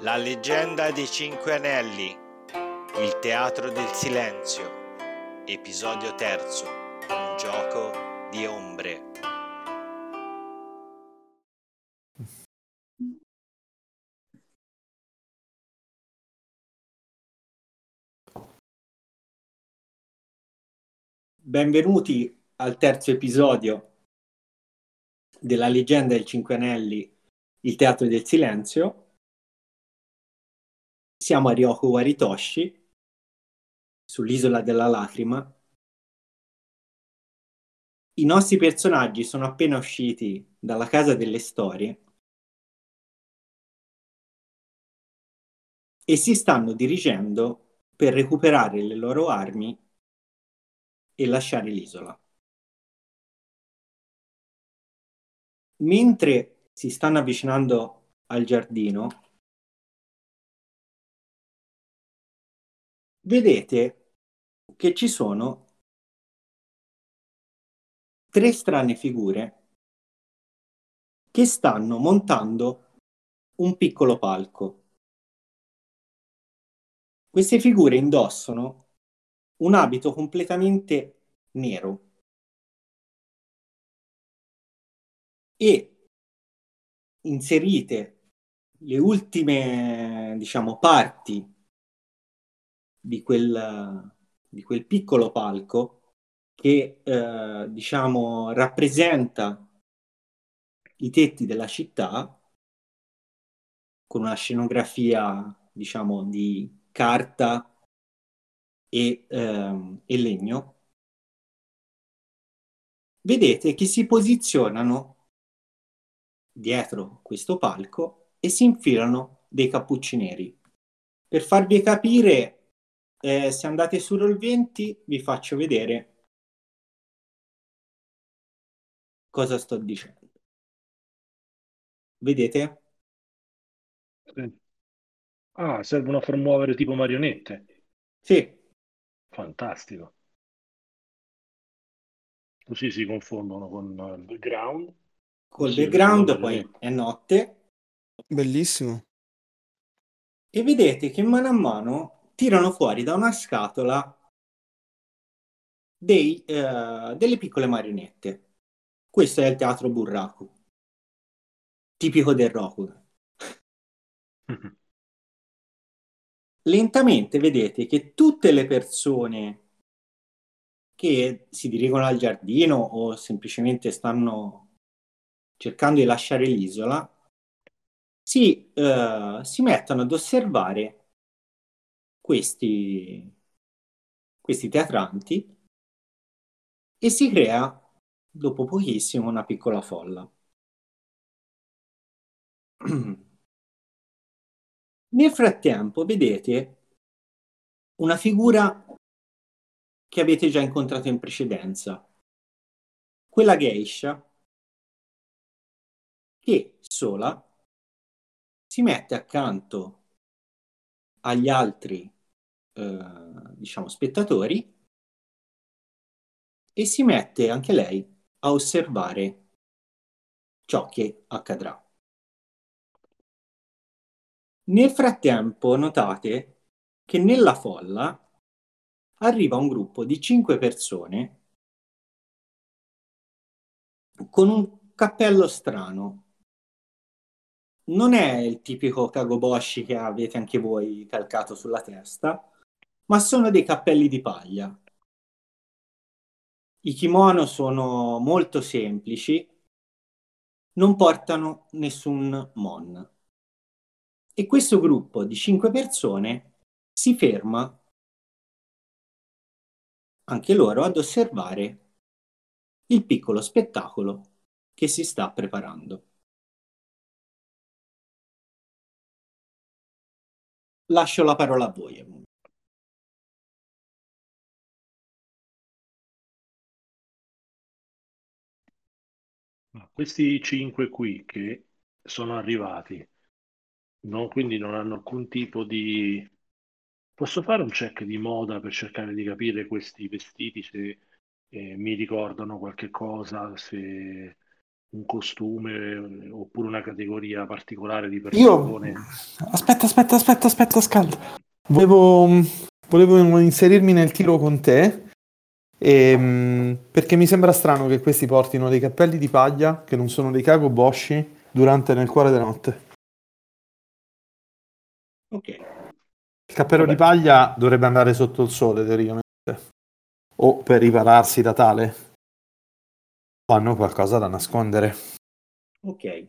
La leggenda dei Cinque Anelli, il teatro del silenzio, episodio terzo, un gioco di ombre. Benvenuti al terzo episodio della leggenda dei Cinque Anelli, il teatro del silenzio. Siamo a Ryoko Waritoshi, sull'isola della lacrima. I nostri personaggi sono appena usciti dalla casa delle storie e si stanno dirigendo per recuperare le loro armi e lasciare l'isola. Mentre si stanno avvicinando al giardino, vedete che ci sono tre strane figure che stanno montando un piccolo palco. Queste figure indossano un abito completamente nero e inserite le ultime, parti di quel piccolo palco che, rappresenta i tetti della città con una scenografia, di carta e legno. Vedete che si posizionano dietro questo palco e si infilano dei cappucci neri. Per farvi capire, se andate su Roll20 vi faccio vedere cosa sto dicendo. Vedete? Sì. Ah, servono a far muovere tipo marionette. Sì, Fantastico. Così si confondono con il background e col si vede solo background poi marionette. è notte Bellissimo. e vedete che mano a mano tirano fuori da una scatola delle piccole marionette. Questo è il teatro burraco, tipico del Rokugan. Lentamente vedete che tutte le persone che si dirigono al giardino o semplicemente stanno cercando di lasciare l'isola si mettono ad osservare questi teatranti e si crea dopo pochissimo una piccola folla. Nel frattempo vedete una figura che avete già incontrato in precedenza, quella geisha che sola si mette accanto agli altri spettatori e si mette anche lei a osservare ciò che accadrà. Nel frattempo notate che nella folla arriva un gruppo di 5 persone con un cappello strano. Non è il tipico kagoboshi che avete anche voi calcato sulla testa, ma sono dei cappelli di paglia. I kimono sono molto semplici, non portano nessun mon. E questo gruppo di 5 persone si ferma anche loro ad osservare il piccolo spettacolo che si sta preparando. Lascio la parola a voi. Questi 5 qui che sono arrivati, quindi non hanno alcun tipo di... Posso fare un check di moda per cercare di capire questi vestiti se mi ricordano qualche cosa, se un costume oppure una categoria particolare di Io... persone. Aspetta, Scald. Volevo inserirmi nel tiro con te. Perché mi sembra strano che questi portino dei cappelli di paglia che non sono dei Kagoboshi durante Nel cuore della notte. Ok. Il cappello di paglia dovrebbe andare sotto il sole, teoricamente. O per ripararsi da tale. O hanno qualcosa da nascondere. Ok.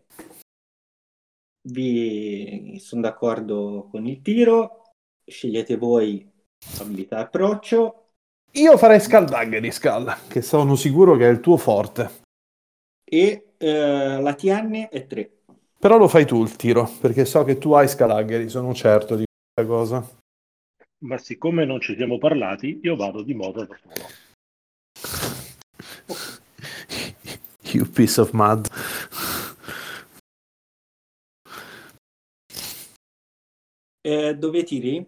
Vi sono d'accordo con il tiro. Scegliete voi abilità e approccio. Io farei Scaldaggeri, Scal, che sono sicuro che è il tuo forte. E la TN è 3. Però lo fai tu il tiro, perché so che tu hai Scalagheri, sono certo di questa cosa. Ma siccome non ci siamo parlati, io vado di moto da solo. You piece of mud. Dove tiri?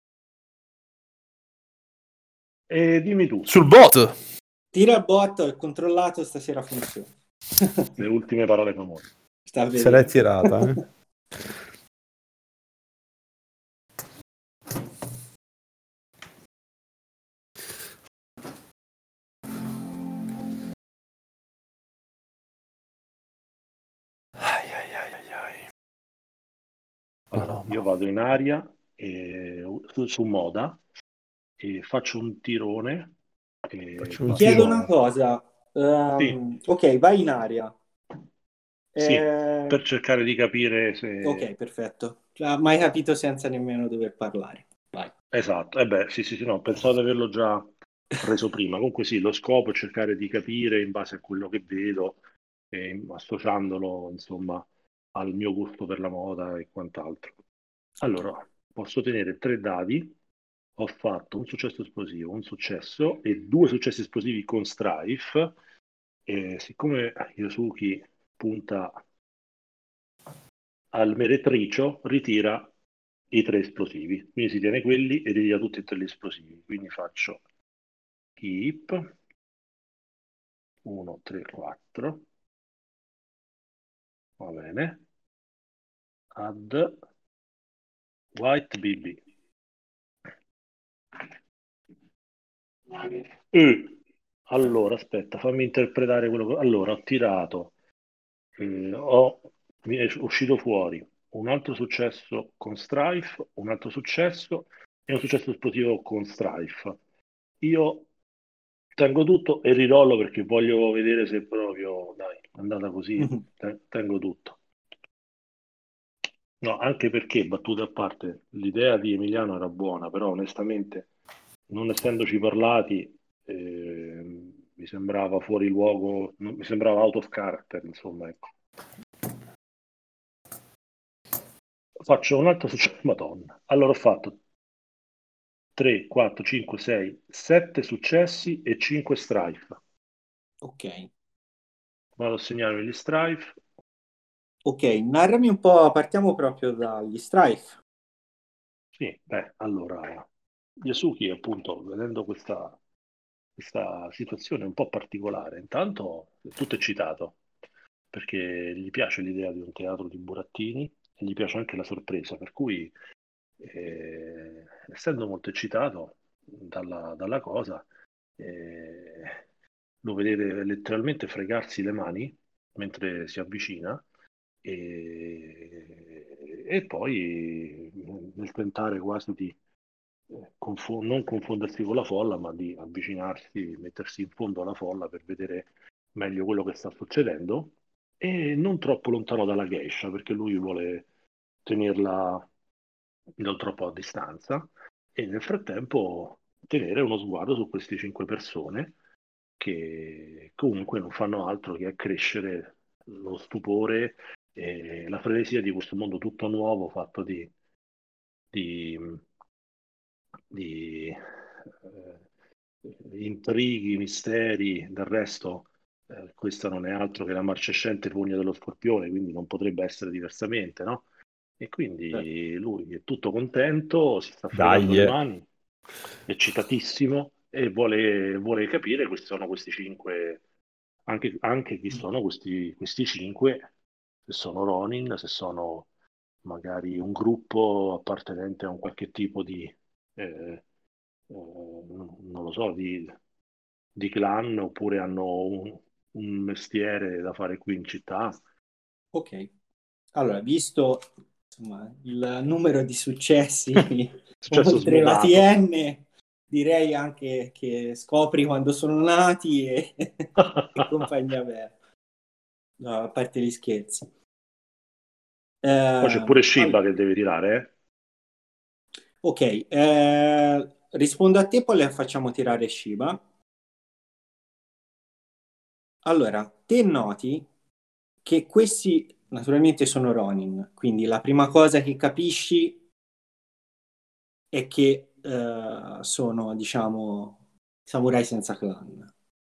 E dimmi tu, Sul bot! Tira a bot, ho controllato, stasera funziona. le ultime parole famose. Sta a Se l'hai vedere. tirata, eh? Allora, io vado in aria su moda e faccio un tirone. Faccio un Ti chiedo tirone. una cosa. Sì, Ok, vai in aria. sì, per cercare di capire Ok, se... perfetto. Mai capito senza nemmeno dover parlare. Vai. Esatto, sì, no, pensavo di averlo già reso prima. Comunque sì, lo scopo è cercare di capire in base a quello che vedo, associandolo, insomma, al mio gusto per la moda e quant'altro. Allora, posso tenere 3 dadi. Ho fatto un successo esplosivo, un successo e 2 successi esplosivi con Strife. E siccome Yosuke punta al meretricio, ritira i 3 esplosivi. Quindi si tiene quelli e ritira tutti e 3 gli esplosivi. Quindi faccio keep 1, 3, 4. Va bene. Add white BB. Allora, aspetta, fammi interpretare quello che... Allora, ho tirato, mi è uscito fuori un altro successo con Strife, un altro successo e un successo esplosivo con Strife. Io tengo tutto e rirollo perché voglio vedere se proprio, dai, è andata così, Mhm. tengo tutto. No, anche perché, battute a parte, l'idea di Emiliano era buona, però onestamente, non essendoci parlati, mi sembrava fuori luogo, mi sembrava out of character, insomma, ecco. Faccio un altro successo, Madonna. Allora ho fatto 3, 4, 5, 6, 7 successi e 5 strife. Ok. Vado a segnarmi gli strife. Ok, narrami un po', partiamo proprio dagli strife. Sì, beh, allora, Yasuki appunto, vedendo questa situazione un po' particolare, intanto è tutto eccitato, perché gli piace l'idea di un teatro di burattini e gli piace anche la sorpresa, per cui essendo molto eccitato dalla cosa, lo vedete letteralmente fregarsi le mani mentre si avvicina e poi nel tentare quasi di non confondersi con la folla, ma di avvicinarsi, mettersi in fondo alla folla per vedere meglio quello che sta succedendo e non troppo lontano dalla geisha, perché lui vuole tenerla non troppo a distanza e nel frattempo tenere uno sguardo su queste 5 persone che comunque non fanno altro che accrescere lo stupore e la frenesia di questo mondo tutto nuovo fatto di, intrighi, misteri. Del resto, questa non è altro che la marcescente pugna dello Scorpione, quindi non potrebbe essere diversamente, no? E quindi lui è tutto contento, si sta fregando le Dai. mani, eccitatissimo e vuole capire questi sono questi 5 anche chi sono questi cinque, se sono Ronin, se sono magari un gruppo appartenente a un qualche tipo di, non lo so, di clan, oppure hanno un mestiere da fare qui in città. Ok. Allora, visto insomma, il numero di successi Successo oltre la smisurato. TN, direi anche che scopri quando sono nati e compagnia bella. No, a parte gli scherzi. Poi c'è pure Shiba Allora, che deve tirare, eh? ok, rispondo a te, poi le facciamo tirare Shiba. Allora, te noti che questi naturalmente sono Ronin, quindi la prima cosa che capisci è che sono, diciamo, samurai senza clan.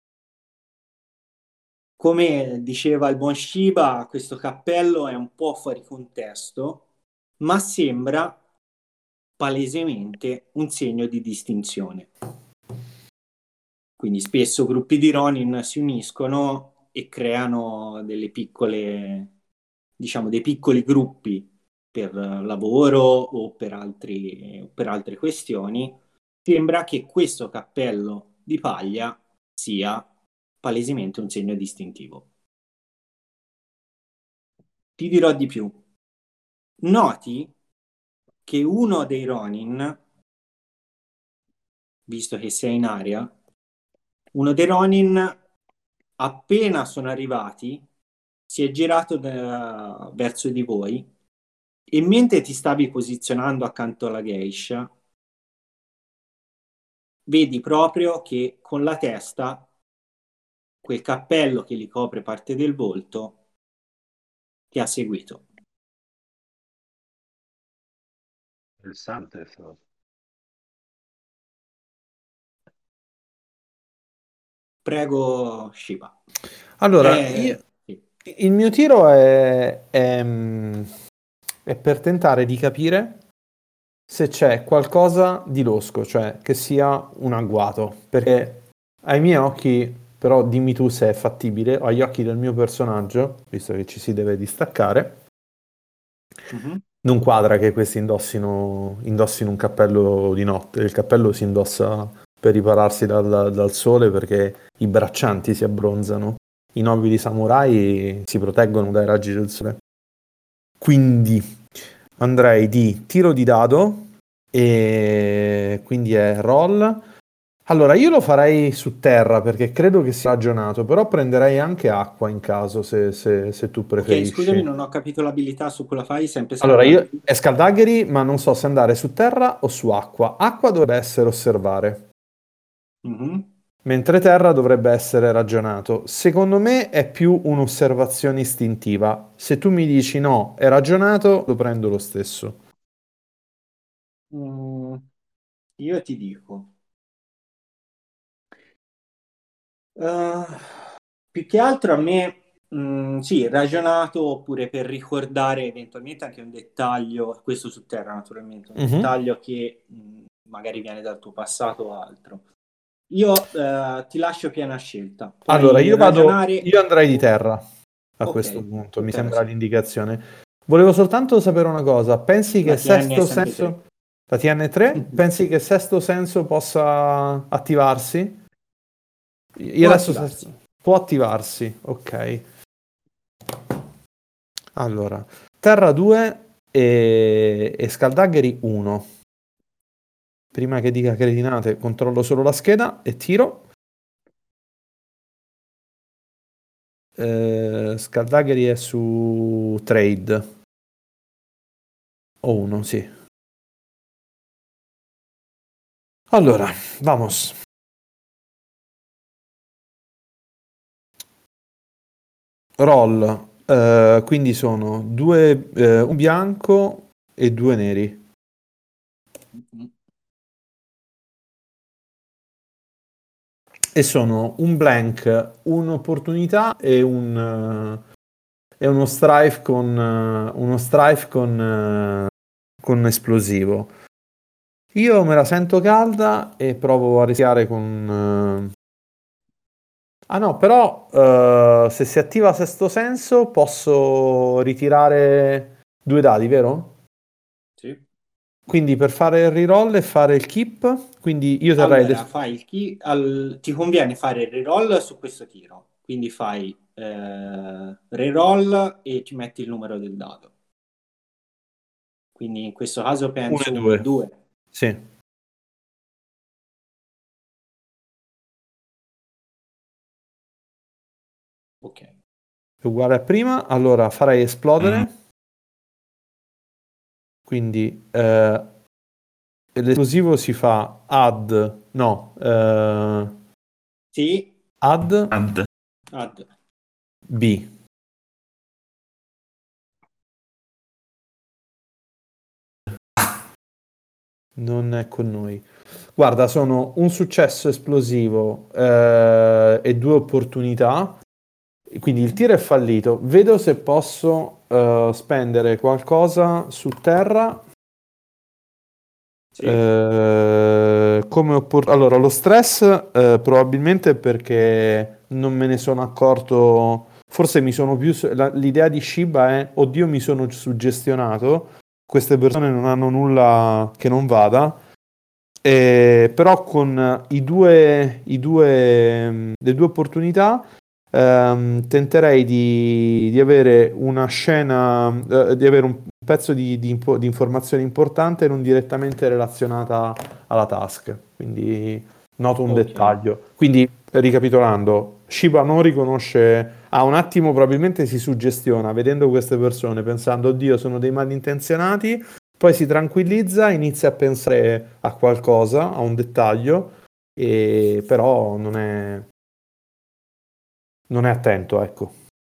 Come diceva il buon Shiba, questo cappello è un po' fuori contesto, ma sembra palesemente un segno di distinzione. Quindi spesso gruppi di Ronin si uniscono e creano delle piccole, diciamo, dei piccoli gruppi per lavoro o per altre questioni. Sembra che questo cappello di paglia sia palesemente un segno distintivo. Ti dirò di più. Noti che uno dei Ronin, visto che sei in area, uno dei Ronin, appena sono arrivati, si è girato verso di voi e mentre ti stavi posizionando accanto alla geisha, vedi proprio che con la testa, quel cappello che gli copre parte del volto, ti ha seguito. Interessante questa cosa. Prego, Shiba. Allora, Sì. il mio tiro è per tentare di capire se c'è qualcosa di losco, cioè che sia un agguato, perché ai miei occhi, però dimmi tu se è fattibile, o agli occhi del mio personaggio, visto che ci si deve distaccare, Mhm. non quadra che questi indossino un cappello di notte. Il cappello si indossa per ripararsi dal sole perché i braccianti si abbronzano. I nobili samurai si proteggono dai raggi del sole. Quindi andrei di tiro di dado e quindi è roll. Allora, io lo farei su terra perché credo che sia ragionato, però prenderei anche acqua in caso se tu Ok, scusami, preferisci. non ho capito l'abilità su cui la fai, sempre Allora, io scaldaggeri. è scaldagheri, ma non so se andare su terra o su acqua. Acqua dovrebbe essere osservare, Mhm. mentre terra dovrebbe essere ragionato. Secondo me è più un'osservazione istintiva. Se tu mi dici no, è ragionato, lo prendo lo stesso. Mm, io ti dico. Uh, più che altro a me, sì, ragionato oppure per ricordare eventualmente anche un dettaglio, questo su terra naturalmente, un Mhm. dettaglio che magari viene dal tuo passato o altro. Io ti lascio piena scelta, Allora, puoi io ragionare. andrei di terra a questo Ok, punto, su mi terra sembra sì. l'indicazione. Volevo soltanto sapere una cosa, pensi che La TN è sesto sempre 3. senso, la TN3, pensi che sesto senso possa attivarsi? Io Può adesso attivarsi. può attivarsi, ok. Allora, terra 2 e scaldagheri 1. Prima che dica cretinate, controllo solo la scheda e tiro. Scaldagheri è su trade. O 1, sì. Allora, vamos. Roll. Quindi sono un bianco e due neri. E sono un blank, un'opportunità e uno strife con esplosivo. Io me la sento calda e provo a rischiare Ah no, però se si attiva sesto senso posso ritirare 2 dadi, vero? Sì. Quindi per fare il reroll e fare il keep, quindi io terrei... Allora, fai ti conviene fare il reroll su questo tiro, quindi fai reroll e ci metti il numero del dado. Quindi in questo caso 1 penso e 1 e 2. 2. Sì. Ok. Uguale a prima, allora farei esplodere. Quindi l'esplosivo si fa Sì, add add. B. Non è con noi. Guarda, sono un successo esplosivo e 2 opportunità. Quindi il tiro è fallito. Vedo se posso spendere qualcosa su terra. Sì. Allora, lo stress probabilmente perché non me ne sono accorto. Forse mi sono più. L'idea di Shiba è: oddio, mi sono suggestionato. Queste persone non hanno nulla che non vada. Però con le due opportunità tenterei di avere una scena, di avere un pezzo di informazione importante non direttamente relazionata alla task. Quindi noto un Ok. dettaglio. Quindi, ricapitolando, Shiba non riconosce, un attimo probabilmente si suggestiona vedendo queste persone, pensando, oddio, sono dei malintenzionati, poi si tranquillizza, inizia a pensare a qualcosa, a un dettaglio, e però non è attento, ecco.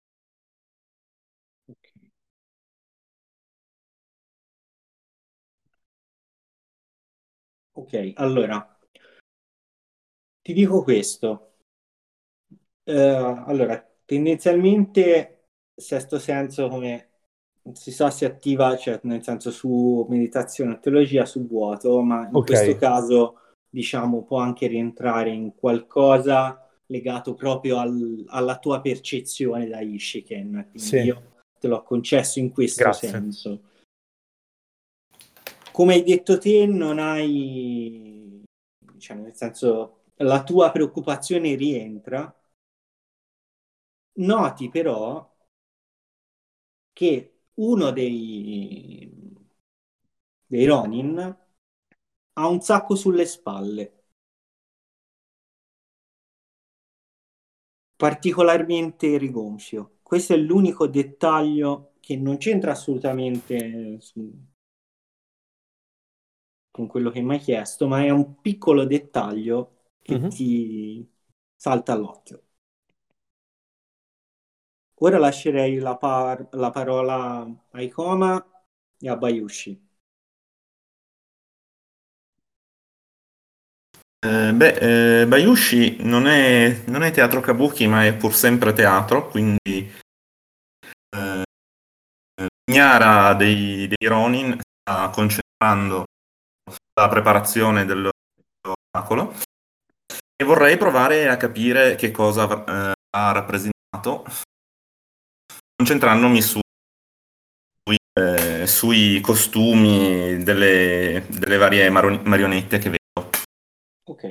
Ok, allora ti dico questo. Allora, tendenzialmente sesto senso, come si sa, si attiva, cioè nel senso su meditazione o teologia su vuoto, ma in Ok, questo caso diciamo può anche rientrare in qualcosa legato proprio alla tua percezione da Ishiken, quindi sì, io te l'ho concesso in questo grazie. senso. Come hai detto te, non hai, cioè nel senso, la tua preoccupazione rientra. Noti però che uno dei Ronin ha un sacco sulle spalle, particolarmente rigonfio. Questo è l'unico dettaglio che non c'entra assolutamente con quello che mi hai chiesto, ma è un piccolo dettaglio che Mhm. ti salta all'occhio. Ora lascerei la parola a Ikoma e a Bayushi. Bayushi non è teatro kabuki, ma è pur sempre teatro, quindi ignara dei Ronin sta concentrando sulla preparazione dello spettacolo e vorrei provare a capire che cosa ha rappresentato, concentrandomi sui costumi delle varie marionette che vedo. Ok,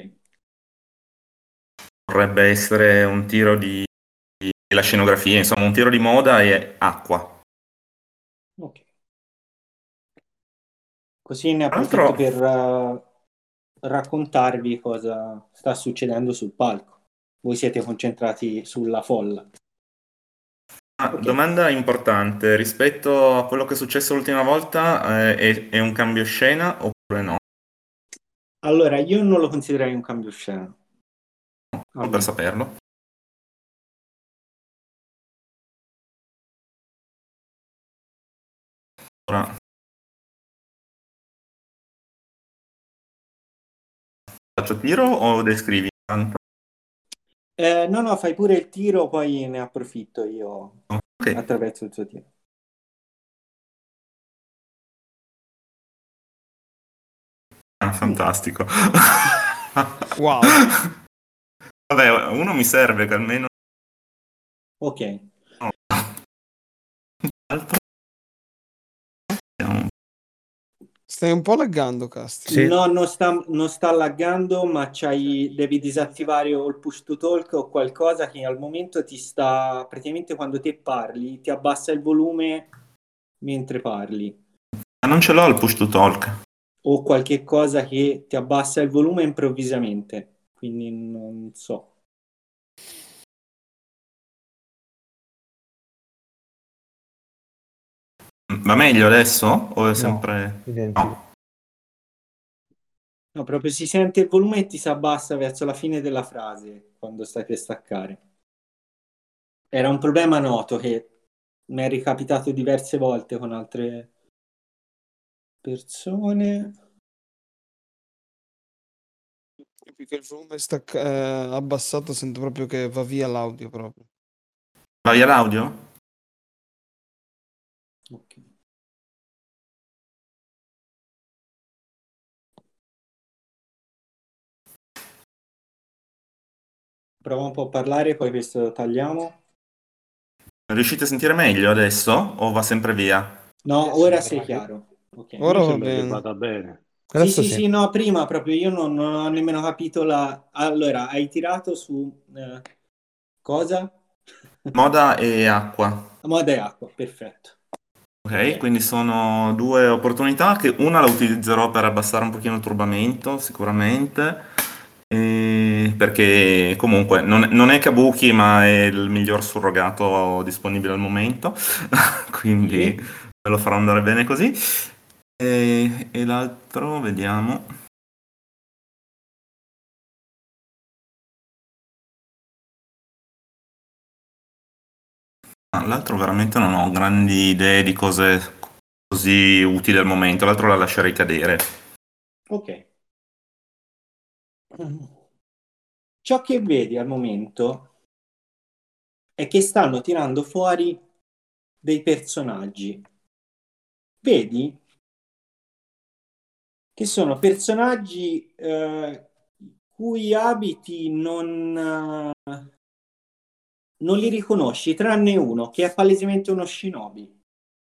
Vorrebbe essere un tiro la scenografia, insomma, un tiro di moda e acqua. ok. Così ne Tra approfitto l'altro, per raccontarvi cosa sta succedendo sul palco. Voi siete concentrati sulla folla. Ok. domanda importante, rispetto a quello che è successo l'ultima volta, è un cambio scena oppure no? Allora, io non lo considererei un cambio scena. Solo per Almeno. saperlo. Ora, faccio tiro o descrivi tanto? No, no, fai pure il tiro, poi ne approfitto io Ok, attraverso il suo tiro. fantastico. Wow. Vabbè, uno mi serve che almeno... Ok. Altro... Stai un po' laggando, Casti. Sì. No, non sta laggando, ma devi disattivare o il push to talk o qualcosa che al momento ti sta, praticamente quando te parli, ti abbassa il volume mentre parli. Ma non ce l'ho il push to talk. O qualche cosa che ti abbassa il volume improvvisamente. Quindi non so. Va meglio adesso? O è sempre... Identico. No. No, proprio si sente il volume e ti si abbassa verso la fine della frase quando stai per staccare. Era un problema noto che mi è ricapitato diverse volte con altre persone. Più che il volume è abbassato, sento proprio che va via l'audio proprio. Va via l'audio? Ok. Prova un po' a parlare, poi questo tagliamo. Riuscite a sentire meglio adesso? O va sempre via? No, ora sei chiaro. Ok. Ora Mi va sembra che bene. vada bene. Adesso Sì, no, prima proprio io non ho nemmeno capito la... Allora, hai tirato su cosa? Moda e acqua. Moda e acqua, perfetto. Ok, quindi sono due opportunità che una la utilizzerò per abbassare un pochino il turbamento, sicuramente, perché comunque non è Kabuki, ma è il miglior surrogato disponibile al momento, quindi Sì. me lo farò andare bene così. E l'altro, vediamo. L'altro veramente non ho grandi idee di cose così utili al momento, l'altro la lascerei cadere. Ok. Ciò che vedi al momento è che stanno tirando fuori dei personaggi. Vedi che sono personaggi cui abiti non li riconosci, tranne uno che è palesemente uno shinobi.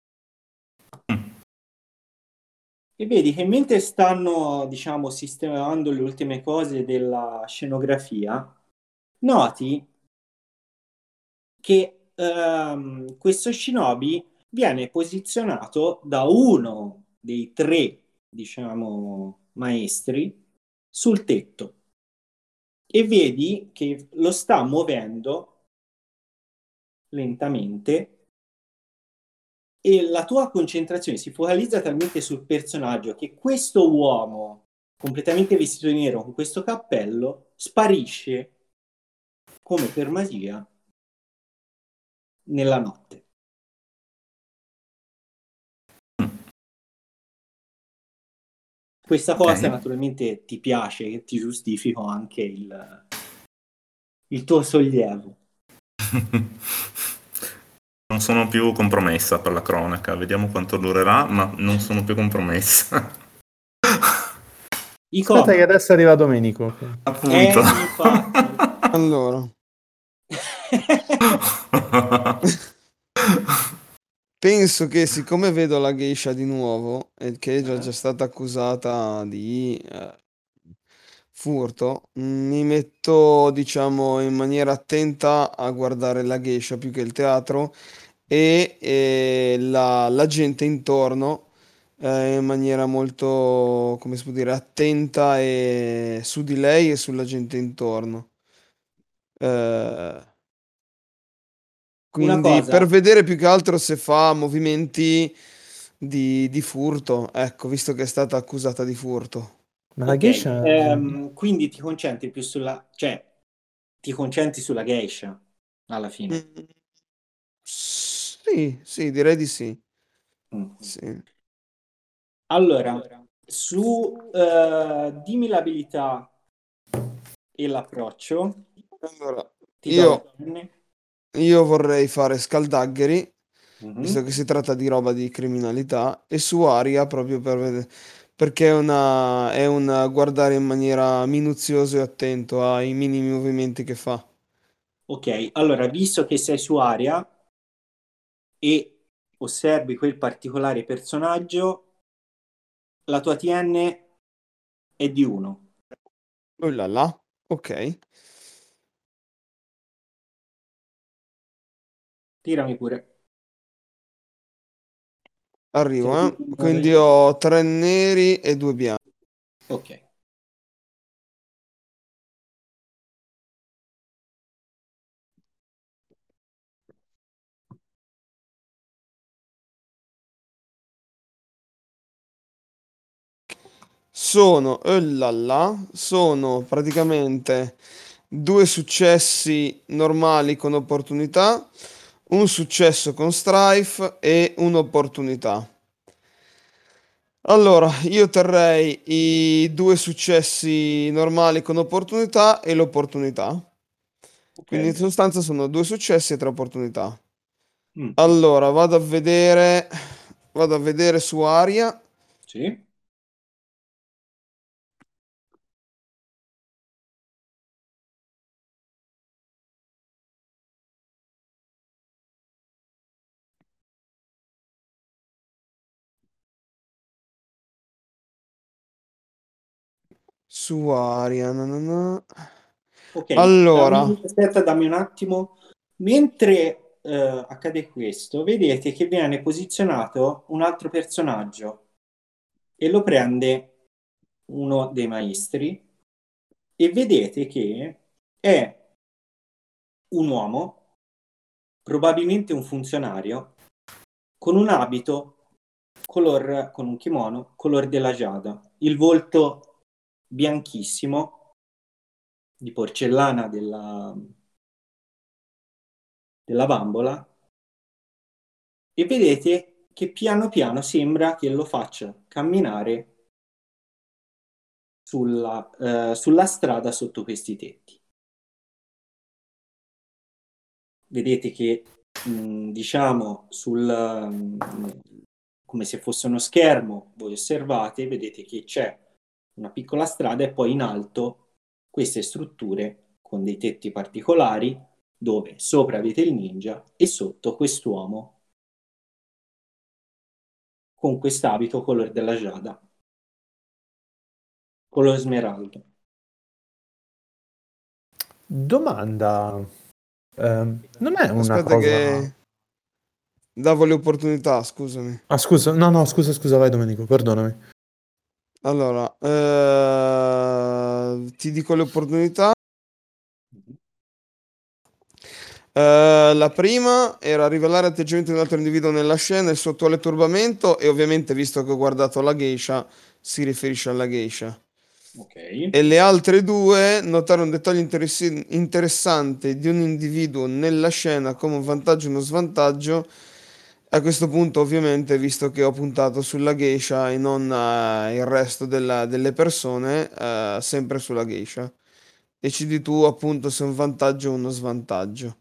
E vedi che mentre stanno, diciamo, sistemando le ultime cose della scenografia, noti che questo shinobi viene posizionato da uno dei tre, diciamo, maestri sul tetto. E vedi che lo sta muovendo lentamente e la tua concentrazione si focalizza talmente sul personaggio che questo uomo completamente vestito di nero con questo cappello sparisce come per magia nella notte. Questa cosa Ok. naturalmente ti piace e ti giustifico anche il tuo sollievo. Non sono più compromessa per la cronaca, vediamo quanto durerà, ma non sono più compromessa. Aspetta che adesso arriva Domenico. Appunto. Infatti. Allora, penso che siccome vedo la geisha di nuovo e che è già stata accusata di furto, mi metto, diciamo, in maniera attenta a guardare la geisha più che il teatro e la gente intorno in maniera molto, come si può dire, attenta e su di lei e sulla gente intorno. Eh, Una quindi per cosa, vedere più che altro se fa movimenti di furto, ecco, visto che è stata accusata di furto. Ma la ok, geisha... quindi ti concentri più cioè ti concentri sulla geisha alla fine. Mm, sì, sì, direi di sì. Mm. Sì. Allora, dimmi l'abilità e l'approccio, Allora, ti do le io, penne. io vorrei fare scaldagheri, visto Mhm. che si tratta di roba di criminalità, e su aria proprio perché è una guardare in maniera minuziosa e attento ai minimi movimenti che fa. Ok, allora, visto che sei su Aria e osservi quel particolare personaggio, la tua TN è di 1. Oh là là, ok. Tirami pure. Sei Arrivo, tu eh. in Quindi io? ho 3 neri e 2 bianchi. Ok. Oh là là, sono praticamente 2 successi normali con opportunità, un successo con strife e un'opportunità. Allora, io terrei i 2 successi normali con opportunità e l'opportunità. Ok. Quindi in sostanza sono 2 successi e 3 opportunità. Mm, Allora, vado a vedere su Aria. sì. Su Aria. Ok, Allora, aspetta, dammi un attimo. Mentre accade questo, vedete che viene posizionato un altro personaggio e lo prende uno dei maestri e vedete che è un uomo, probabilmente un funzionario, con un abito con un kimono color della giada, il volto bianchissimo di porcellana della bambola e vedete che piano piano sembra che lo faccia camminare sulla strada sotto questi tetti. Vedete che diciamo come se fosse uno schermo, voi osservate, vedete che c'è una piccola strada e poi in alto queste strutture con dei tetti particolari dove sopra avete il ninja e sotto quest'uomo con quest'abito color della giada, color smeraldo. Domanda, non è una aspetta cosa... che davo le opportunità, scusami. Ah, scusa, no, no, scusa, scusa, vai Domenico, perdonami. Allora, ti dico le opportunità. La prima era rivelare atteggiamento di un altro individuo nella scena, il suo attuale turbamento e ovviamente, visto che ho guardato la geisha, si riferisce alla geisha. Ok. E le altre due, notare un dettaglio interessante di un individuo nella scena come un vantaggio e uno svantaggio. A questo punto, ovviamente, visto che ho puntato sulla geisha e non il resto delle persone, sempre sulla geisha. Decidi tu appunto se è un vantaggio o uno svantaggio.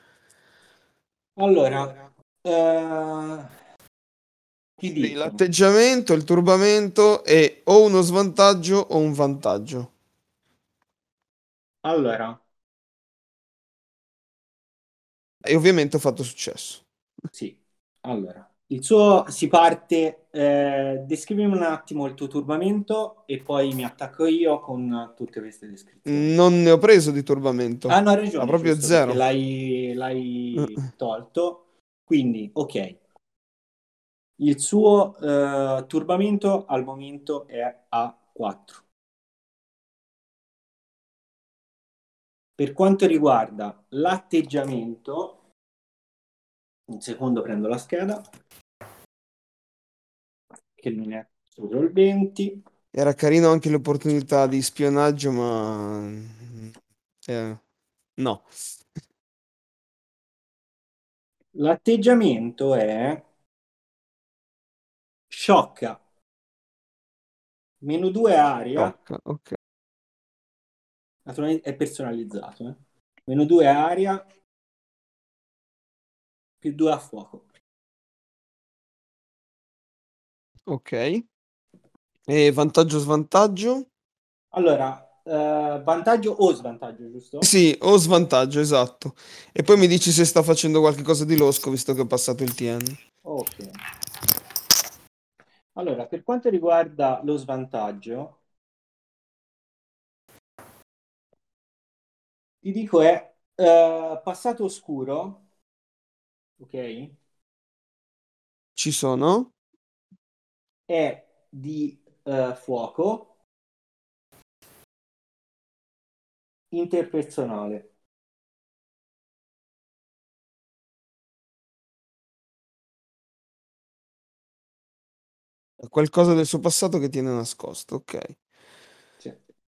Allora, eh, ti Quindi dico, l'atteggiamento, il turbamento è o uno svantaggio o un vantaggio. allora, E ovviamente ho fatto successo. sì, allora, il suo si parte, descrivimi un attimo il tuo turbamento e poi mi attacco io con tutte queste descrizioni. Non ne ho preso di Ah, turbamento. no, hai Ha ragione, proprio giusto, perché zero. l'hai tolto. Quindi, ok, il suo turbamento al momento è a 4. Per quanto riguarda l'atteggiamento, un secondo prendo la scheda, che non è solo il 20. Era carino anche l'opportunità di spionaggio, ma no. L'atteggiamento è sciocca, meno 2 aria, Ok. naturalmente è personalizzato, meno 2 aria, più 2 a fuoco. Ok. E vantaggio svantaggio? Allora, vantaggio o svantaggio, giusto? Sì, o svantaggio, esatto. E poi mi dici se sta facendo qualche cosa di losco, visto che ho passato il TN. Ok. Allora, per quanto riguarda lo svantaggio, ti dico è passato oscuro, ok? Ci sono? È di fuoco interpersonale. Qualcosa del suo passato che tiene nascosto, ok. Sì.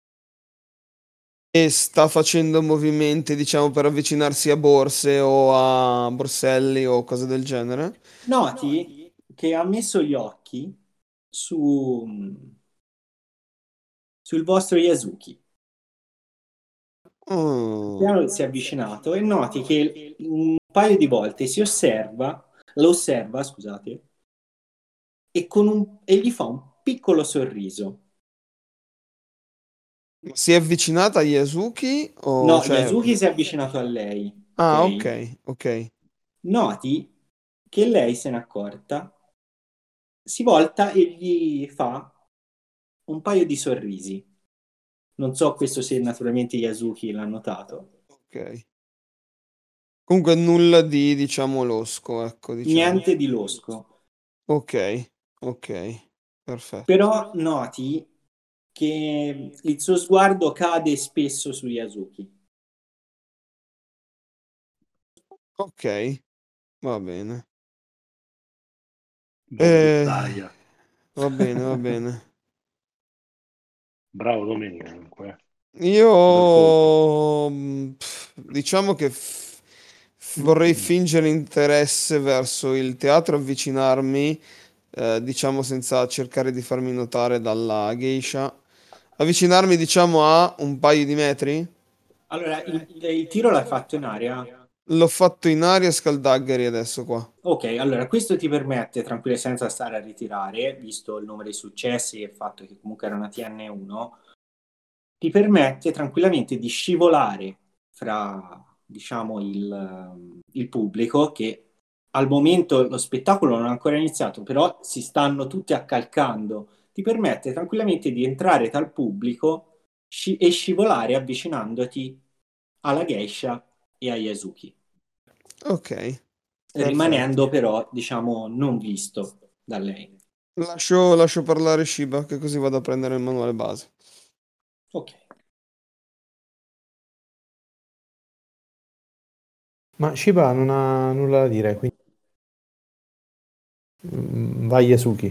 E sta facendo movimenti, diciamo, per avvicinarsi a borse o a borselli o cose del genere? Noti che ha messo gli occhi su, sul vostro Yasuki. Oh, Piano si è avvicinato e noti che un paio di volte lo osserva, scusate, e gli fa un piccolo sorriso. si è avvicinata a Yasuki o No, cioè... Yasuki si è avvicinato a lei, Ah, ok, ok? ok. Noti che lei se n'è accorta, si volta e gli fa un paio di sorrisi. Non so questo se naturalmente Yasuki l'ha notato. Ok. Comunque nulla di, diciamo, losco, ecco, diciamo. Niente di losco. Ok, ok, perfetto. Però noti che il suo sguardo cade spesso su Yasuki. Ok, va bene. Buona Eh, vestaglia. va bene, va bene. Bravo Domenica comunque. Bel colpo. Io diciamo che vorrei fingere interesse verso il teatro, avvicinarmi, diciamo senza cercare di farmi notare dalla geisha. Avvicinarmi, diciamo, a un paio di metri. Allora, il tiro l'hai fatto in aria? L'ho fatto in aria scaldaggeri adesso qua. Ok, allora questo ti permette, tranquillo, senza stare a ritirare, visto il numero di successi e il fatto che comunque era una TN1, ti permette tranquillamente di scivolare fra, diciamo, il pubblico, che al momento lo spettacolo non è ancora iniziato, però si stanno tutti accalcando. Ti permette tranquillamente di entrare tra il pubblico e scivolare avvicinandoti alla geisha e a Yasuki, Ok, perfetto. rimanendo però, diciamo, non visto da lei. Lascio parlare Shiba, che così vado a prendere il manuale base. Ok. Ma Shiba non ha nulla da dire, quindi vai Yasuki.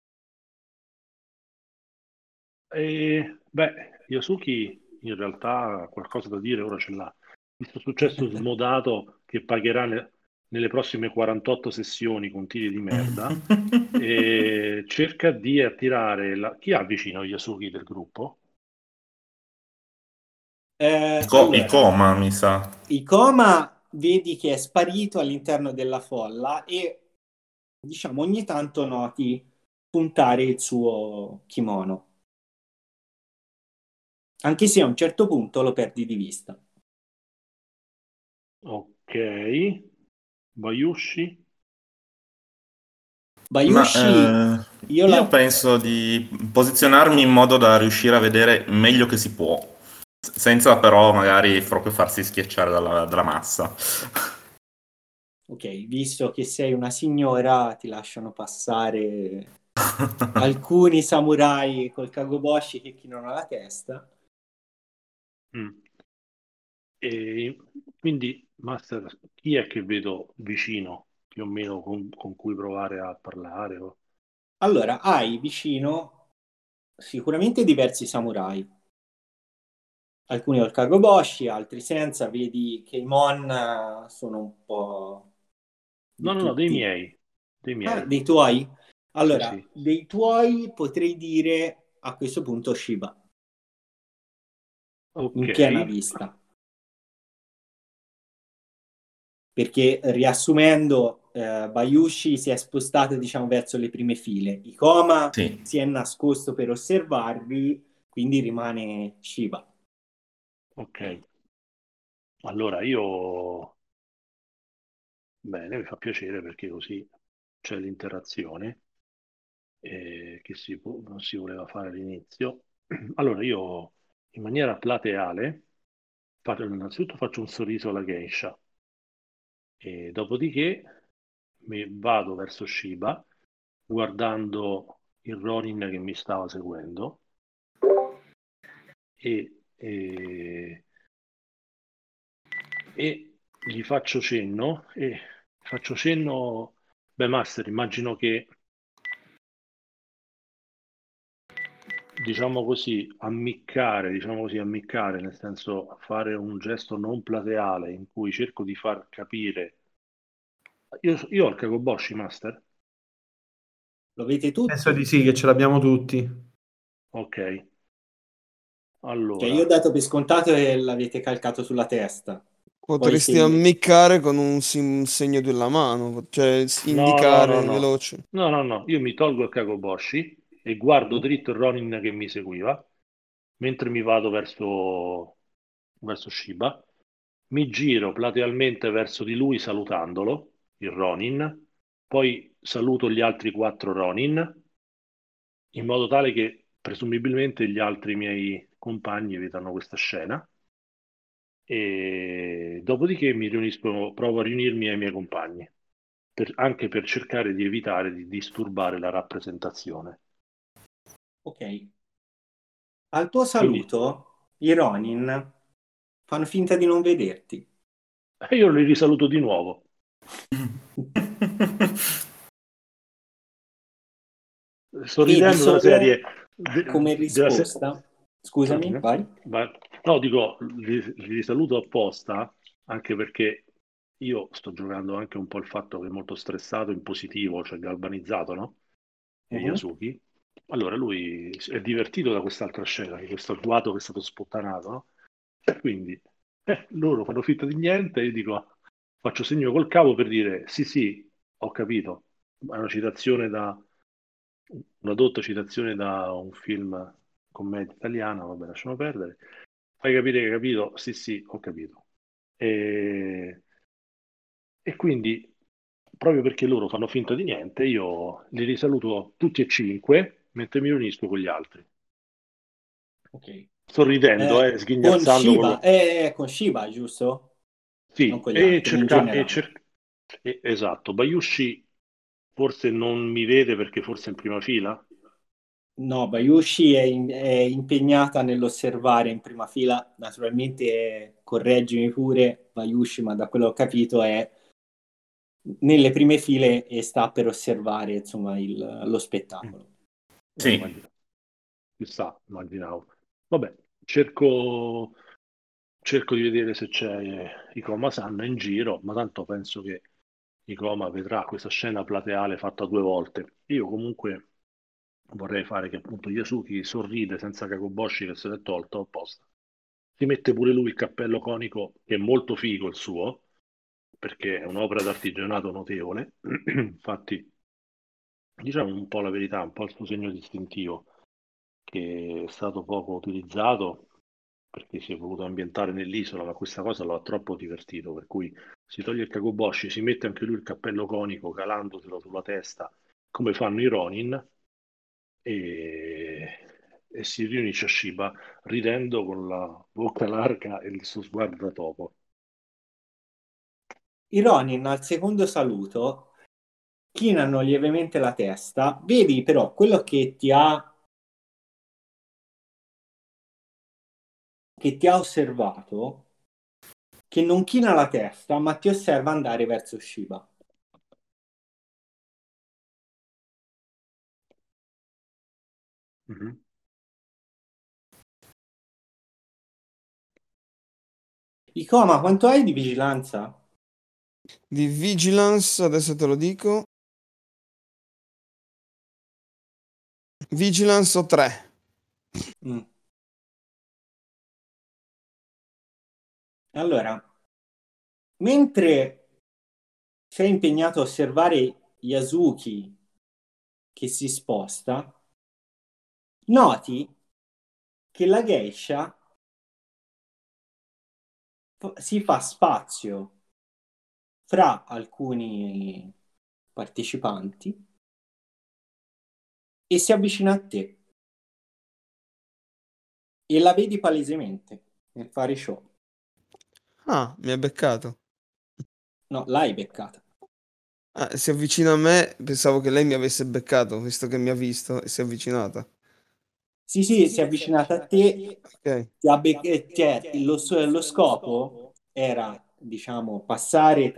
Beh, Yasuki in realtà qualcosa da dire ora ce l'ha. Questo successo smodato che pagherà nelle prossime 48 sessioni con tiri di merda e cerca di attirare chi ha vicino Yasuki del gruppo? I Allora, coma, mi sa. Ikoma vedi che è sparito all'interno della folla e, diciamo, ogni tanto noti puntare il suo kimono, anche se a un certo punto lo perdi di vista. Ok, Bayushi? Ma Bayushi, io io la... penso di posizionarmi in modo da riuscire a vedere meglio che si può, senza però magari proprio farsi schiacciare dalla massa. Ok, visto che sei una signora, ti lasciano passare alcuni samurai col kagoboshi che chinano la testa. Mm. E quindi, Master, chi è che vedo vicino, più o meno, con cui provare a parlare? Allora, hai vicino sicuramente diversi samurai, alcuni col kagoboshi, altri senza. Vedi che i mon sono un po' No, di no, no, dei tutti. miei, dei Ah, miei. dei tuoi? Sì, Allora, sì. dei tuoi potrei dire a questo punto Shiba, Ok, in piena vista, perché riassumendo, Bayushi si è spostato, diciamo, verso le prime file, Ikoma Sì. si è nascosto per osservarvi, quindi rimane Shiba. Ok, allora io... Bene, mi fa piacere perché così c'è l'interazione che non si voleva fare all'inizio. Allora io in maniera plateale innanzitutto faccio un sorriso alla geisha e dopodiché mi vado verso Shiba guardando il Ronin che mi stava seguendo e e gli faccio cenno, beh, Master, immagino che, diciamo così, ammiccare, nel senso fare un gesto non plateale in cui cerco di far capire. Io ho il Kagoboshi, Master? Lo avete Penso tutti? di sì, che ce l'abbiamo tutti. Ok, Cioè, io ho allora, dato per scontato che l'avete calcato sulla testa. Poi Potresti se... ammiccare con un segno della mano, cioè no, no, no, indicare no, veloce. no, no, no, io mi tolgo il Kagoboshi e guardo Mhm. dritto il Ronin che mi seguiva mentre mi vado verso Shiba. Mi giro platealmente verso di lui salutandolo, il Ronin, poi saluto gli altri 4 Ronin, in modo tale che presumibilmente gli altri miei compagni vedano questa scena. E dopodiché provo a riunirmi ai miei compagni, anche per cercare di evitare di disturbare la rappresentazione. Ok. Al tuo Quindi saluto, i Ronin fanno finta di non vederti. io li risaluto di nuovo. E di Sorridendo della serie solo come risposta, scusami, Scusami, vai. no, dico, li risaluto apposta anche perché io sto giocando anche un po' il fatto che è molto stressato in positivo, cioè galvanizzato, no? E Mhm. Yasuki. Allora lui è divertito da quest'altra scena, di questo agguato che è stato sputtanato, no? E quindi loro fanno finta di niente e io dico, faccio segno col cavo per dire sì, sì, ho capito. È una dotta citazione da un film commedia italiana, vabbè, lasciamo perdere. Fai capire che hai capito? Sì, sì, ho capito. E, e quindi, proprio perché loro fanno finta di niente, io li risaluto tutti e 5 mentre mi riunisco con gli altri. Ok. Sorridendo, Con sghignazzando con Shiba, lo... con Shiba, giusto? Non Sì, con gli altri, in generale. esatto. Bayushi forse non mi vede perché forse è in prima fila. No, Bayushi è impegnata nell'osservare in prima fila. Naturalmente, correggimi pure, Bayushi, ma da quello che ho capito è nelle prime file e sta per osservare, insomma, lo Mm. spettacolo. Sì. Immagino. Chissà, immaginavo. Vabbè, cerco di vedere se c'è Ikoma-san in giro, ma tanto penso che Ikoma vedrà questa scena plateale fatta 2 volte. Io comunque vorrei fare che appunto Yasuki sorride senza Kakoboshi che se l'è tolto apposta. Si mette pure lui il cappello conico, che è molto figo il suo, perché è un'opera d'artigianato notevole. Infatti, diciamo un po' la verità, un po' il suo segno distintivo, che è stato poco utilizzato perché si è voluto ambientare nell'isola, ma questa cosa lo ha troppo divertito, per cui si toglie il Kagoboshi, si mette anche lui il cappello conico calandoselo sulla testa, come fanno i Ronin, e, e si riunisce a Shiba ridendo con la bocca larga e il suo sguardo da topo. I Ronin al secondo saluto chinano lievemente la testa, vedi però quello che ti ha osservato, che non china la testa, ma ti osserva andare verso Shiba. Mhm. Icoma, quanto hai di vigilanza? Di Vigilance, adesso te lo dico. Vigilance ho 3. Mm. Allora, mentre sei impegnato a osservare Yasuki che si sposta, noti che la geisha si fa spazio fra alcuni partecipanti e si avvicina a te e la vedi palesemente nel fare show. Ah, mi ha beccato. No, l'hai beccata. Ah, si avvicina a me, pensavo che lei mi avesse beccato, visto che mi ha visto e si è avvicinata. Sì, sì, si è avvicinata a te. Ok. Cioè, lo scopo era, diciamo, passare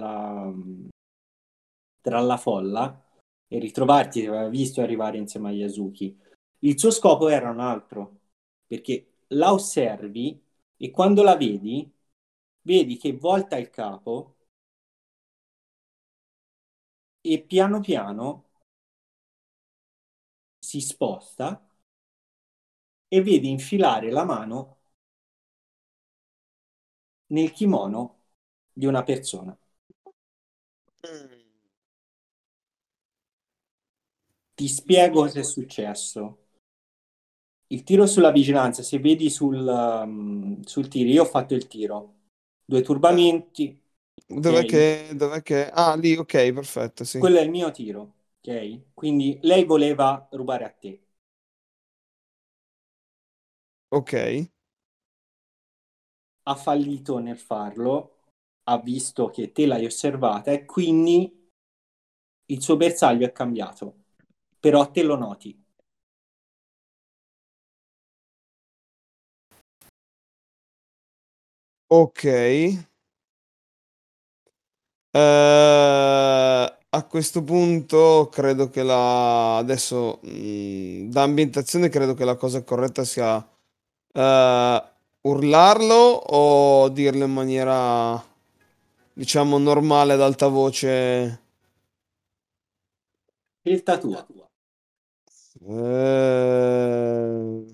tra la folla e ritrovarti, ti aveva visto arrivare insieme a Yasuki. Il suo scopo era un altro, perché la osservi e quando la vedi, vedi che volta il capo e piano piano si sposta e vedi infilare la mano nel kimono di una persona. Ti spiego cosa è successo. Il tiro sulla vigilanza, se vedi sul tiro, io ho fatto il tiro. 2 turbamenti, Dov'è ok? che... Ah, lì, ok, perfetto, sì. Quello è il mio tiro, ok? Quindi lei voleva rubare a te. Ok. Ha fallito nel farlo, ha visto che te l'hai osservata e quindi il suo bersaglio è cambiato. Però te lo noti. Ok. A questo punto credo che adesso da ambientazione credo che la cosa corretta sia urlarlo o dirlo in maniera diciamo normale ad alta voce. Scelta tua. Eh,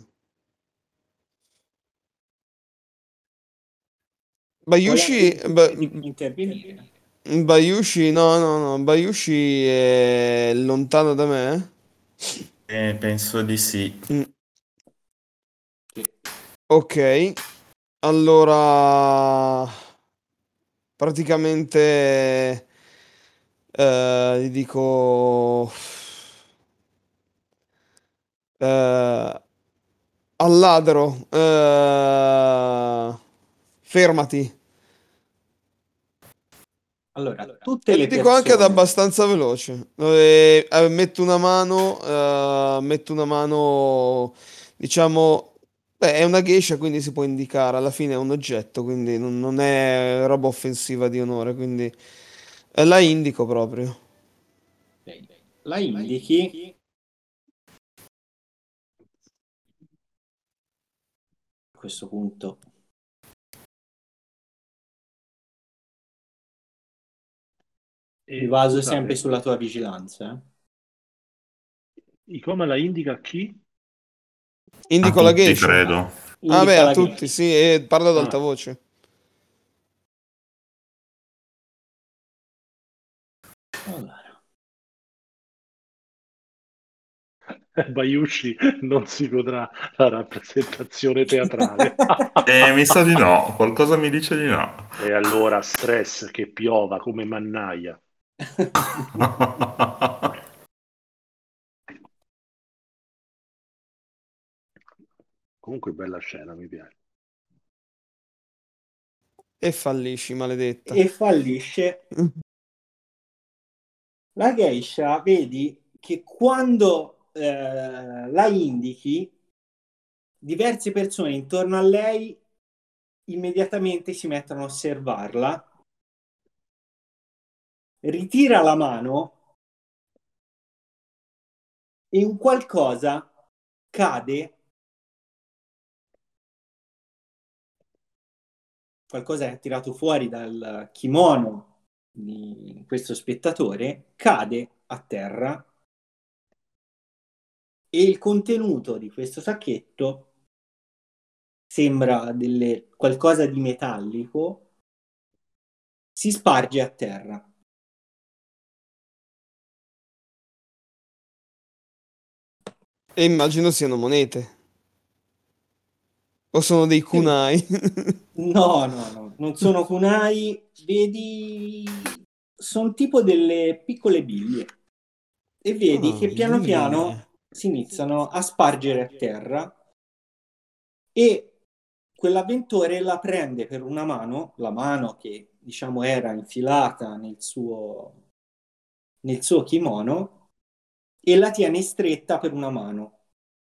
Vuole Bayushi, anche intervenire? Bayushi, no, Bayushi è lontano da me. Penso di sì. Mm, Sì. ok, allora praticamente gli dico eh, al ladro, fermati. Allora, tutte E le lo dico anche ad persone, abbastanza veloce. Metto una mano, diciamo, beh, è una geisha, quindi si può indicare. Alla fine è un oggetto, quindi non è roba offensiva di onore, quindi la indico proprio. la indichi a questo punto. Mi baso sempre Scusate, sulla tua vigilanza. Ikoma la indica a chi? A Indico la tutti, geisha. credo. Ah, beh, Indica a la tutti, geisha. sì, e parlo ad alta Ah, voce. Allora, Bayushi non si godrà la rappresentazione teatrale. Mi sa di no, qualcosa mi dice di no. E allora stress che piova come mannaia. Comunque bella scena, mi piace. E fallisci, maledetta. e fallisce. La geisha, vedi che quando la indichi, diverse persone intorno a lei immediatamente si mettono a osservarla, ritira la mano e un qualcosa cade, qualcosa è tirato fuori dal kimono di questo spettatore, cade a terra e il contenuto di questo sacchetto sembra qualcosa di metallico, si sparge a terra. E immagino siano monete. O sono dei kunai? No, non sono kunai, vedi, sono tipo delle piccole biglie. E vedi che piano piano si iniziano a spargere a terra e quell'avventore la prende per una mano, la mano che diciamo era infilata nel suo kimono, e la tiene stretta per una mano.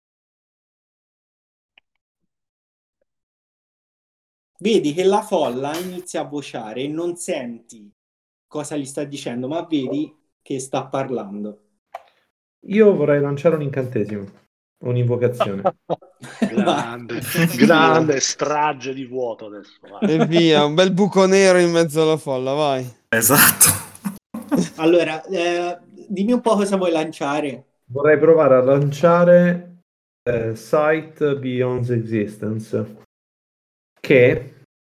Vedi che la folla inizia a vociare e non senti cosa gli sta dicendo, ma vedi che sta parlando. Io vorrei lanciare un incantesimo, un'invocazione. grande strage di vuoto adesso. Vai. E via, un bel buco nero in mezzo alla folla, vai. Esatto. Allora, dimmi un po' cosa vuoi lanciare. Vorrei provare a lanciare Sight Beyond Existence, che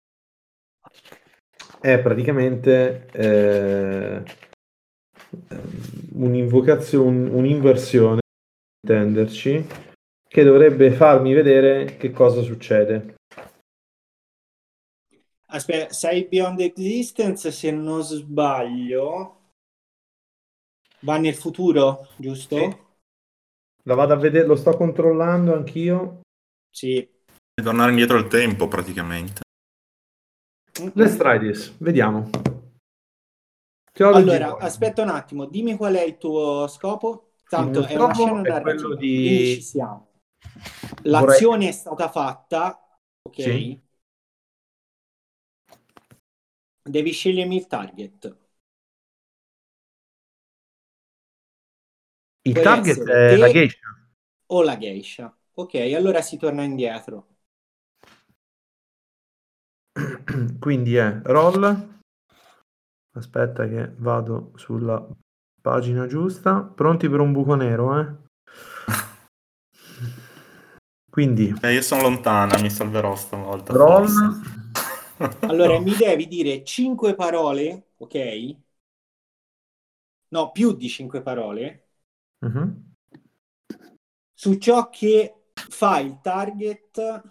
è praticamente un'invocazione, un'inversione, per intenderci, che dovrebbe farmi vedere che cosa succede. Aspetta, sei Beyond Existence, se non sbaglio, va nel futuro, giusto? Sì. La vado a vedere, lo sto controllando anch'io. Sì. E tornare indietro al tempo, praticamente. Let's try this, vediamo. Allora, aspetta un attimo, dimmi qual è il tuo scopo. Tanto è una scena narrativa, quindi ci siamo. L'azione è stata fatta, ok? Sì. Devi scegliermi il target. Il Può target essere è te la geisha. o la geisha. Ok, allora si torna indietro. Quindi è roll. Aspetta che vado sulla pagina giusta. Pronti per un buco nero, eh? Quindi Io sono lontana, mi salverò stavolta. roll. Forse. Allora, mi devi dire 5 parole, ok? No, più di 5 parole Mhm. su ciò che fa il target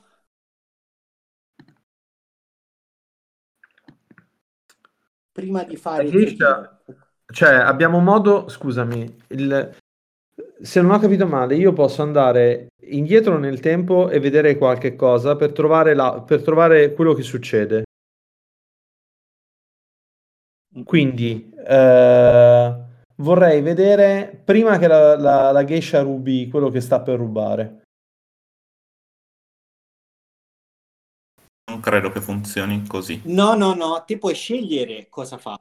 prima di fare il tuo tiro. Cioè, abbiamo modo, scusami, se non ho capito male, io posso andare indietro nel tempo e vedere qualche cosa per trovare quello che succede. Quindi vorrei vedere prima che la geisha rubi quello che sta per rubare. Non credo che funzioni così. No, te puoi scegliere cosa fa.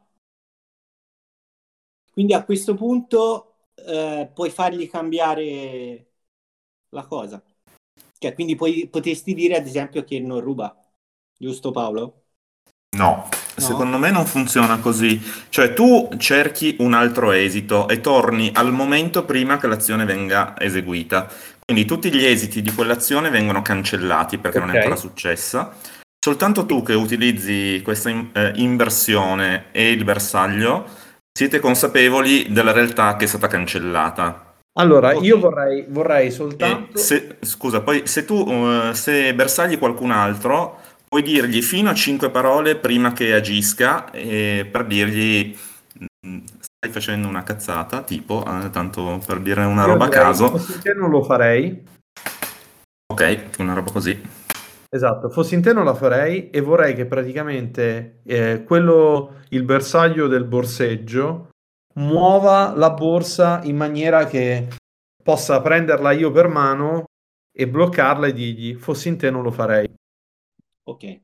Quindi a questo punto puoi fargli cambiare la cosa. Cioè, quindi potresti dire ad esempio che non ruba, giusto Paolo? No, secondo me non funziona così. Cioè tu cerchi un altro esito e torni al momento prima che l'azione venga eseguita. Quindi tutti gli esiti di quell'azione vengono cancellati perché non è ancora successa. Soltanto tu che utilizzi questa inversione e il bersaglio siete consapevoli della realtà che è stata cancellata. Allora, io vorrei soltanto... Scusa, poi se bersagli qualcun altro, puoi dirgli fino a 5 parole prima che agisca, per dirgli stai facendo una cazzata, tipo, tanto per dire una roba a caso. Fossi in te non lo farei. Ok, una roba così. Esatto, fossi in te non la farei e vorrei che praticamente il bersaglio del borseggio muova la borsa in maniera che possa prenderla io per mano e bloccarla e dirgli fossi in te non lo farei. Ok.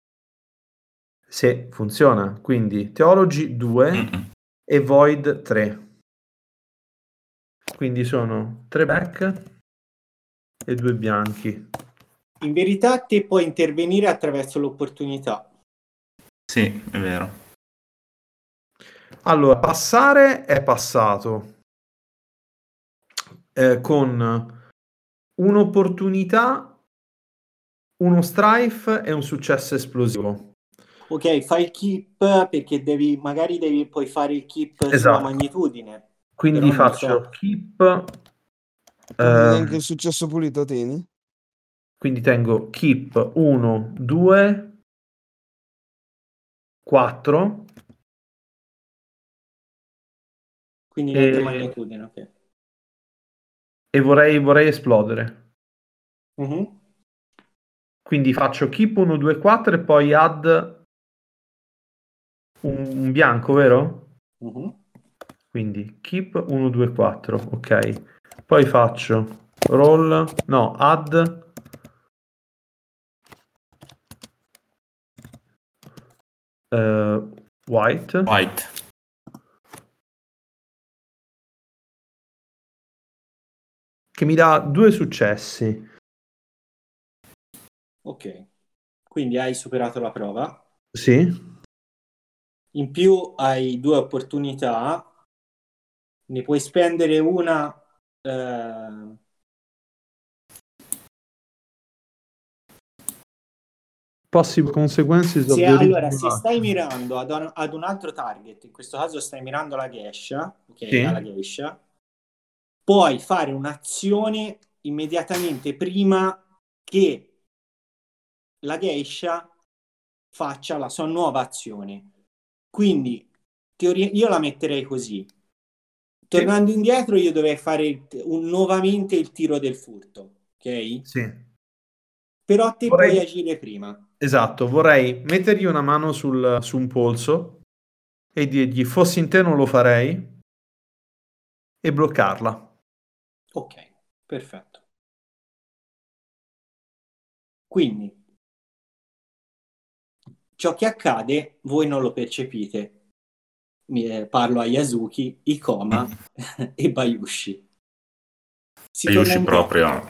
Se funziona, quindi Theology 2 e Void 3. Quindi sono 3 back e 2 bianchi. In verità te puoi intervenire attraverso l'opportunità. Sì, è vero. Allora, passare è passato con un'opportunità, uno strife e un successo esplosivo. Ok, fai il keep perché magari puoi fare il keep sulla magnitudine. Quindi però non faccio so. keep Quindi neanche il successo pulito tieni? Quindi tengo keep 1, 2, 4 Quindi niente e, magnitudine, ok. e vorrei esplodere. Mhm. Quindi faccio keep 1, 2, 4 e poi add un bianco, vero? Mhm. Quindi keep 1, 2, 4, ok. Poi faccio roll, no, add white, White. che mi dà 2 successi. Ok, quindi hai superato la prova. Sì, In più hai 2 opportunità. Ne puoi spendere una possible consequences of the allora, original se stai action. mirando ad un altro target, in questo caso stai mirando alla geisha, ok, Sì, alla geisha, puoi fare un'azione immediatamente prima che la geisha faccia la sua nuova azione. Quindi io la metterei così. sì, Tornando indietro, io dovrei fare nuovamente il tiro del furto, ok? sì. Però te puoi Vorrei, agire prima. esatto, vorrei mettergli una mano su un polso e dirgli fossi in te non lo farei e bloccarla. Ok, perfetto. Quindi ciò che accade voi non lo percepite. Parlo a Yasuki, Ikoma e Bayushi. Si torna Ayushi indietro. proprio.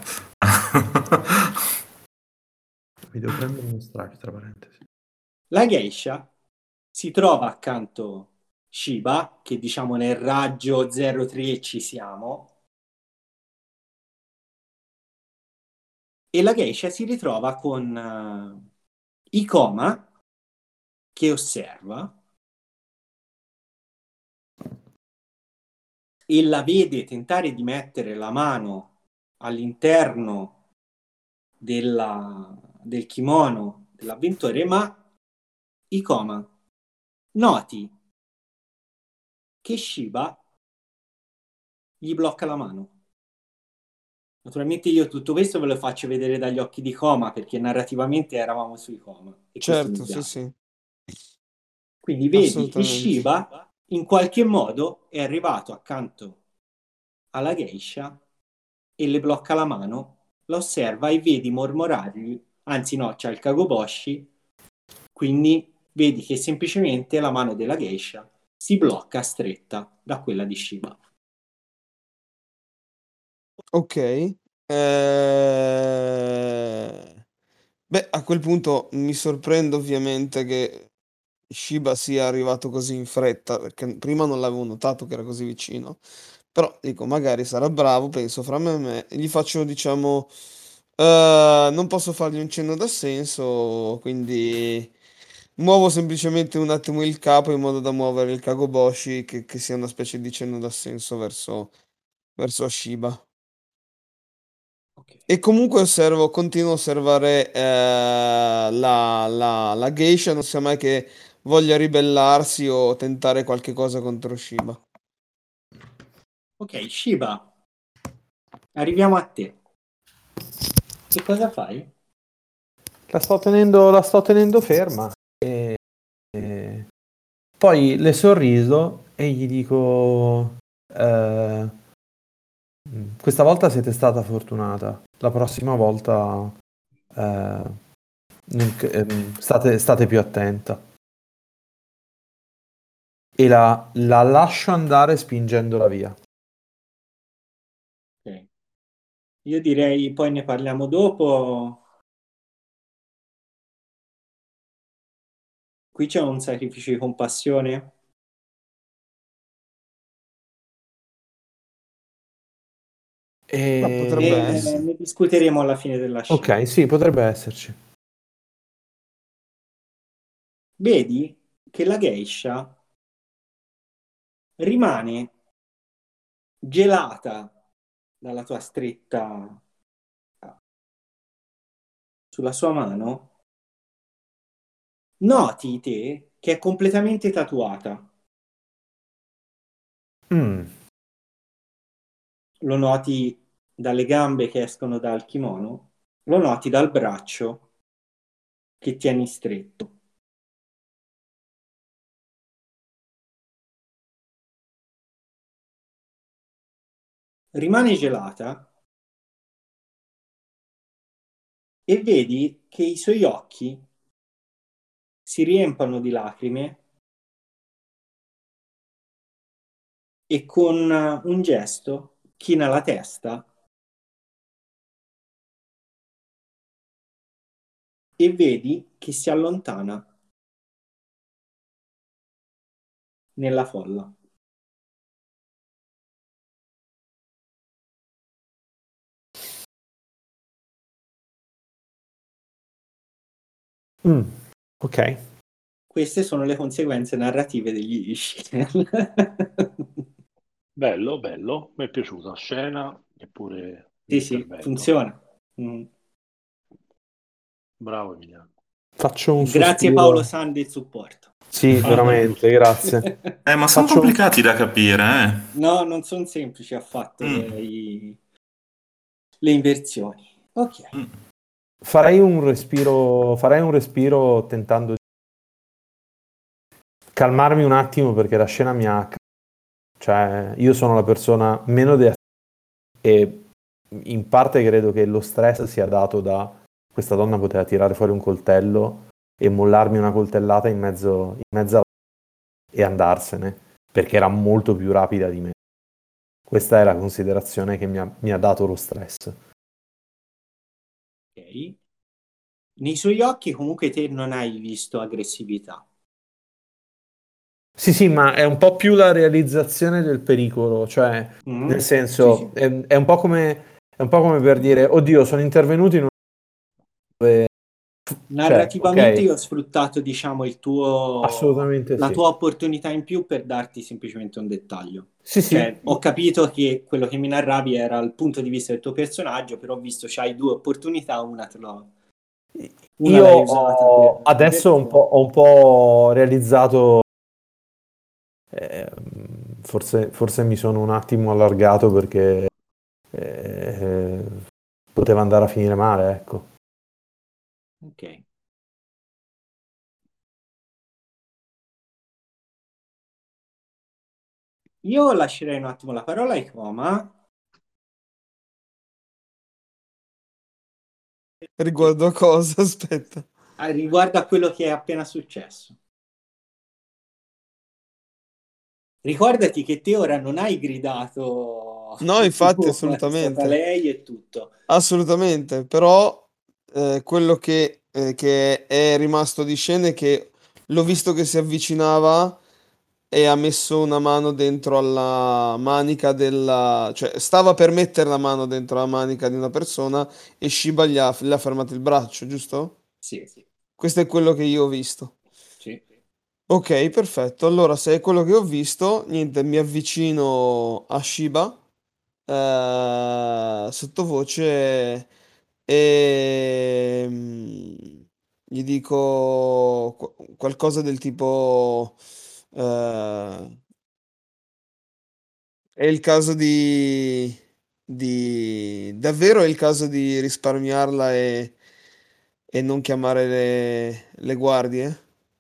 Mi devo prendere uno strike tra parentesi. La geisha si trova accanto Shiba, che diciamo nel raggio 03 ci siamo, e la geisha si ritrova con Ikoma che osserva e la vede tentare di mettere la mano all'interno del kimono dell'avventore, ma Ikoma noti che Shiba gli blocca la mano. Naturalmente io tutto questo ve lo faccio vedere dagli occhi di Coma perché narrativamente eravamo sui Coma e questo mi Certo, sì, piace. sì, Quindi vedi che assolutamente. Shiba in qualche modo è arrivato accanto alla geisha e le blocca la mano, la osserva e vedi mormorargli, anzi no, c'è il Kagoboshi, quindi vedi che semplicemente la mano della geisha si blocca stretta da quella di Shiba. Ok. Beh, a quel punto mi sorprende ovviamente che Shiba sia arrivato così in fretta, perché prima non l'avevo notato che era così vicino. Però dico, magari sarà bravo, penso fra me e me, e gli faccio, diciamo, non posso fargli un cenno d'assenso, quindi muovo semplicemente un attimo il capo in modo da muovere il Kagoboshi, che sia una specie di cenno d'assenso verso Shiba. Ok. E comunque continuo a osservare la geisha, non sia mai che voglia ribellarsi o tentare qualche cosa contro Shiba. Ok, Shiba, arriviamo a te. Che cosa fai? La sto tenendo ferma. E poi le sorriso e gli dico: questa volta siete stata fortunata. La prossima volta state più attenta. E la lascio andare spingendola via. Ok. Io direi poi ne parliamo dopo. Qui c'è un sacrificio di compassione. Ma potrebbe E essere. ne discuteremo alla fine della scena. Ok, sì, potrebbe esserci. Vedi che la geisha rimane gelata dalla tua stretta sulla sua mano, noti te che è completamente tatuata. Mm. Lo noti dalle gambe che escono dal kimono, lo noti dal braccio che tieni stretto. Rimane gelata e vedi che i suoi occhi si riempiono di lacrime e con un gesto china la testa e vedi che si allontana nella folla. Ok. Queste sono le conseguenze narrative degli Ishii. Bello, bello, mi è piaciuta scena eppure Sì, sì, l'intervento. funziona. Mm. Bravo Emiliano. Faccio un Grazie Paolo sospiro. San del supporto. Sì, veramente, grazie. Ma sono Faccio, complicati da capire, No, non sono semplici affatto Mm. le inversioni. Ok. farei un respiro tentando di calmarmi un attimo perché la scena mi ha... Cioè, io sono la persona meno e in parte credo che lo stress sia dato da questa donna poteva tirare fuori un coltello e mollarmi una coltellata in mezzo e andarsene perché era molto più rapida di me. Questa è la considerazione che mi ha dato lo stress. Ok. Nei suoi occhi comunque te non hai visto aggressività. Sì, sì, ma è un po' più la realizzazione del pericolo, cioè nel Mm? Sì, senso sì. è un po' come per dire, oddio, sono intervenuto in un... Cioè, Narrativamente ok, io ho sfruttato, diciamo, assolutamente la sì. tua opportunità in più per darti semplicemente un dettaglio. Sì, sì, Cioè, ho capito che quello che mi narravi era il punto di vista del tuo personaggio, però ho visto c'hai due opportunità, una io l'hai usata per adesso diversione. ho un po' realizzato, forse mi sono un attimo allargato perché eh, poteva andare a finire male, ecco. Ok. Io lascerei un attimo la parola ai Coma. Riguardo a cosa? Aspetta. Riguardo a quello che è appena successo. Ricordati che te ora non hai gridato No, infatti, è stata assolutamente. lei e tutto. Assolutamente, però quello che è rimasto di scena è che l'ho visto che si avvicinava e ha messo una mano dentro alla manica della... cioè stava per mettere la mano dentro la manica di una persona e Shiba le ha fermato il braccio, giusto? Sì, Questo è quello che io ho visto. sì. Ok, perfetto. Allora, se è quello che ho visto, niente, mi avvicino a Shiba sottovoce e gli dico qualcosa del tipo è il caso davvero è il caso di risparmiarla e non chiamare le guardie?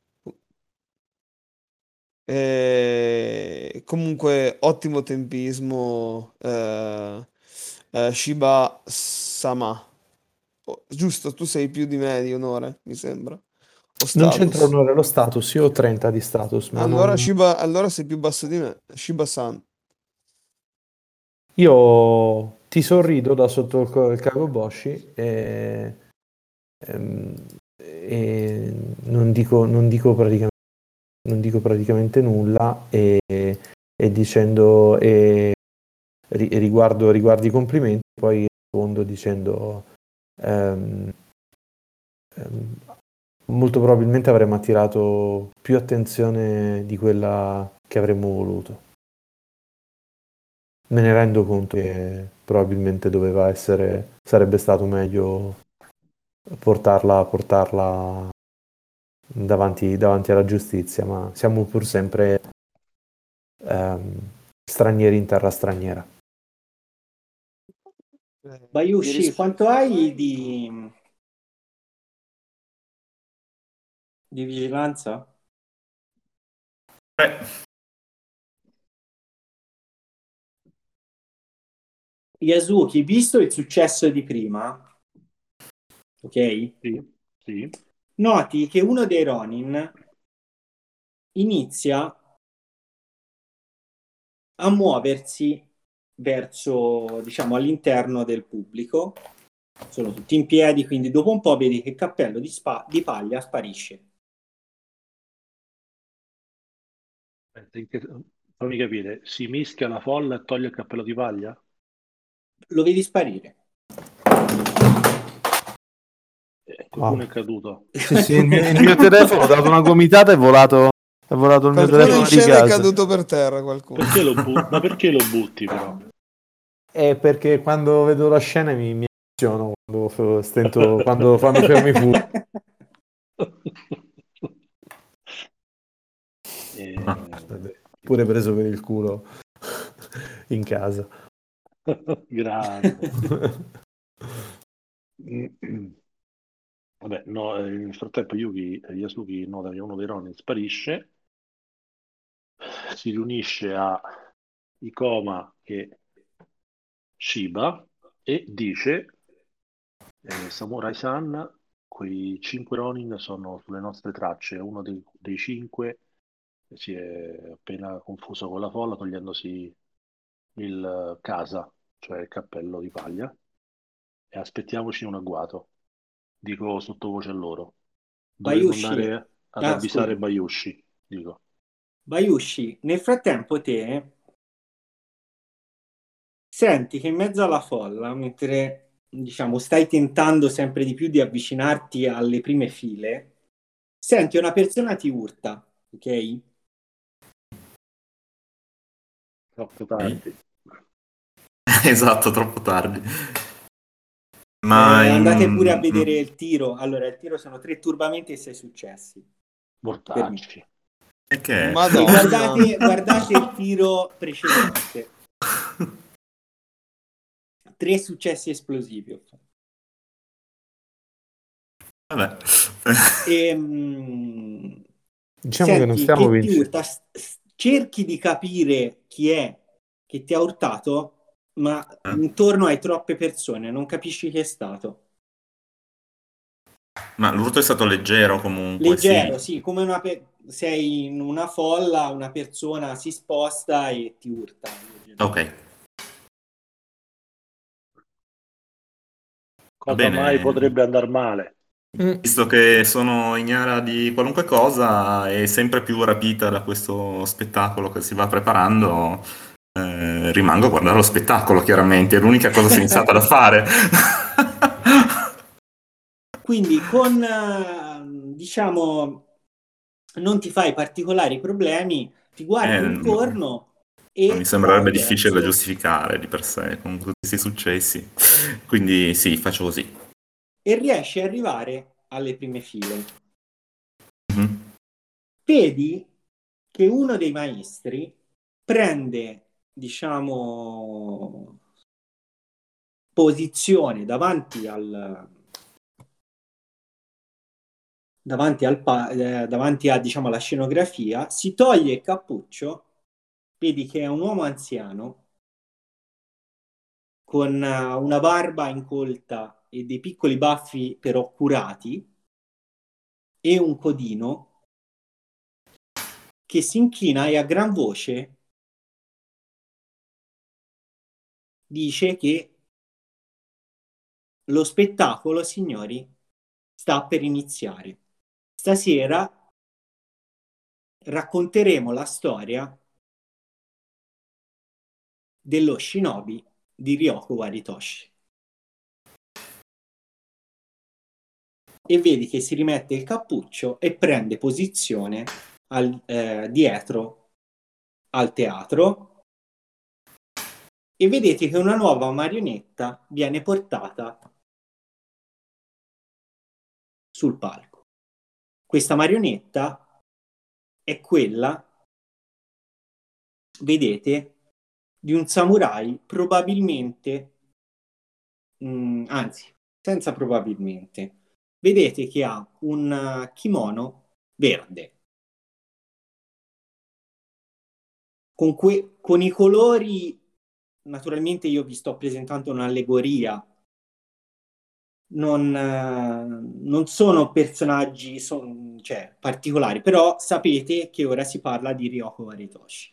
Comunque, ottimo tempismo, Shiba Sama. Oh, giusto, tu sei più di me di onore, mi sembra. O Non c'entra status. onore lo status, io ho 30 di status, ma Allora, non... Shiba, allora sei più basso di me. Shiba-san. Io ti sorrido da sotto il Kagoboshi ehm, e non dico praticamente nulla e dicendo riguardo i complimenti, poi rispondo dicendo ehm, ehm, molto probabilmente avremmo attirato più attenzione di quella che avremmo voluto. me ne rendo conto che probabilmente sarebbe stato meglio portarla davanti alla giustizia, ma siamo pur sempre stranieri in terra straniera. Bayushi, quanto hai di vigilanza? Yasuki, visto il successo di prima, ok? Sì. Noti che uno dei Ronin inizia a muoversi verso, diciamo, all'interno del pubblico. Sono tutti in piedi, quindi dopo un po' vedi che il cappello di paglia sparisce. Fammi capire, si mischia la folla e toglie il cappello di paglia? Lo vedi sparire. Qualcuno è caduto. Sì, il mio telefono ha dato una gomitata e è volato il mio Qualcuno telefono in di scena è casa. caduto per terra, qualcuno. Ma perché lo butti però? È perché quando vedo la scena mi emoziono quando fanno fermi fu. Pure preso per il culo in casa. Grande. Vabbè, no, nel frattempo Yasuki nota che uno dei Ronin sparisce, si riunisce a Ikoma e Shiba e dice Samurai-san, quei 5 Ronin sono sulle nostre tracce, uno dei 5 si è appena confuso con la folla togliendosi il casa, cioè il cappello di paglia, e aspettiamoci un agguato. Dico sottovoce a loro. Dovremmo Bayushi, andare ad avvisare scusa. Bayushi, dico. Bayushi, nel frattempo te senti che in mezzo alla folla, mentre diciamo stai tentando sempre di più di avvicinarti alle prime file, senti una persona ti urta, ok? Troppo tardi. Esatto, troppo tardi. Ma andate pure a vedere il tiro. Allora, il tiro sono 3 turbamenti e 6 successi. Mortacci. E che? Madonna. Guardate il tiro precedente. 3 successi esplosivi. ho fatto. Vabbè. Diciamo Senti, che non stiamo che ti vincendo. urta, cerchi di capire chi è che ti ha urtato, ma intorno hai troppe persone, non capisci chi è stato. Ma l'urto è stato leggero comunque, Leggero, sì. sì, come sei in una folla, una persona si sposta e ti urta. Ok. Cosa bene. mai potrebbe andare male? Visto che sono ignara di qualunque cosa e sempre più rapita da questo spettacolo che si va preparando, rimango a guardare lo spettacolo, chiaramente, è l'unica cosa sensata da fare. Quindi diciamo, non ti fai particolari problemi, ti guardi intorno Non mi e sembrerebbe vai difficile da verso... giustificare di per sé con tutti questi successi. Quindi sì, faccio così. e riesci ad arrivare alle prime file. Mhm. Vedi che uno dei maestri prende, diciamo, posizione davanti davanti a, diciamo, alla scenografia, si toglie il cappuccio, vedi che è un uomo anziano con una barba incolta e dei piccoli baffi però curati e un codino che si inchina e a gran voce dice che lo spettacolo, signori, sta per iniziare. Stasera racconteremo la storia dello shinobi di Ryoko Waritoshi. E vedi che si rimette il cappuccio e prende posizione dietro al teatro e vedete che una nuova marionetta viene portata sul palco. Questa marionetta è quella, vedete, di un samurai probabilmente, anzi, senza probabilmente. Vedete che ha un kimono verde. Con i colori, naturalmente io vi sto presentando un'allegoria, non sono personaggi cioè, particolari, però sapete che ora si parla di Ryoko Waritoshi.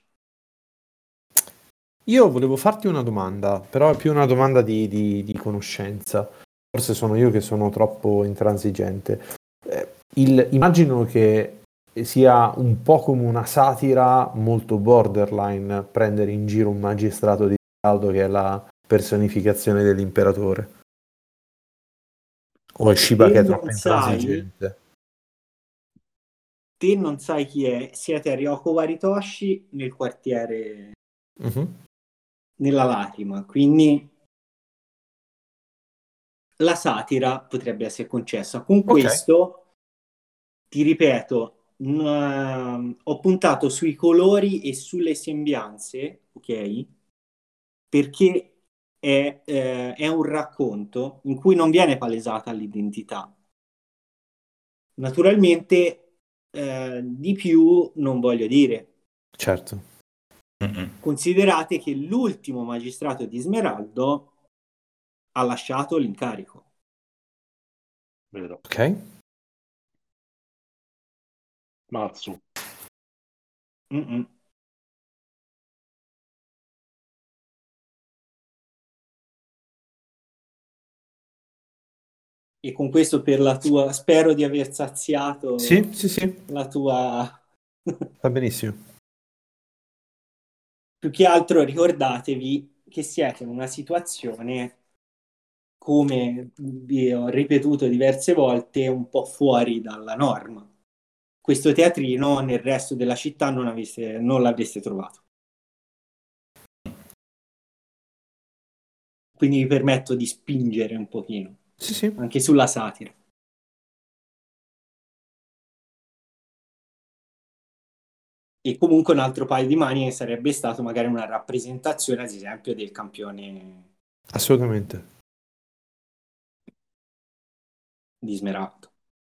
Io volevo farti una domanda, però è più una domanda di conoscenza. Forse sono io che sono troppo intransigente. Immagino che sia un po' come una satira molto borderline prendere in giro un magistrato di Aldo che è la personificazione dell'imperatore. O è Shiba che è troppo intransigente? Te non sai chi è, siete a Ryoko Waritoshi nel quartiere nella Lacrima, quindi la satira potrebbe essere concessa. Con questo, ti ripeto, ho puntato sui colori e sulle sembianze, ok? Perché è un racconto in cui non viene palesata l'identità. Naturalmente, di più non voglio dire. Certo. Considerate che l'ultimo magistrato di Smeraldo ha lasciato l'incarico. Vero. Ok. Matsu. Mm-mm. E con questo per la tua, spero di aver saziato Sì. la tua... Va benissimo. Più che altro ricordatevi che siete in una situazione, come vi ho ripetuto diverse volte, un po' fuori dalla norma. Questo teatrino nel resto della città non l'avreste trovato. Quindi vi permetto di spingere un pochino, Sì. anche sulla satira. E comunque un altro paio di mani sarebbe stato magari una rappresentazione, ad esempio, del campione Assolutamente. di Smeraldo.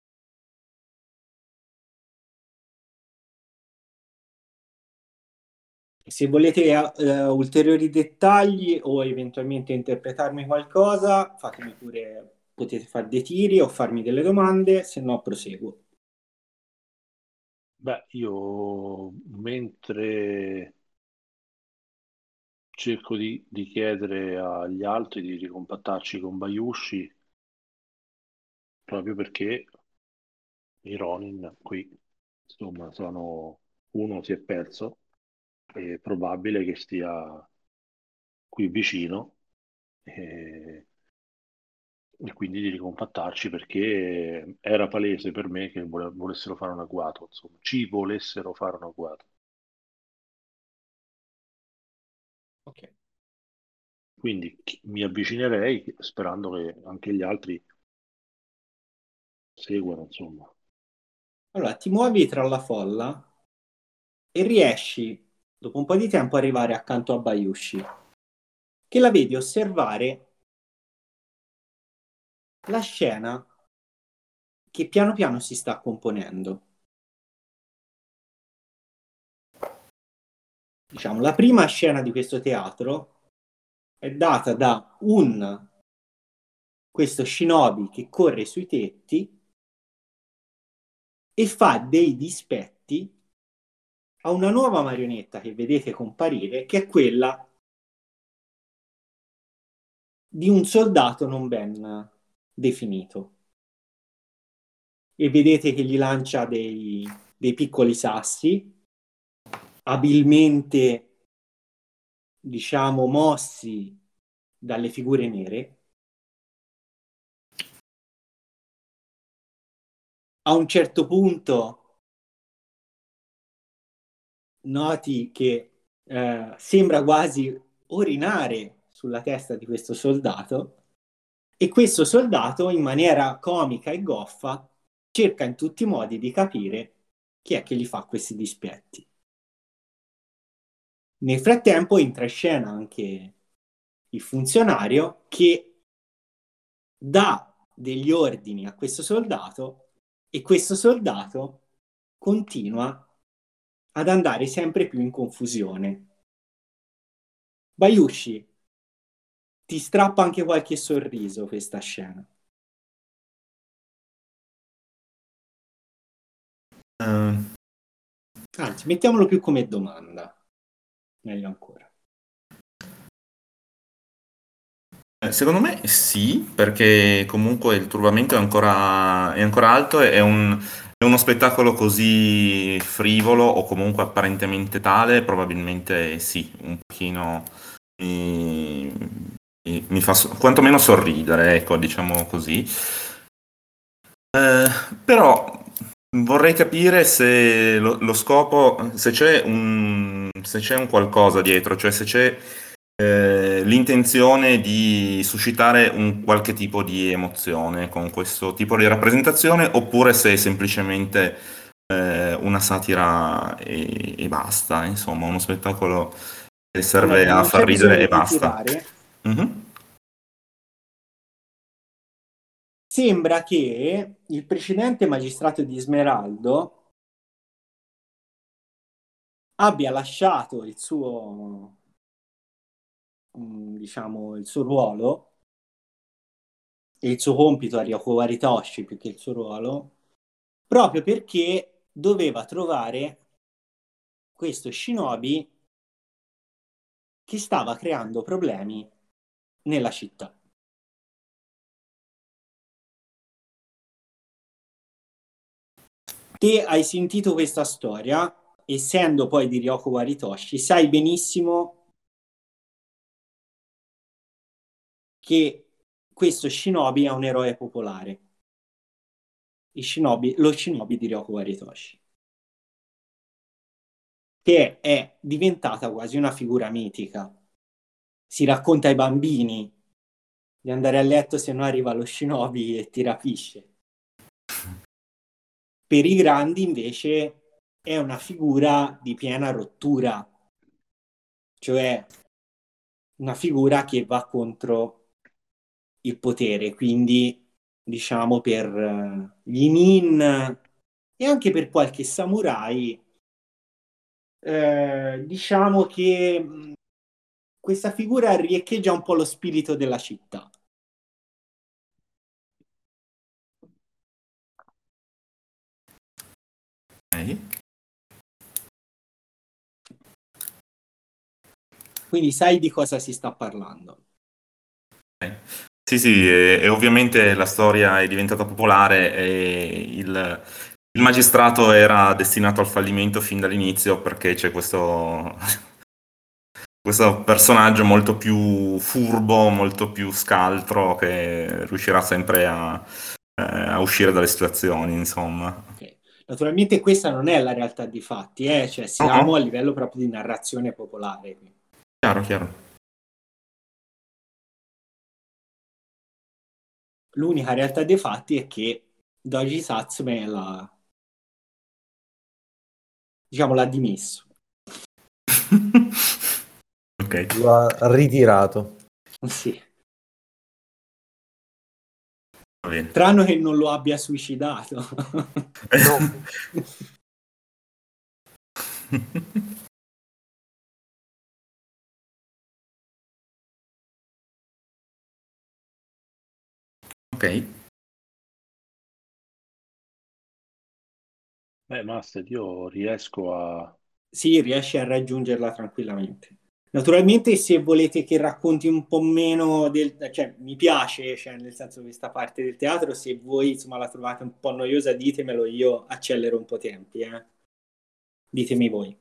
Se volete ulteriori dettagli o eventualmente interpretarmi qualcosa, fatemi pure, potete fare dei tiri o farmi delle domande, se no proseguo. Beh, io mentre cerco di chiedere agli altri di ricompattarci con Bayushi, proprio perché i Ronin qui, insomma, uno si è perso, è probabile che stia qui vicino, e, e quindi di ricompattarci perché era palese per me che volessero fare un agguato, insomma, ci volessero fare un agguato. Ok. Quindi mi avvicinerei sperando che anche gli altri seguano, insomma. Allora, ti muovi tra la folla e riesci, dopo un po' di tempo, ad arrivare accanto a Bayushi, che la vedi osservare la scena che piano piano si sta componendo. Diciamo, la prima scena di questo teatro è data da questo shinobi che corre sui tetti e fa dei dispetti a una nuova marionetta che vedete comparire, che è quella di un soldato non ben definito. E vedete che gli lancia dei piccoli sassi, abilmente, diciamo, mossi dalle figure nere. A un certo punto noti che sembra quasi urinare sulla testa di questo soldato e questo soldato, in maniera comica e goffa, cerca in tutti i modi di capire chi è che gli fa questi dispietti. Nel frattempo entra in scena anche il funzionario che dà degli ordini a questo soldato e questo soldato continua ad andare sempre più in confusione. Bayushi, ti strappa anche qualche sorriso questa scena. Anzi, mettiamolo più come domanda. Meglio ancora. Secondo me sì, perché comunque il turbamento è ancora alto, è uno spettacolo così frivolo o comunque apparentemente tale, probabilmente sì, un pochino mi fa quantomeno sorridere, ecco, diciamo così. Però vorrei capire se lo scopo, se c'è un qualcosa dietro, cioè se c'è l'intenzione di suscitare un qualche tipo di emozione con questo tipo di rappresentazione, oppure se è semplicemente una satira e basta, insomma, uno spettacolo che serve Allora, a non far c'è ridere bisogno e di basta. tirare. Mhm. Sembra che il precedente magistrato di Smeraldo abbia lasciato il suo, diciamo, il suo ruolo e il suo compito a Ryoko Waritoshi più che il suo ruolo, proprio perché doveva trovare questo shinobi che stava creando problemi nella città. Te hai sentito questa storia, essendo poi di Ryoko Waritoshi, sai benissimo che questo shinobi è un eroe popolare. Lo shinobi di Ryoko Waritoshi, che è diventata quasi una figura mitica. Si racconta ai bambini di andare a letto se no arriva lo shinobi e ti rapisce. Per i grandi invece è una figura di piena rottura, cioè una figura che va contro il potere, quindi diciamo per gli nin e anche per qualche samurai, diciamo che questa figura riecheggia un po' lo spirito della città. Ok. Quindi sai di cosa si sta parlando. Sì, sì, e ovviamente la storia è diventata popolare e il magistrato era destinato al fallimento fin dall'inizio perché c'è questo personaggio molto più furbo, molto più scaltro che riuscirà sempre a uscire dalle situazioni, insomma. Okay. Naturalmente questa non è la realtà di fatti, cioè siamo a livello proprio di narrazione popolare. Chiaro, chiaro. L'unica realtà dei fatti è che Doji Satsume l'ha dimesso. Ok. Lo ha ritirato. Sì. Va bene. Strano che non lo abbia suicidato. No. Ok. Master, io riesco a... Sì, riesce a raggiungerla tranquillamente. Naturalmente, se volete che racconti un po' meno cioè, mi piace, cioè, nel senso questa parte del teatro, se voi insomma la trovate un po' noiosa, ditemelo, io accelero un po' i tempi, Ditemi voi.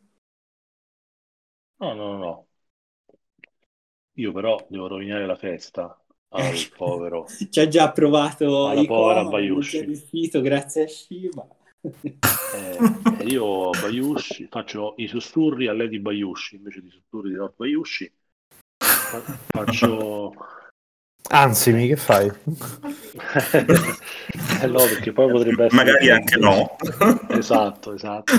No. Io però devo rovinare la festa al povero, Ci ha già provato alla povera Icoma, non ci è Bayushi. riuscito grazie a Shiba. E io Bayushi faccio i sussurri a Lady Bayushi invece di sussurri di Lord Bayushi. Faccio... Ansimi, che fai? No, perché poi potrebbe essere Magari anche no. Esatto.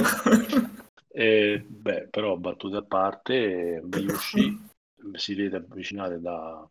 Beh, però battute a parte, Miyushi si vede avvicinare da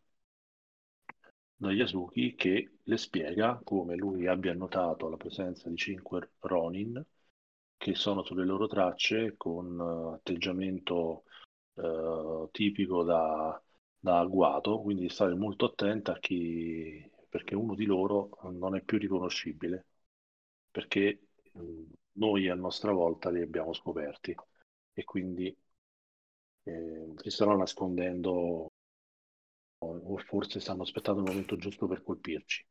Yasuki, che le spiega come lui abbia notato la presenza di 5 Ronin che sono sulle loro tracce con atteggiamento tipico da agguato, quindi stare molto attenta a chi, perché uno di loro non è più riconoscibile, perché noi a nostra volta li abbiamo scoperti e quindi si stanno nascondendo o forse stanno aspettando il momento giusto per colpirci.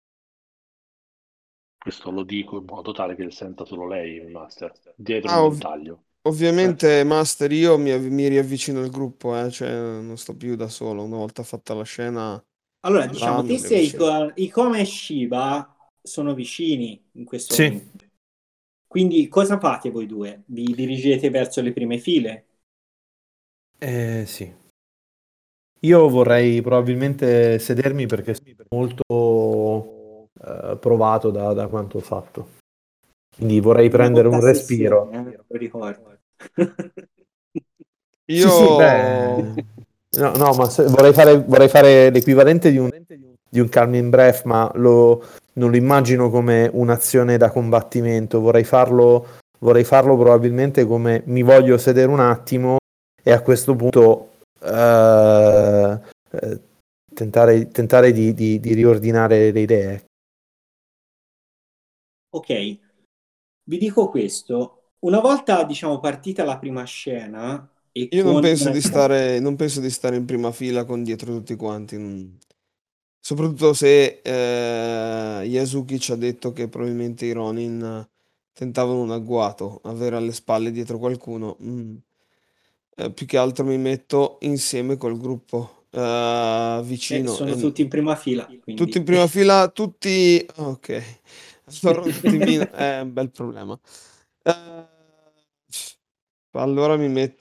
Questo lo dico in modo tale che senta solo lei, il master, dietro il ventaglio. Ovviamente, Master, io mi riavvicino al gruppo, cioè non sto più da solo. Una volta fatta la scena, Allora, diciamo, mi te sei riavvicino. Ikoma e Shiba sono vicini in questo Sì. momento. Quindi cosa fate voi due? Vi dirigete verso le prime file? Sì. Io vorrei probabilmente sedermi perché sono molto provato da quanto ho fatto. Quindi vorrei prendere un respiro. Lo ricordo. Io... Sì, beh... No, ma vorrei fare l'equivalente di un calming breath, ma non lo immagino come un'azione da combattimento. Vorrei farlo probabilmente come mi voglio sedere un attimo e a questo punto tentare di riordinare le idee. Ok, vi dico questo. Una volta, diciamo, partita la prima scena e Io non con... penso di stare in prima fila con dietro tutti quanti. Soprattutto se Yasuki ci ha detto che probabilmente i Ronin tentavano un agguato, avere alle spalle dietro qualcuno. Più che altro mi metto insieme col gruppo vicino. sono tutti in prima fila, Tutti in quindi... prima fila, tutti... Ok. Allora un attimino... È un bel problema. Allora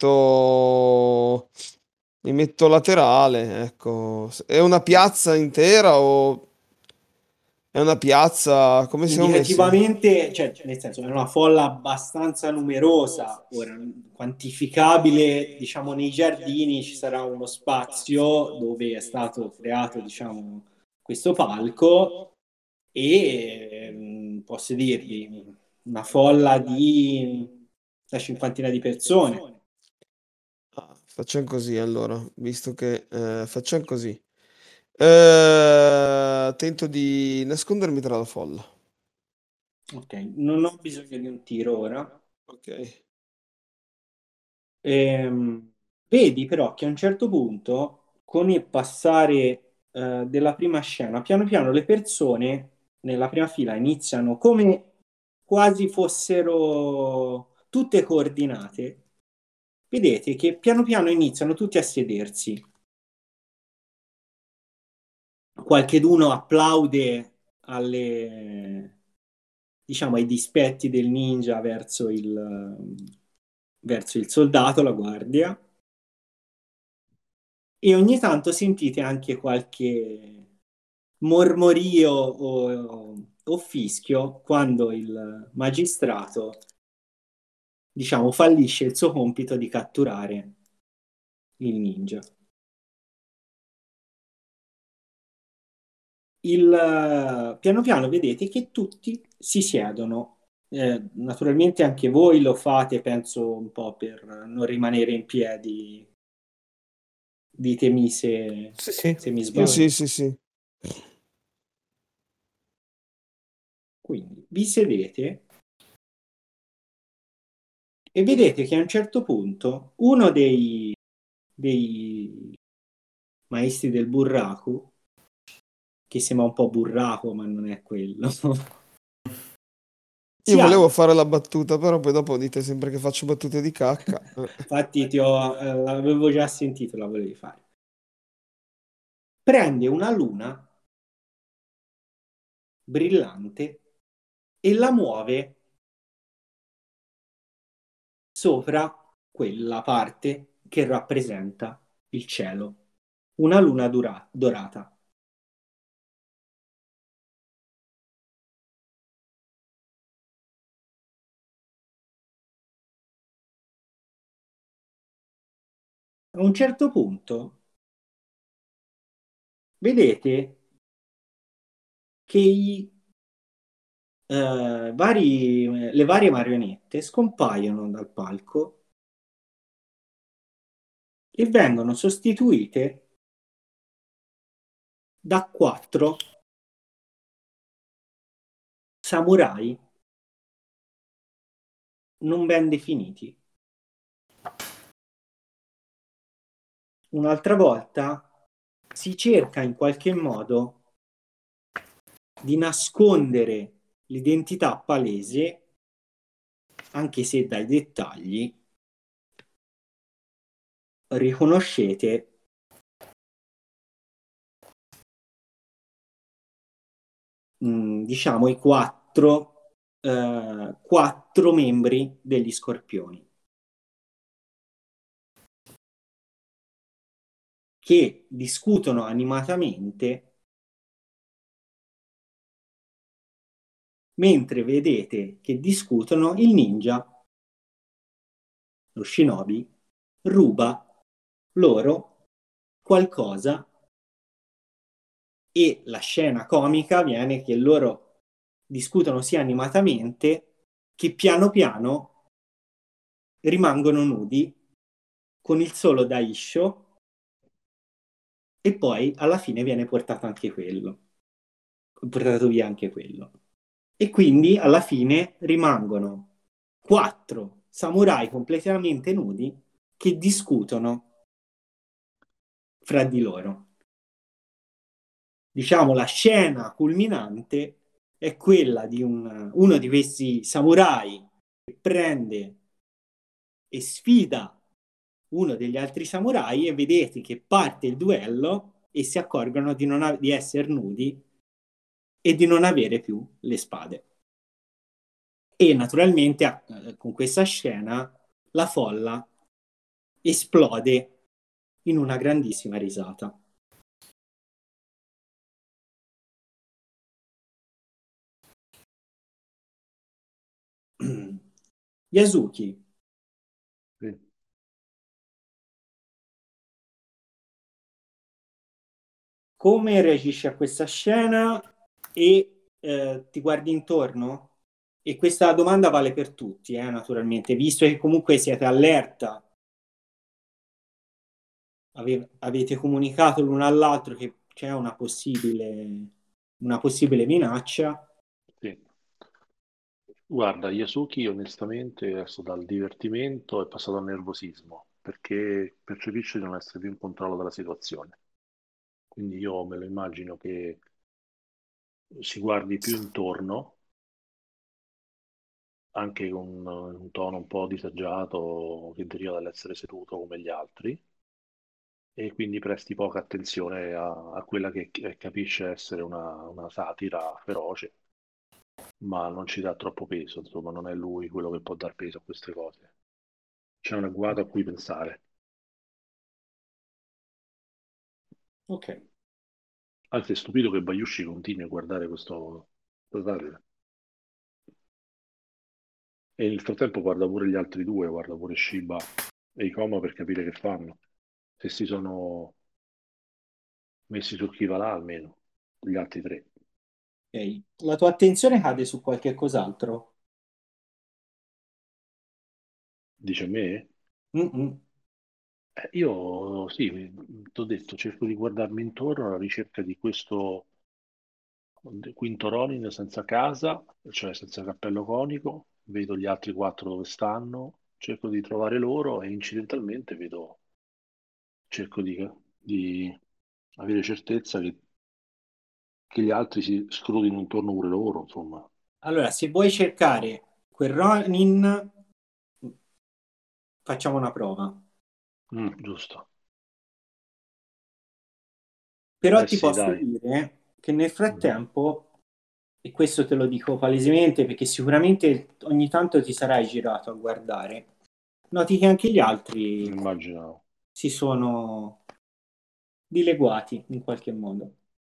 mi metto laterale, ecco. È una piazza intera o è una piazza? Come siamo messi? Indicativamente, cioè, nel senso, è una folla abbastanza numerosa, ora quantificabile, diciamo, nei giardini ci sarà uno spazio dove è stato creato, diciamo, questo palco e posso dirvi una folla di una cinquantina di persone. Facciamo così allora, visto che facciamo così. Tento di nascondermi tra la folla. Ok, non ho bisogno di un tiro ora. Ok. Vedi però che a un certo punto, con il passare della prima scena, piano piano le persone nella prima fila iniziano come quasi fossero tutte coordinate. Vedete che piano piano iniziano tutti a sedersi. Qualcheduno applaude diciamo, ai dispetti del ninja verso il soldato, la guardia. E ogni tanto sentite anche qualche mormorio o fischio quando il magistrato, diciamo, fallisce il suo compito di catturare il ninja. Piano piano vedete che tutti si siedono. Naturalmente anche voi lo fate, penso, un po' per non rimanere in piedi. Ditemi se mi Io sbaglio. sì. Quindi vi sedete e vedete che a un certo punto uno dei maestri del burraku, che sembra un po' burraco ma non è quello, Io si volevo alza. fare la battuta, però poi dopo dite sempre che faccio battute di cacca. Infatti l'avevo già sentito, la volevi fare. Prende una luna brillante e la muove sopra quella parte che rappresenta il cielo una luna dorata. A un certo punto vedete che le varie marionette scompaiono dal palco e vengono sostituite da 4 samurai non ben definiti. Un'altra volta si cerca in qualche modo di nascondere l'identità palese, anche se dai dettagli riconoscete diciamo i 4 membri degli Scorpioni, che discutono animatamente mentre vedete che discutono. Il ninja, lo shinobi, ruba loro qualcosa e la scena comica viene che loro discutono sia animatamente che piano piano rimangono nudi con il solo daisho e poi alla fine viene portato via anche quello. E quindi alla fine rimangono 4 samurai completamente nudi che discutono fra di loro. Diciamo, la scena culminante è quella di uno di questi samurai che prende e sfida uno degli altri samurai e vedete che parte il duello e si accorgono di essere nudi e di non avere più le spade. E naturalmente con questa scena la folla esplode in una grandissima risata. Yasuki, Sì. come reagisci a questa scena e ti guardi intorno? E questa domanda vale per tutti, naturalmente, visto che comunque siete allerta, avete comunicato l'uno all'altro che c'è una possibile minaccia. Sì. Guarda, Yasuki onestamente adesso dal divertimento è passato al nervosismo perché percepisce di non essere più in controllo della situazione. Quindi io me lo immagino che si guardi più intorno, anche con un tono un po' disagiato che deriva dall'essere seduto come gli altri, e quindi presti poca attenzione a quella che capisce essere una satira feroce, ma non ci dà troppo peso, insomma, non è lui quello che può dar peso a queste cose. C'è un agguato a cui pensare. Ok. Anzi, è stupito che Bayushi continui a guardare questo satire. E nel frattempo guarda pure gli altri due, guarda pure Shiba e Ikoma per capire che fanno. Se si sono messi sul chi va là almeno, gli altri tre. Ok. La tua attenzione cade su qualche cos'altro? Dice a me? Mm-mm. Io sì, ti ho detto, cerco di guardarmi intorno alla ricerca di questo quinto Ronin senza casa, cioè senza cappello conico, vedo gli altri 4 dove stanno, cerco di trovare loro e incidentalmente cerco di avere certezza che gli altri si scrutino intorno pure loro, insomma. Allora, se vuoi cercare quel Ronin, facciamo una prova. Giusto. Però ti Sì, posso dai. dire che nel frattempo, e questo te lo dico palesemente perché sicuramente ogni tanto ti sarai girato a guardare, noti che anche gli altri Immaginavo. si sono dileguati in qualche modo.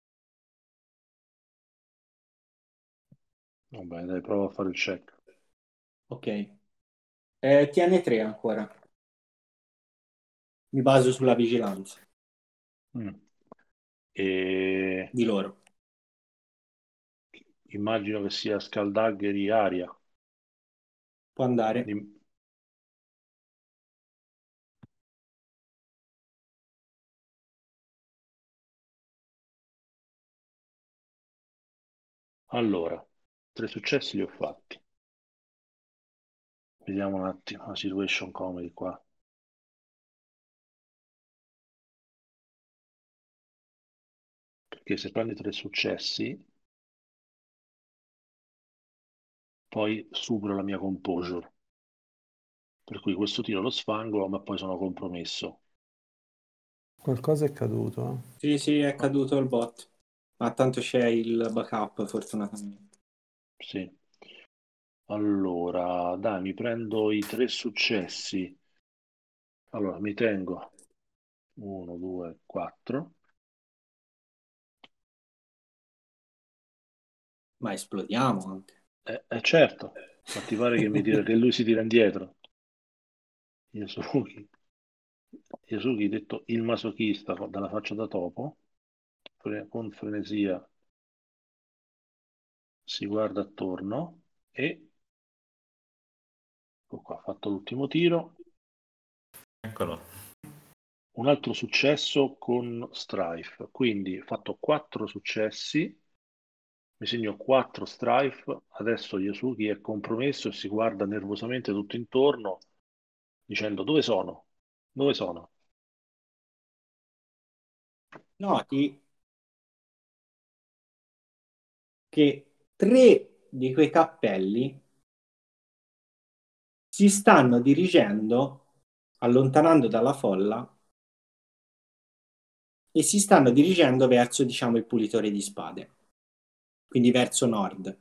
Vabbè, dai, prova a fare il check. Ok. Tiene 3 ancora. Mi baso sulla vigilanza Mm. E di loro. immagino che sia scaldagheri aria. Può andare. Di- Allora, 3 successi li ho fatti. Vediamo un attimo la situation comedy qua. Perché se prendi 3 successi, poi supero la mia composure. Per cui questo tiro lo sfangolo, ma poi sono compromesso. Qualcosa è caduto. Sì, è caduto il bot. Ma tanto c'è il backup, fortunatamente. Sì. Allora, dai, mi prendo i 3 successi. Allora, mi tengo 1, 2, 4. Ma esplodiamo anche. Certo, ma ti pare che, che lui si tira indietro? Yasuki, Yasuki detto il masochista dalla faccia da topo, con frenesia si guarda attorno e ecco qua, ha fatto l'ultimo tiro. Eccolo. Un altro successo con Strife, quindi ho fatto 4 successi, mi segno 4 Strife, adesso Yasuki è compromesso e si guarda nervosamente tutto intorno dicendo dove sono? Dove sono? Noti che 3 di quei cappelli si stanno dirigendo, allontanando dalla folla, e si stanno dirigendo verso, diciamo, il pulitore di spade, quindi verso nord.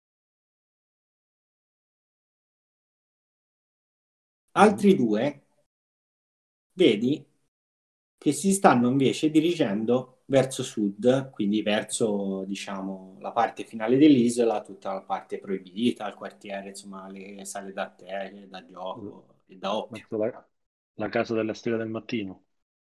Altri 2, vedi, che si stanno invece dirigendo verso sud, quindi verso, diciamo, la parte finale dell'isola, tutta la parte proibita, il quartiere, insomma, le sale da tè, da gioco e da oppio. Verso la casa della stella del mattino.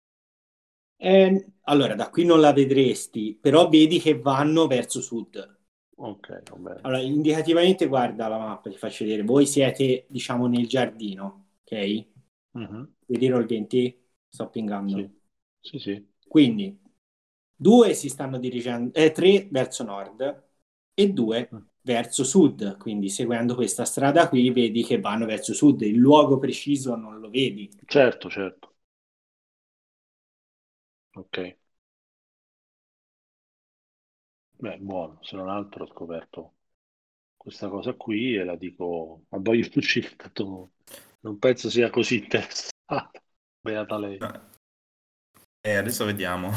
Allora, da qui non la vedresti, però vedi che vanno verso sud. Ok, va bene. Allora, indicativamente, guarda la mappa, ti faccio vedere. Voi siete, diciamo, nel giardino, ok? Mhm. Vedi il 20? Sto Sì, pingando. sì, sì. Quindi, 2 si stanno dirigendo, 3 verso nord e 2 Mm. verso sud. Quindi, seguendo questa strada qui, vedi che vanno verso sud. Il luogo preciso non lo vedi. Certo, certo. Ok. Beh, buono. Se non altro ho scoperto questa cosa qui e la dico a Boiucci, tanto non penso sia così interessata. Beata lei. Adesso vediamo.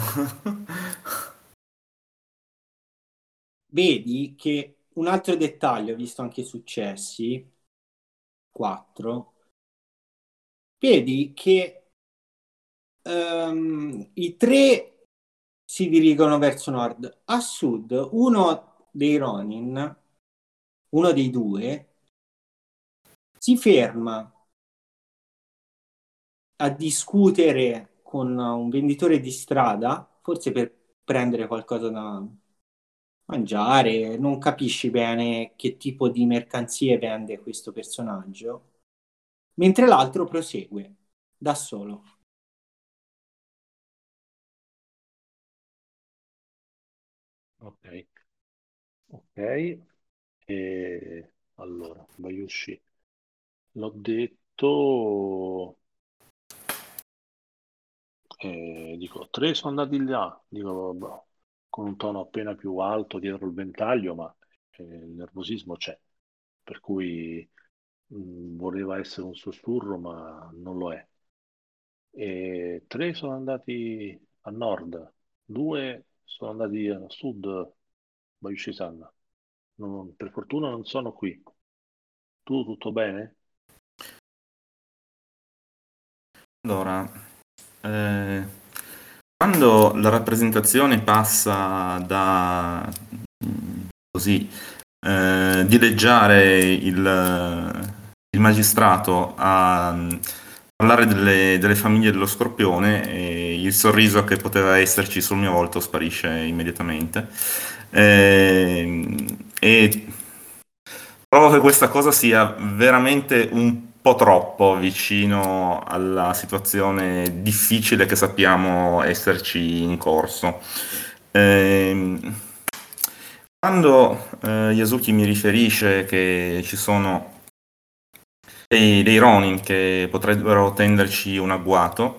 Vedi che un altro dettaglio, visto anche i successi, 4, vedi che i 3 si dirigono verso nord. A sud, uno dei Ronin, uno dei 2, si ferma a discutere con un venditore di strada, forse per prendere qualcosa da mangiare, non capisci bene che tipo di mercanzie vende questo personaggio, mentre l'altro prosegue da solo. Ok. Ok. E allora, Bayushi, l'ho detto, dico, 3 sono andati là, dico, boh, con un tono appena più alto dietro il ventaglio, ma il nervosismo c'è, per cui voleva essere un sussurro, ma non lo è. E 3 sono andati a nord, 2 sono andati a sud, Bayushi-san. Per fortuna non sono qui. Tu tutto bene? Allora, eh, quando la rappresentazione passa da così dileggiare il magistrato a parlare delle famiglie dello Scorpione, e il sorriso che poteva esserci sul mio volto sparisce immediatamente. E trovo che questa cosa sia veramente un po' troppo vicino alla situazione difficile che sappiamo esserci in corso. Quando Yasuki mi riferisce che ci sono dei Ronin che potrebbero tenderci un agguato,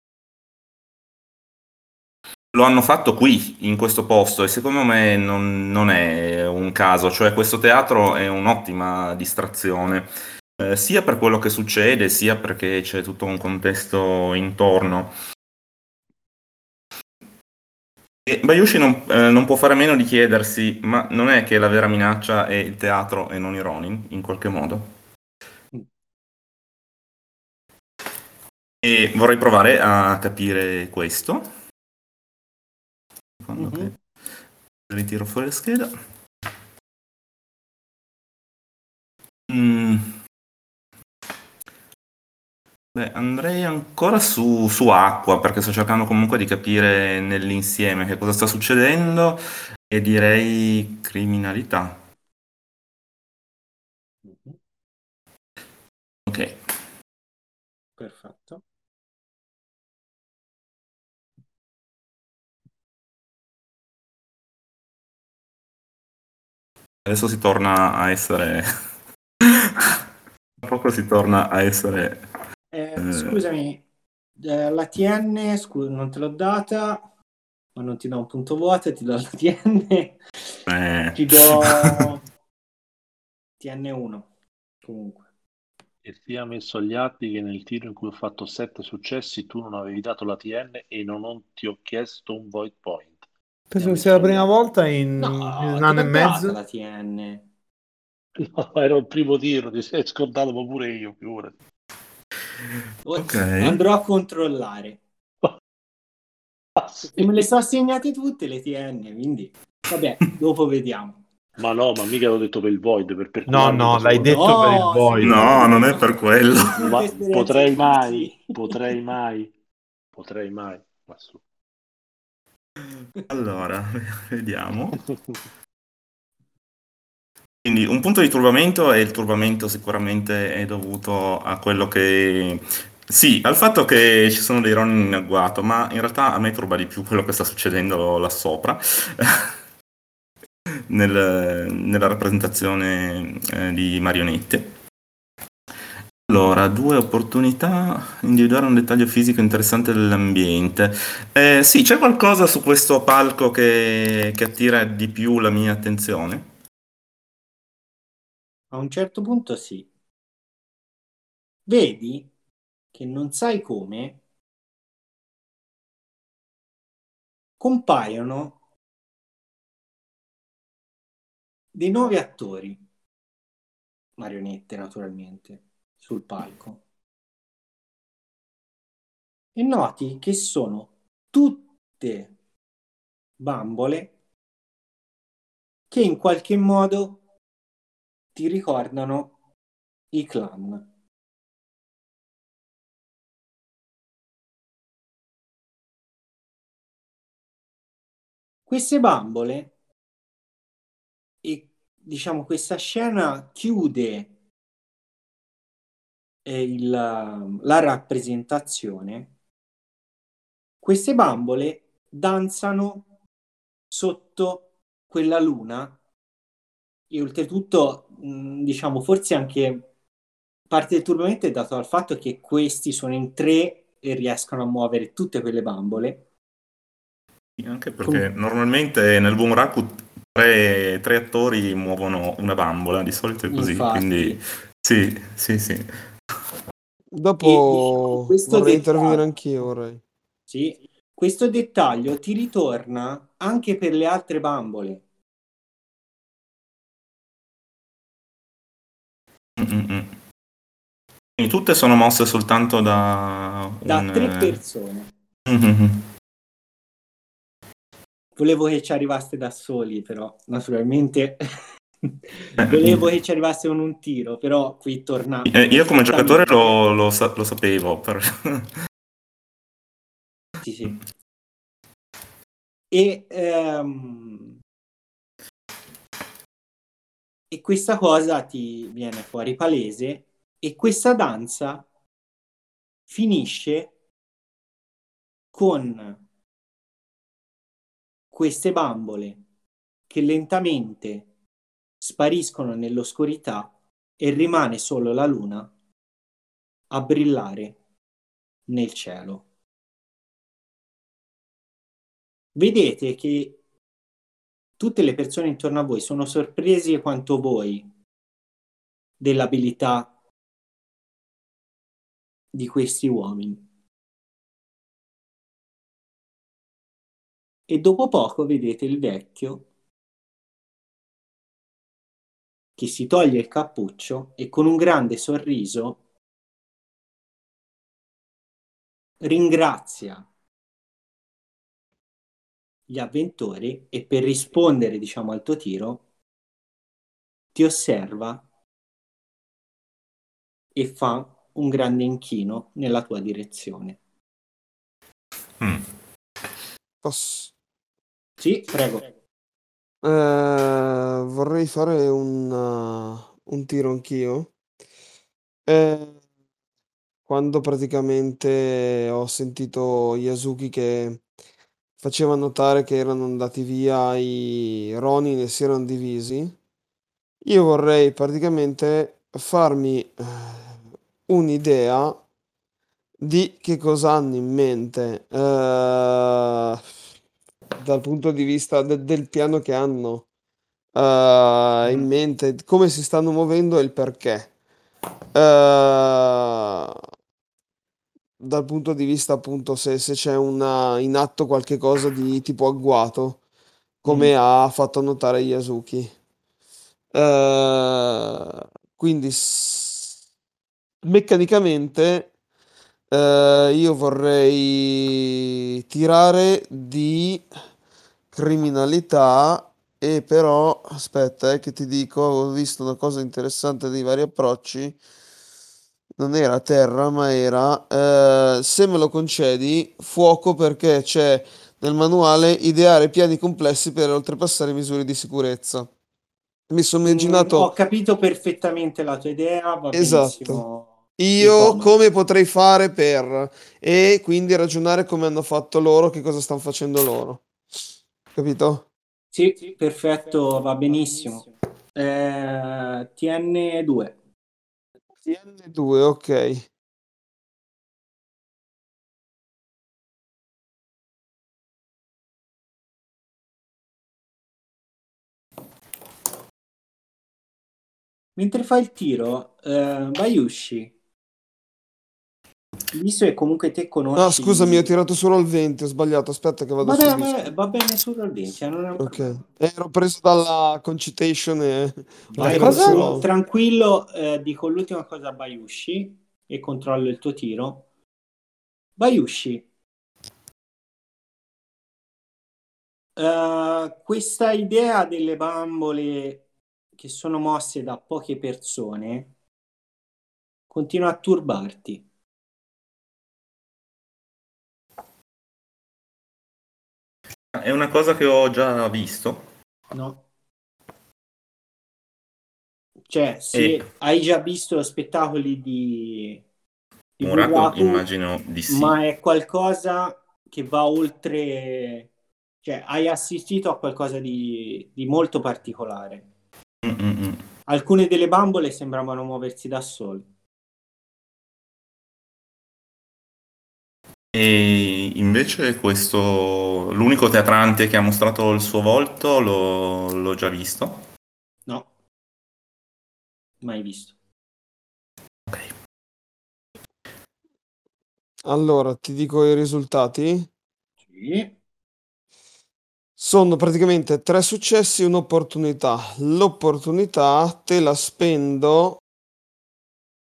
lo hanno fatto qui, in questo posto, e secondo me non è un caso. Cioè, questo teatro è un'ottima distrazione, sia per quello che succede, sia perché c'è tutto un contesto intorno. E Bayushi non può fare a meno di chiedersi: ma non è che la vera minaccia è il teatro e non i Ronin, in qualche modo? E vorrei provare a capire questo. Quando che ritiro fuori la scheda. Beh, andrei ancora su acqua, perché sto cercando comunque di capire nell'insieme che cosa sta succedendo, e direi criminalità. Ok. Perfetto. Adesso si torna a essere... Tra poco si torna a essere... Scusami, la TN, non te l'ho data, ma non ti do un punto vuoto, ti do la TN. Ti do TN1, comunque. E sia messo agli atti che nel tiro in cui ho fatto 7 successi tu non avevi dato la TN e non ti ho chiesto un void point. Penso che sia la prima volta in No, un te anno e l'ho data mezzo. la TN. No, era il primo tiro, ti sei scordato ma pure io, figurati. Ok. Andrò a controllare. Sì. E me le so segnate tutte le TN, quindi vabbè, dopo vediamo. Ma no, ma mica l'ho detto per il void, per No, percularmi da l'hai solo. detto per il void. No, non è per quello. Ma potrei mai, Sì. potrei mai, ma su. Allora, vediamo. Quindi un punto di turbamento, e il turbamento sicuramente è dovuto a quello che... Sì, al fatto che ci sono dei Ronin in agguato, ma in realtà a me turba di più quello che sta succedendo là sopra, nella rappresentazione di marionette. Allora, 2 opportunità: individuare un dettaglio fisico interessante dell'ambiente. Sì, c'è qualcosa su questo palco che attira di più la mia attenzione? A un certo punto sì. Vedi che non sai come compaiono dei nuovi attori, marionette naturalmente, sul palco. E noti che sono tutte bambole che in qualche modo ti ricordano i clan. Queste bambole, e diciamo questa scena chiude la rappresentazione. Queste bambole danzano sotto quella luna, e oltretutto, diciamo, forse anche parte del turbamento è dato dal fatto che questi sono in 3 e riescono a muovere tutte quelle bambole. Anche perché normalmente nel Bunraku tre attori muovono una bambola, di solito è così, Infatti. quindi sì, sì, sì. Dopo questo vorrei intervenire dettaglio, anch'io, vorrei. sì, questo dettaglio ti ritorna anche per le altre bambole. Mm-mm. Quindi tutte sono mosse soltanto da Da un... 3 persone. Mm-hmm. volevo che ci arrivaste da soli, però naturalmente volevo che ci arrivasse con un tiro, però qui torna Io come giocatore esattamente. lo sapevo. Sì, sì. E questa cosa ti viene fuori palese e questa danza finisce con queste bambole che lentamente spariscono nell'oscurità e rimane solo la luna a brillare nel cielo. Vedete che tutte le persone intorno a voi sono sorprese quanto voi dell'abilità di questi uomini. E dopo poco vedete il vecchio che si toglie il cappuccio e con un grande sorriso ringrazia gli avventori e per rispondere, diciamo, al tuo tiro ti osserva e fa un grande inchino nella tua direzione. Mm. Posso- Sì, prego. Vorrei fare un tiro anch'io. Eh, Quando praticamente ho sentito Yasuki che faceva notare che erano andati via i Ronin e si erano divisi, io vorrei praticamente farmi un'idea di che cosa hanno in mente dal punto di vista del piano che hanno in mente, come si stanno muovendo e il perché. Dal punto di vista appunto se c'è in atto qualche cosa di tipo agguato, come ha fatto notare Yasuki. Quindi meccanicamente io vorrei tirare di criminalità e però aspetta che ti dico, avevo visto una cosa interessante dei vari approcci, non era terra ma era se me lo concedi fuoco perché c'è nel manuale ideare piani complessi per oltrepassare misure di sicurezza. Mi sono Ho immaginato. capito perfettamente la tua idea, va Esatto. benissimo. Io Icona. come potrei fare per e quindi ragionare come hanno fatto loro, che cosa stanno facendo loro. Capito? Sì, perfetto, va benissimo. TN2. TN2, ok. Mentre fai il tiro, Bayushi, visto che comunque te Ah, scusami, ho conosci... tirato solo al 20, ho sbagliato. Aspetta che vado sul disco. Va bene solo il 20, non è un Ok. problema. Ero preso dalla concitation e ho Vai tirato cosa? solo. tranquillo, dico l'ultima cosa a Bayushi e controllo il tuo tiro. Bayushi, questa idea delle bambole che sono mosse da poche persone continua a turbarti. È una cosa che ho già visto. No? Cioè, E se hai già visto spettacoli di Muraco Buraku, immagino di sì. ma è qualcosa che va oltre, cioè hai assistito a qualcosa di molto particolare. Mm-mm. Alcune delle bambole sembravano muoversi da sole. E invece l'unico teatrante che ha mostrato il suo volto, l'ho già visto. No, mai visto. Ok. Allora, ti dico i risultati. Sì. Sono praticamente 3 successi e un'opportunità. L'opportunità te la spendo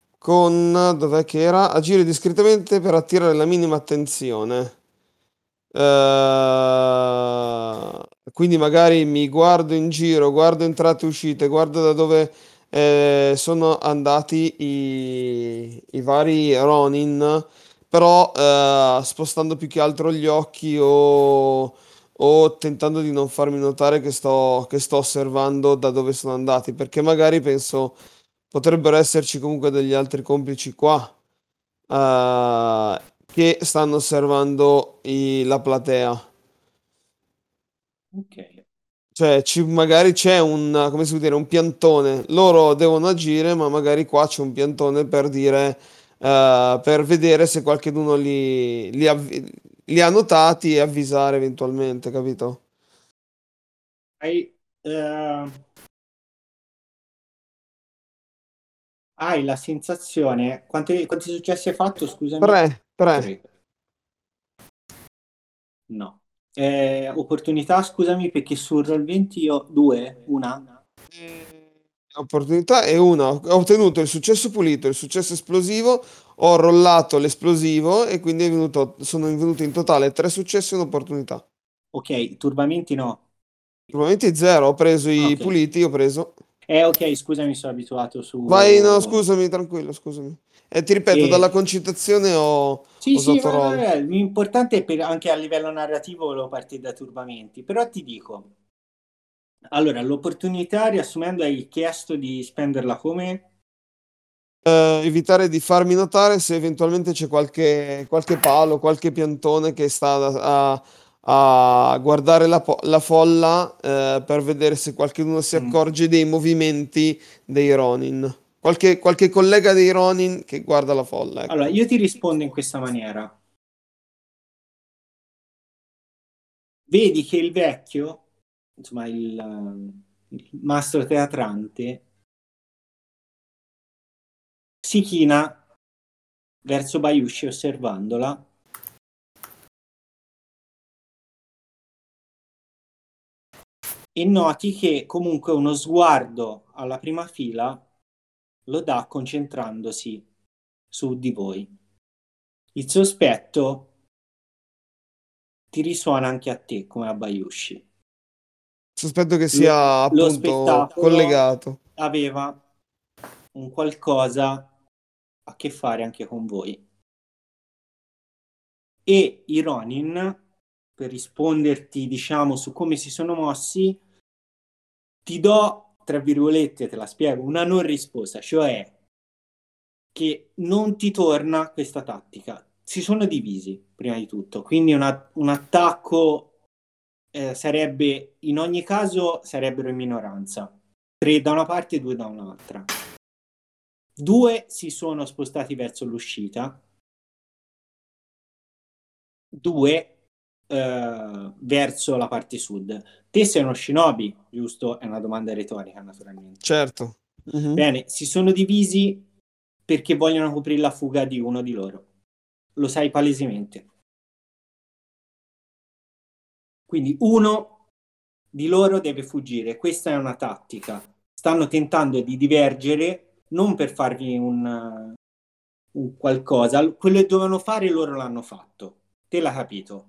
con, dov'è che era? Agire discretamente per attirare la minima attenzione. Quindi magari mi guardo in giro, guardo entrate e uscite, guardo da dove sono andati i vari Ronin, però spostando più che altro gli occhi o tentando di non farmi notare che sto osservando da dove sono andati, perché magari penso potrebbero esserci comunque degli altri complici qua che stanno osservando la platea. Ok. Cioè, magari c'è come si può dire, un piantone. Loro devono agire, ma magari qua c'è un piantone per dire, per vedere se qualcuno li ha notati e avvisare eventualmente, capito? Hai, eh, hai la sensazione... quanti successi hai fatto, scusami? 3. Tre. No. Opportunità, scusami, perché sul Roll20 io... Due? Una? Opportunità è una. Ho ottenuto il successo pulito, il successo esplosivo, ho rollato l'esplosivo e quindi sono venuti in totale 3 successi e un'opportunità. Ok, turbamenti no. Probabilmente 0, ho preso i Ok. puliti, ho preso. Ok, scusami, sono abituato Vai, no, su... scusami, tranquillo, scusami. Ti ripeto, E... dalla concentrazione ho Sì, sì, usato roll. l'importante è anche a livello narrativo volevo partire da turbamenti, però ti dico, allora, l'opportunità, riassumendo, hai chiesto di spenderla come? Evitare di farmi notare se eventualmente c'è qualche palo, qualche piantone che sta a guardare la folla per vedere se qualcuno si Mm. accorge dei movimenti dei Ronin. Qualche collega dei Ronin che guarda la folla, Allora, ecco. io ti rispondo in questa maniera. Vedi che il vecchio, insomma, il mastro teatrante, si china verso Bayushi osservandola e noti che comunque uno sguardo alla prima fila lo dà concentrandosi su di voi. Il sospetto ti risuona anche a te come a Bayushi. Sospetto che sia Lo appunto spettacolo collegato. aveva un qualcosa a che fare anche con voi. E i Ronin, per risponderti, diciamo, su come si sono mossi, ti do, tra virgolette, te la spiego, una non risposta, cioè che non ti torna questa tattica. Si sono divisi, prima di tutto, quindi un attacco sarebbe, in ogni caso, sarebbero in minoranza. 3 da una parte e 2 da un'altra. 2 si sono spostati verso l'uscita, 2 verso la parte sud. Te sei uno shinobi, giusto? È una domanda retorica, naturalmente. Certo. Mhm. Bene, si sono divisi perché vogliono coprire la fuga di uno di loro. Lo sai palesemente. Quindi uno di loro deve fuggire. Questa è una tattica. Stanno tentando di divergere, non per farvi un qualcosa. Quello che dovevano fare loro l'hanno fatto. Te l'ha capito.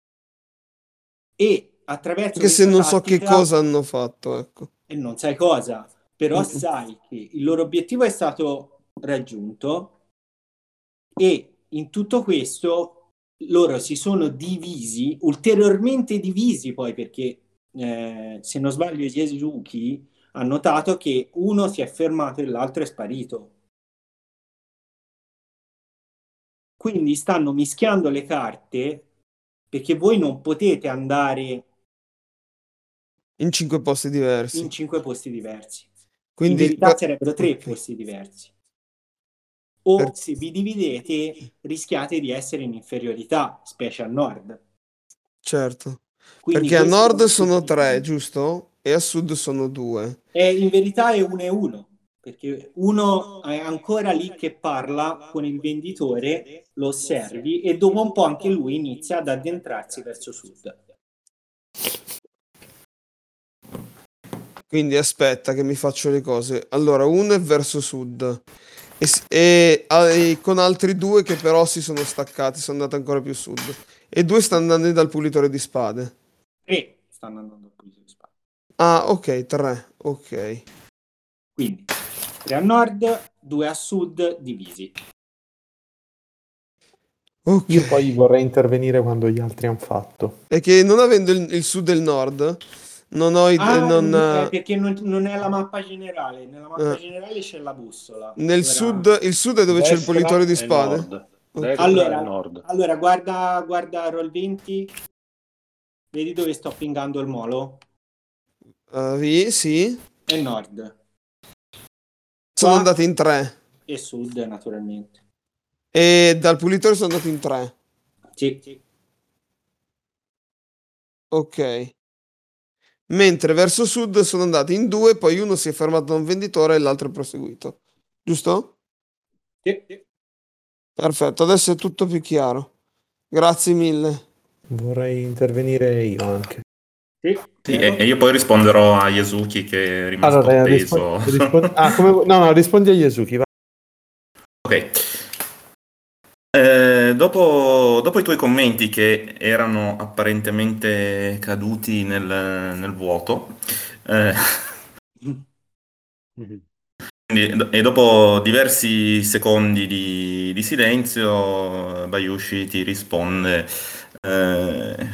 E attraverso Anche se questa non so che tattica, cosa hanno fatto, ecco. e non sai cosa, però Mm-mm. sai che il loro obiettivo è stato raggiunto e in tutto questo loro si sono divisi, ulteriormente divisi poi perché se non sbaglio gli Esuki ha notato che uno si è fermato e l'altro è sparito. Quindi stanno mischiando le carte perché voi non potete andare In 5 posti diversi. in 5 posti diversi. In Quindi, verità sarebbero 3 ok. posti diversi. O Per- se vi dividete rischiate di essere in inferiorità, specie al nord. Certo. Quindi Perché a questo è nord un sono 3, obiettivo. giusto? E a sud sono 2. In verità è 1 e 1, perché uno è ancora lì che parla con il venditore, lo osservi e dopo un po' anche lui inizia ad addentrarsi verso sud. Quindi aspetta che mi faccio le cose. Allora, uno è verso sud. E con altri 2 che però si sono staccati, sono andati ancora più sud. e 2 stanno andando dal pulitore di spade. 3 stanno andando al pulitore di spade. Ah, ok, 3, ok. Quindi 3 a nord, 2 a sud, divisi. Ok. Io poi vorrei intervenire quando gli altri hanno fatto. È che non avendo il sud e il nord, non ho Perché non è la mappa generale. Nella mappa generale c'è la bussola. nel Ora- sud, il sud è dove c'è il Destra pulitore di e spade. nord. Ok. Destra e nord. Allora guarda Roll20. Vedi dove sto pingando il molo? Sì, È nord. sono Qua andati in 3 e sud, naturalmente. e dal pulitore sono andati in 3. Sì. Ok. Mentre verso sud sono andati in 2, poi uno si è fermato da un venditore e l'altro è proseguito. Giusto? Sì. Perfetto, adesso è tutto più chiaro. Grazie mille. Vorrei intervenire io anche. Sì, Sì, prego. e io poi risponderò a Yasuki che è rimasto Allora, appeso. no, rispondi a Yasuki. Va. Ok. Dopo i tuoi commenti che erano apparentemente caduti nel vuoto, eh, Mhm. e dopo diversi secondi di silenzio, Bayushi ti risponde: eh,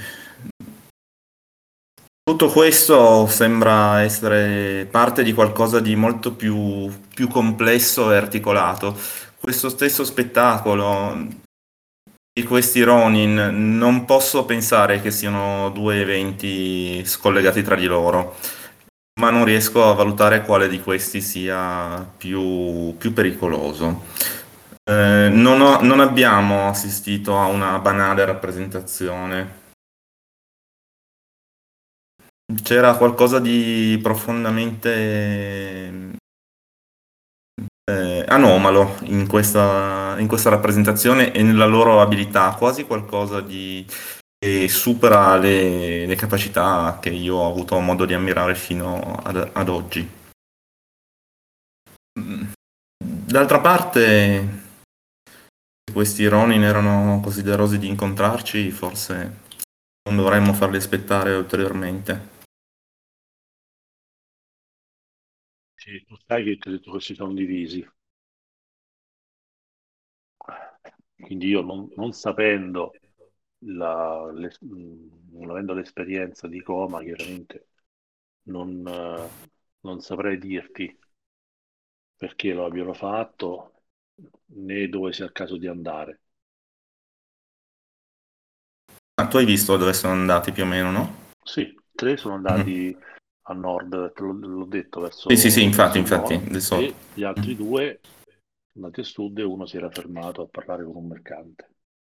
tutto questo sembra essere parte di qualcosa di molto più complesso e articolato. Questo stesso spettacolo di questi Ronin non posso pensare che siano due eventi scollegati tra di loro, ma non riesco a valutare quale di questi sia più pericoloso. Non abbiamo assistito a una banale rappresentazione. C'era qualcosa di profondamente anomalo in questa rappresentazione e nella loro abilità, quasi qualcosa che supera le capacità che io ho avuto modo di ammirare fino ad oggi. D'altra parte, se questi Ronin erano così desiderosi di incontrarci, forse non dovremmo farli aspettare ulteriormente. Sì, tu sai che ti ho detto che si sono divisi. Quindi io non sapendo, non avendo l'esperienza di Coma, chiaramente non saprei dirti perché lo abbiano fatto né dove sia il caso di andare. Ah, tu hai visto dove sono andati più o meno, no? Sì, 3 sono Mhm. andati a nord, l'ho detto, Sì, infatti, verso il nord, adesso. e gli altri 2 sono andati a sud e uno si era fermato a parlare con un mercante.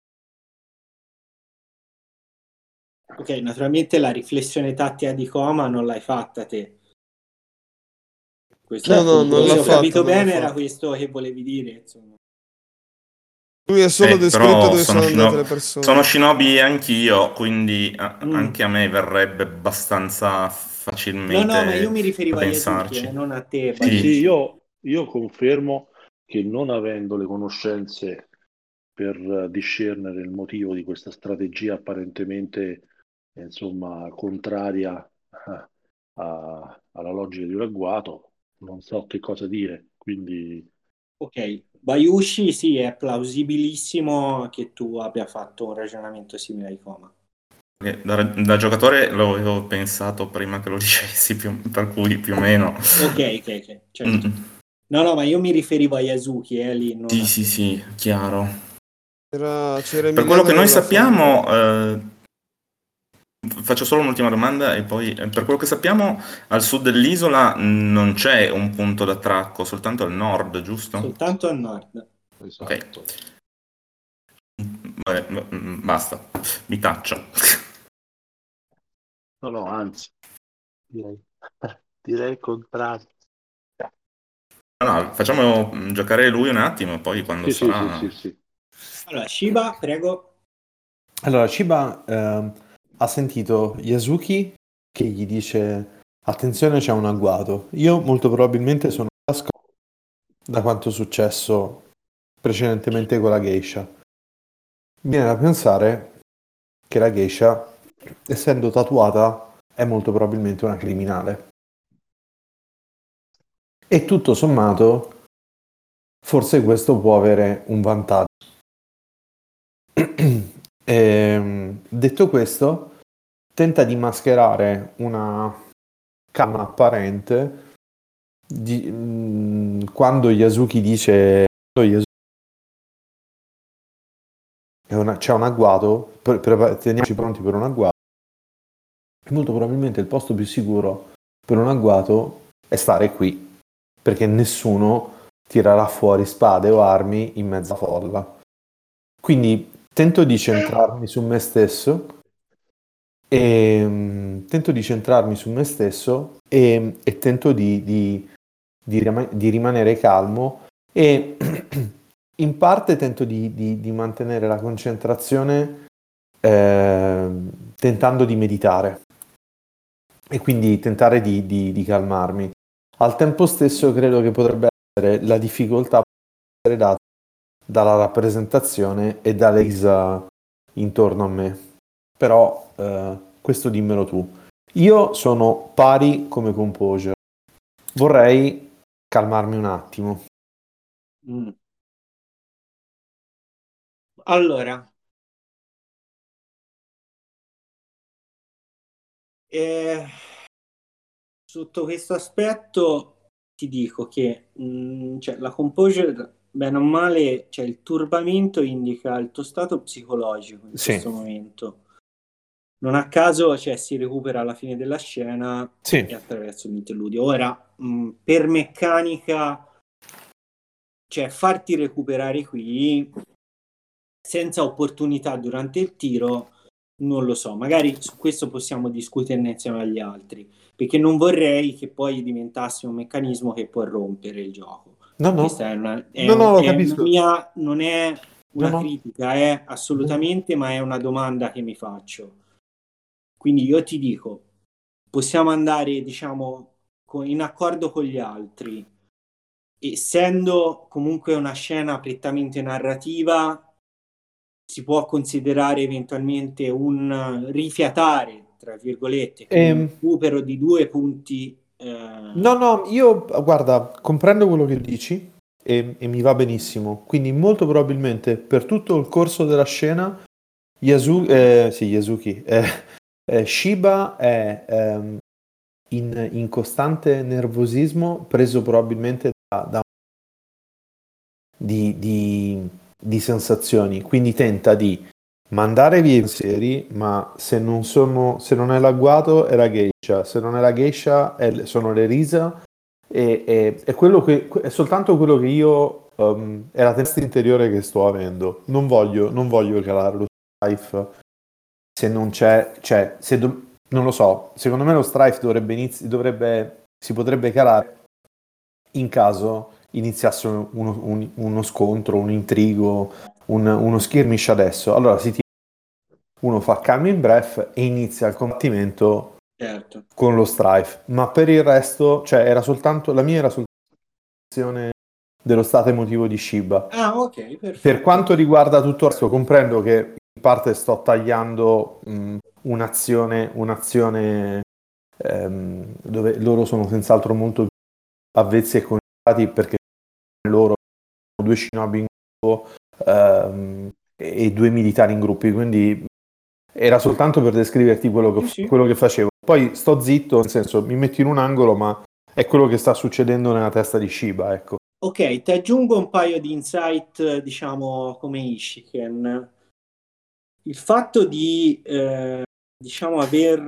Ok, naturalmente la riflessione tattica di Coma non l'hai fatta te. Questo, No, non l'ha se ho fatta, capito non l'ha bene, era fatta. questo che volevi dire, insomma. Lui ha solo descritto Però dove sono sono andate le shinobi, sono persone. shinobi anch'io, quindi Mm. anche a me verrebbe abbastanza No, ma io facilmente mi riferivo a Yasuki, pensarci. non a te, Sì. Sì, Bayushi. io confermo che non avendo le conoscenze per discernere il motivo di questa strategia apparentemente, insomma, contraria alla logica di un agguato, non so che cosa dire. Quindi, Ok, Bayushi sì, è plausibilissimo che tu abbia fatto un ragionamento simile ai Coma. Da giocatore l'avevo pensato prima che lo dicessi, per cui più o meno. Ok, certo. Mm. No, ma io mi riferivo a Yasuki, lì, non Sì, a te. sì, chiaro. C'era Per quello Emiliano che che noi voleva fare. sappiamo, faccio solo un'ultima domanda e poi, per quello che sappiamo, al sud dell'isola non c'è un punto d'attracco, soltanto al nord, giusto? Soltanto a nord. Ok, esatto. vabbè, basta, mi taccio. No, no, anzi, direi, direi il contrario. No, facciamo giocare lui un attimo, poi quando Sì, sì, sì, sì, sarà. sì. Allora, Shiba, prego. Allora, Chiba ha sentito Yasuki che gli dice: attenzione, c'è un agguato. Io molto probabilmente sono da quanto successo precedentemente con la geisha. Viene da pensare che la geisha, essendo tatuata, è molto probabilmente una criminale. E tutto sommato, forse questo può avere un vantaggio. Detto questo, tenta di mascherare una calma apparente quando Yasuki dice c'è un agguato, teniamoci pronti per un agguato. Molto probabilmente il posto più sicuro per un agguato è stare qui, perché nessuno tirerà fuori spade o armi in mezza folla. Quindi tento di centrarmi su me stesso e tento di rimanere calmo e in parte tento di mantenere la concentrazione tentando di meditare e quindi tentare di calmarmi. Al tempo stesso credo che potrebbe essere la difficoltà essere data dalla rappresentazione e dalle risa intorno a me. Però questo dimmelo tu. Io sono pari come composure. Vorrei calmarmi un attimo. Mm. Allora, sotto questo aspetto ti dico che cioè, la composure, bene o male, cioè, il turbamento indica il tuo stato psicologico in Sì, questo momento. Non a caso, cioè, si recupera alla fine della scena sì. e attraverso l'interludio. Ora, per meccanica, cioè farti recuperare qui senza opportunità durante il tiro, non lo so. Magari su questo possiamo discuterne insieme agli altri, perché non vorrei che poi diventasse un meccanismo che può rompere il gioco. No, Questa no. è No, no, lo è una capisco. mia, non è No, una no. critica, assolutamente, ma è una domanda che mi faccio. Quindi io ti dico, possiamo andare, diciamo, in accordo con gli altri, essendo comunque una scena prettamente narrativa, si può considerare eventualmente un rifiatare, tra virgolette, con un Ehm, recupero di 2 punti. no, no, io guarda, comprendo quello che dici e mi va benissimo. Quindi molto probabilmente per tutto il corso della scena Yasuki, Shiba è in costante nervosismo, preso probabilmente di sensazioni, quindi tenta di mandare via i pensieri, ma se non è l'agguato è la geisha, se non è la geisha sono le risa è quello è soltanto quello che io è la testa interiore che sto avendo. Non voglio calare lo strife se non c'è, cioè non lo so, secondo me lo strife si potrebbe calare in caso iniziasse uno scontro, un intrigo, uno skirmish adesso. Allora uno fa calming breath e inizia il combattimento Certo. con lo strife. Ma per il resto, cioè la mia era soltanto l'azione dello stato emotivo di Shiba. Ah, ok, Per perfetto. quanto riguarda tutto il resto, comprendo che in parte sto tagliando un'azione dove loro sono senz'altro molto avvezzi e concentrati perché loro sono 2 shinobi in gruppo e 2 militari in gruppi, quindi era soltanto per descriverti Sì, sì. quello che facevo. Poi sto zitto, nel senso mi metto in un angolo, ma è quello che sta succedendo nella testa di Shiba, ecco. Ok, ti aggiungo un paio di insight, diciamo, come Ishiken. Il fatto di, diciamo, aver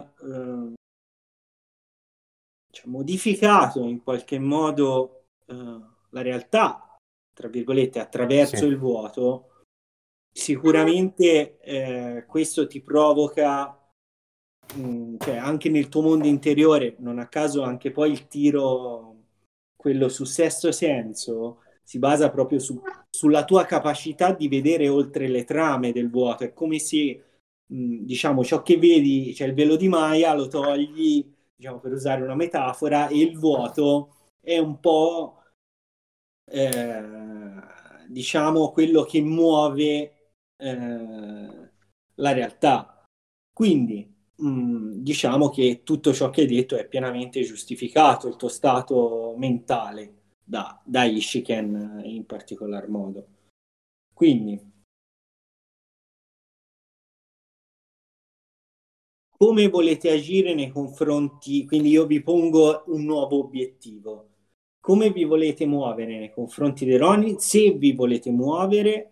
cioè, modificato in qualche modo la realtà, tra virgolette, attraverso Sì. il vuoto, sicuramente questo ti provoca, cioè anche nel tuo mondo interiore, non a caso anche poi il tiro, quello su Sesto Senso, si basa proprio sulla tua capacità di vedere oltre le trame del vuoto. È come se, diciamo, ciò che vedi, cioè il velo di Maya, lo togli, diciamo, per usare una metafora, e il vuoto è un po', diciamo, quello che muove la realtà. Quindi diciamo che tutto ciò che hai detto è pienamente giustificato, il tuo stato mentale da Ishiken in particolar modo. Quindi, come volete agire nei confronti? Quindi io vi pongo un nuovo obiettivo. Come vi volete muovere nei confronti dei Ronin? Se vi volete muovere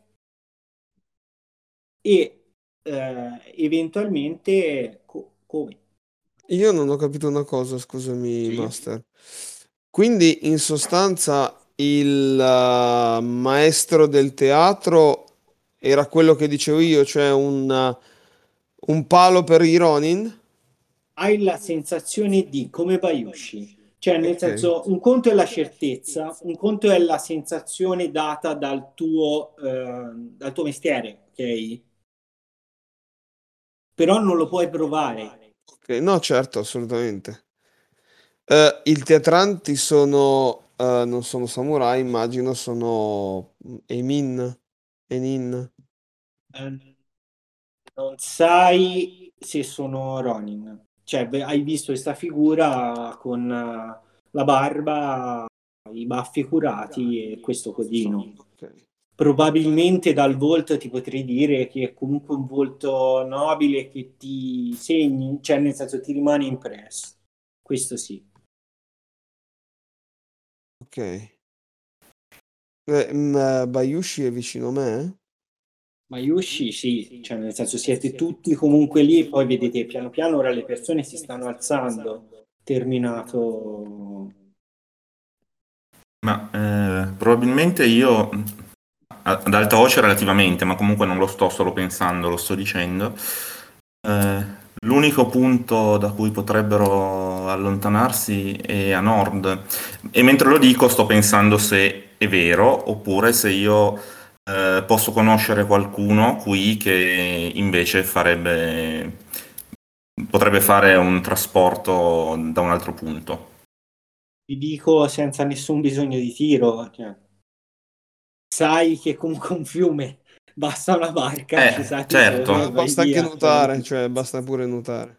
e eventualmente come? Io non ho capito una cosa, scusami, Sì. Master. Quindi, in sostanza, il maestro del teatro era quello che dicevo io, cioè un palo per i Ronin? Hai la sensazione di come Bayushi, cioè nel Ok, senso un conto è la certezza, un conto è la sensazione data dal tuo mestiere, ok? Però non lo puoi provare. ok, no, certo, assolutamente. I teatranti non sono samurai, immagino, sono Enin. Eh, Non sai se sono Ronin, cioè hai visto questa figura con la barba, i baffi curati e questo codino. Ok. Probabilmente dal volto ti potrei dire che è comunque un volto nobile che ti segni, cioè nel senso ti rimane impresso. Questo sì. Ok. Bayushi è vicino a me? Ma Yoshi sì, cioè nel senso siete tutti comunque lì e poi vedete piano piano ora le persone si stanno alzando, terminato. Ma probabilmente io, ad alta voce relativamente, ma comunque non lo sto solo pensando, lo sto dicendo, eh, l'unico punto da cui potrebbero allontanarsi è a nord. E mentre lo dico sto pensando se è vero oppure se io posso conoscere qualcuno qui che invece potrebbe fare un trasporto da un altro punto. Vi dico senza nessun bisogno di tiro, cioè, sai che comunque un fiume, basta una barca, ci sali sopra e Certo. vai Basta anche via. Cioè, nuotare, cioè basta pure nuotare.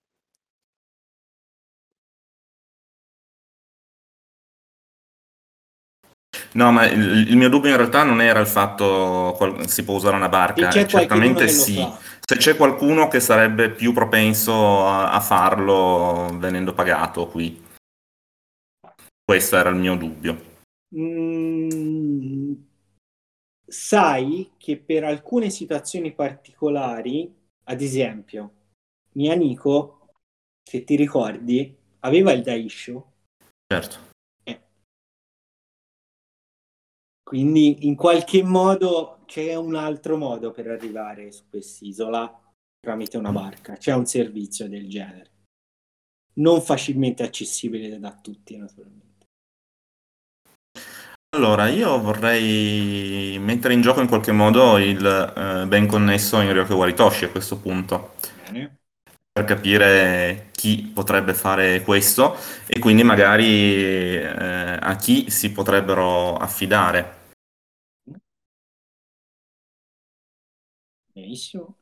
No, ma il mio dubbio in realtà non era il fatto si può usare una se barca, c'è qualcuno certamente che lo sì. fa. Se c'è qualcuno che sarebbe più propenso a farlo venendo pagato qui, questo era il mio dubbio. Mm, sai che per alcune situazioni particolari, ad esempio, mio amico, se ti ricordi, aveva il Daisho, Certo. eh, quindi in qualche modo c'è un altro modo per arrivare su quest'isola tramite una barca, c'è un servizio del genere, non facilmente accessibile da tutti, naturalmente. Allora, io vorrei mettere in gioco in qualche modo il ben connesso Enryoke Waritoshi a questo punto, Bene. per capire chi potrebbe fare questo e quindi magari a chi si potrebbero affidare. Benissimo.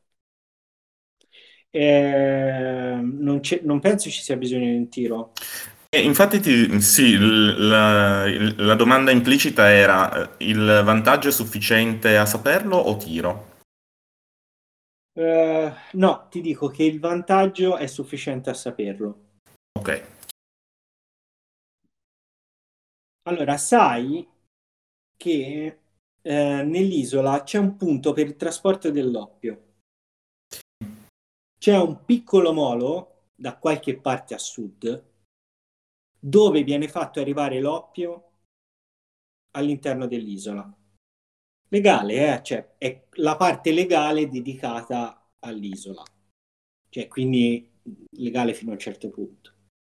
Non penso ci sia bisogno di un tiro. E infatti, sì, la domanda implicita era il vantaggio è sufficiente a saperlo o tiro? No, ti dico che il vantaggio è sufficiente a saperlo. Ok, Allora, sai che nell'isola c'è un punto per il trasporto dell'oppio. C'è un piccolo molo da qualche parte a sud dove viene fatto arrivare l'oppio all'interno dell'isola. Legale, cioè è la parte legale dedicata all'isola, cioè quindi legale fino a un certo punto.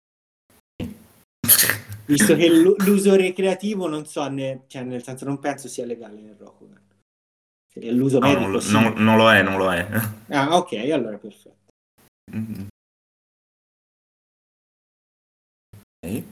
Visto che l'uso recreativo non so, cioè nel senso non penso sia legale nel Rokugan. L'uso no, medico sì. non lo è, non lo è. Ah, ok, allora perfetto. Ok.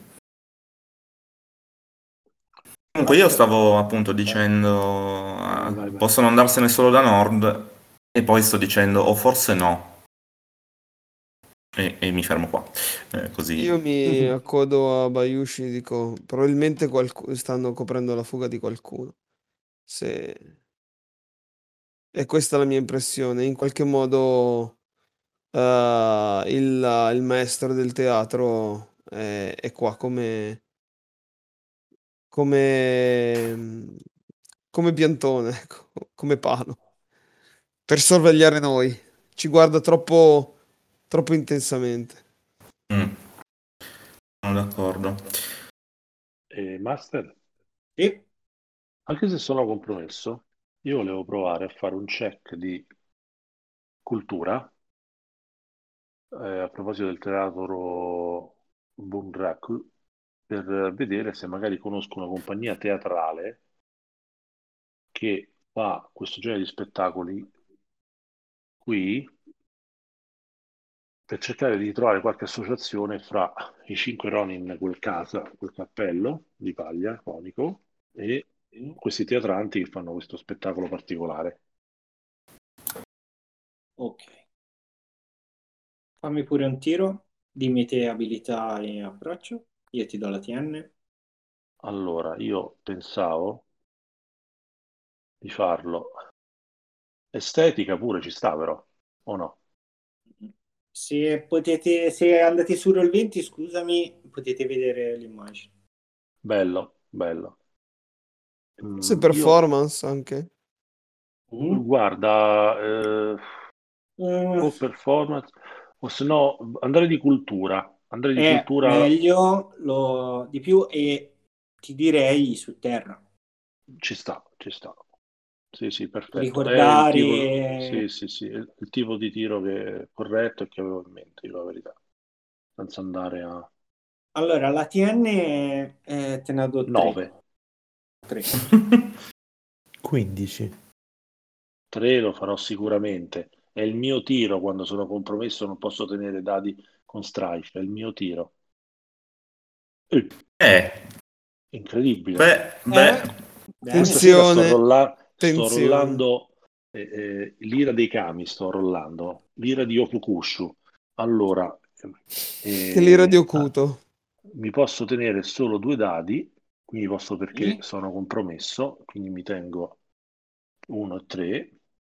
Comunque io stavo appunto dicendo, Vai, vai. possono andarsene solo da nord E poi sto dicendo, o forse no, e mi fermo qua. Così. Io mi accodo a Bayushi e dico, probabilmente stanno coprendo la fuga di qualcuno. E questa è la mia impressione. In qualche modo il maestro del teatro è qua come, come piantone, ecco, come palo, per sorvegliare noi. Ci guarda troppo intensamente. Sono d'accordo. Master, Sì. anche se sono compromesso, io volevo provare a fare un check di cultura a proposito del teatro Bunraku, per vedere se magari conosco una compagnia teatrale che fa questo genere di spettacoli qui, per cercare di trovare qualche associazione fra i cinque Ronin, quel cappello di paglia conico, e questi teatranti che fanno questo spettacolo particolare. Ok. Fammi pure un tiro. Dimmi te abilità e approccio. Io ti do la TN. Allora, io pensavo di farlo. Estetica pure ci sta però, o no? Se andate su Roll20, scusami, potete vedere l'immagine. Bello, bello. Se Io, performance anche. guarda, Mm, o performance, o se no andare di cultura. Andare di è cultura meglio di più e ti direi su terra. ci sta, ci sta. Sì, sì, perfetto. È il tipo, Ricordare... sì, sì, sì, è il tipo di tiro che è corretto e che avevo in mente, dico la verità. Senza andare a Allora, la TN te ne do 9. 3. 15. 3 lo farò sicuramente. È il mio tiro quando sono compromesso, non posso tenere dadi con strife, è il mio tiro. Eh, Incredibile. beh, Questa sera Attenzione, sto attenzione. rollando l'ira dei kami, sto rollando l'ira di Okukushu. Allora, Che l'ira di eh, ah, Okuto. mi posso tenere solo 2 dadi, quindi posso perché Sì? sono compromesso, quindi mi tengo 1 e 3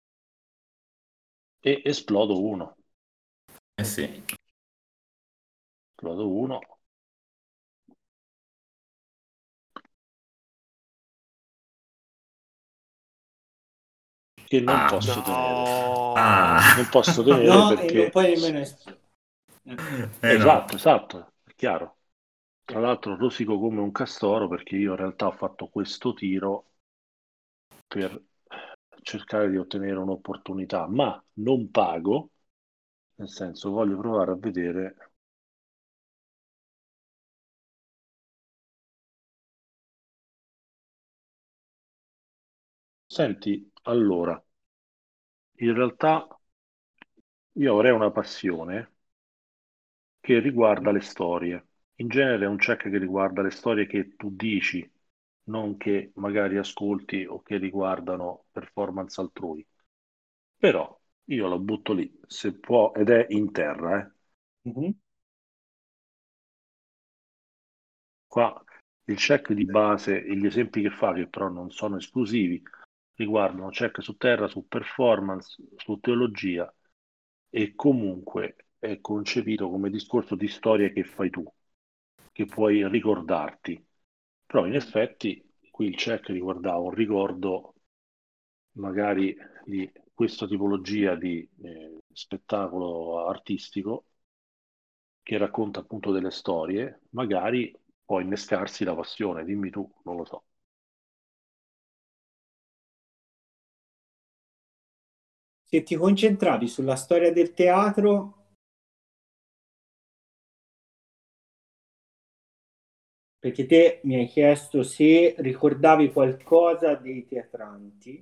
e esplodo 1. sì. Esplodo 1. Che non Ah, posso tenere. ah. Non posso tenere No, e non perché... puoi nemmeno esplodere. No. Esatto, esatto, è chiaro. Tra l'altro rosico come un castoro perché io in realtà ho fatto questo tiro per cercare di ottenere un'opportunità, ma non pago, nel senso voglio provare a vedere. Senti, allora, in realtà io avrei una passione che riguarda le storie. In genere è un check che riguarda le storie che tu dici, non che magari ascolti o che riguardano performance altrui. Però io lo butto lì, se può, ed è in terra, eh. Mhm. Qua il check di base e gli esempi che fa, che però non sono esclusivi, riguardano check su terra, su performance, su teologia e comunque è concepito come discorso di storia che fai tu, che puoi ricordarti. Però in effetti qui il check riguardava un ricordo magari di questa tipologia di spettacolo artistico che racconta appunto delle storie, magari può innescarsi la passione, dimmi tu, non lo so. Se ti concentravi sulla storia del teatro, perché te mi hai chiesto se ricordavi qualcosa dei teatranti,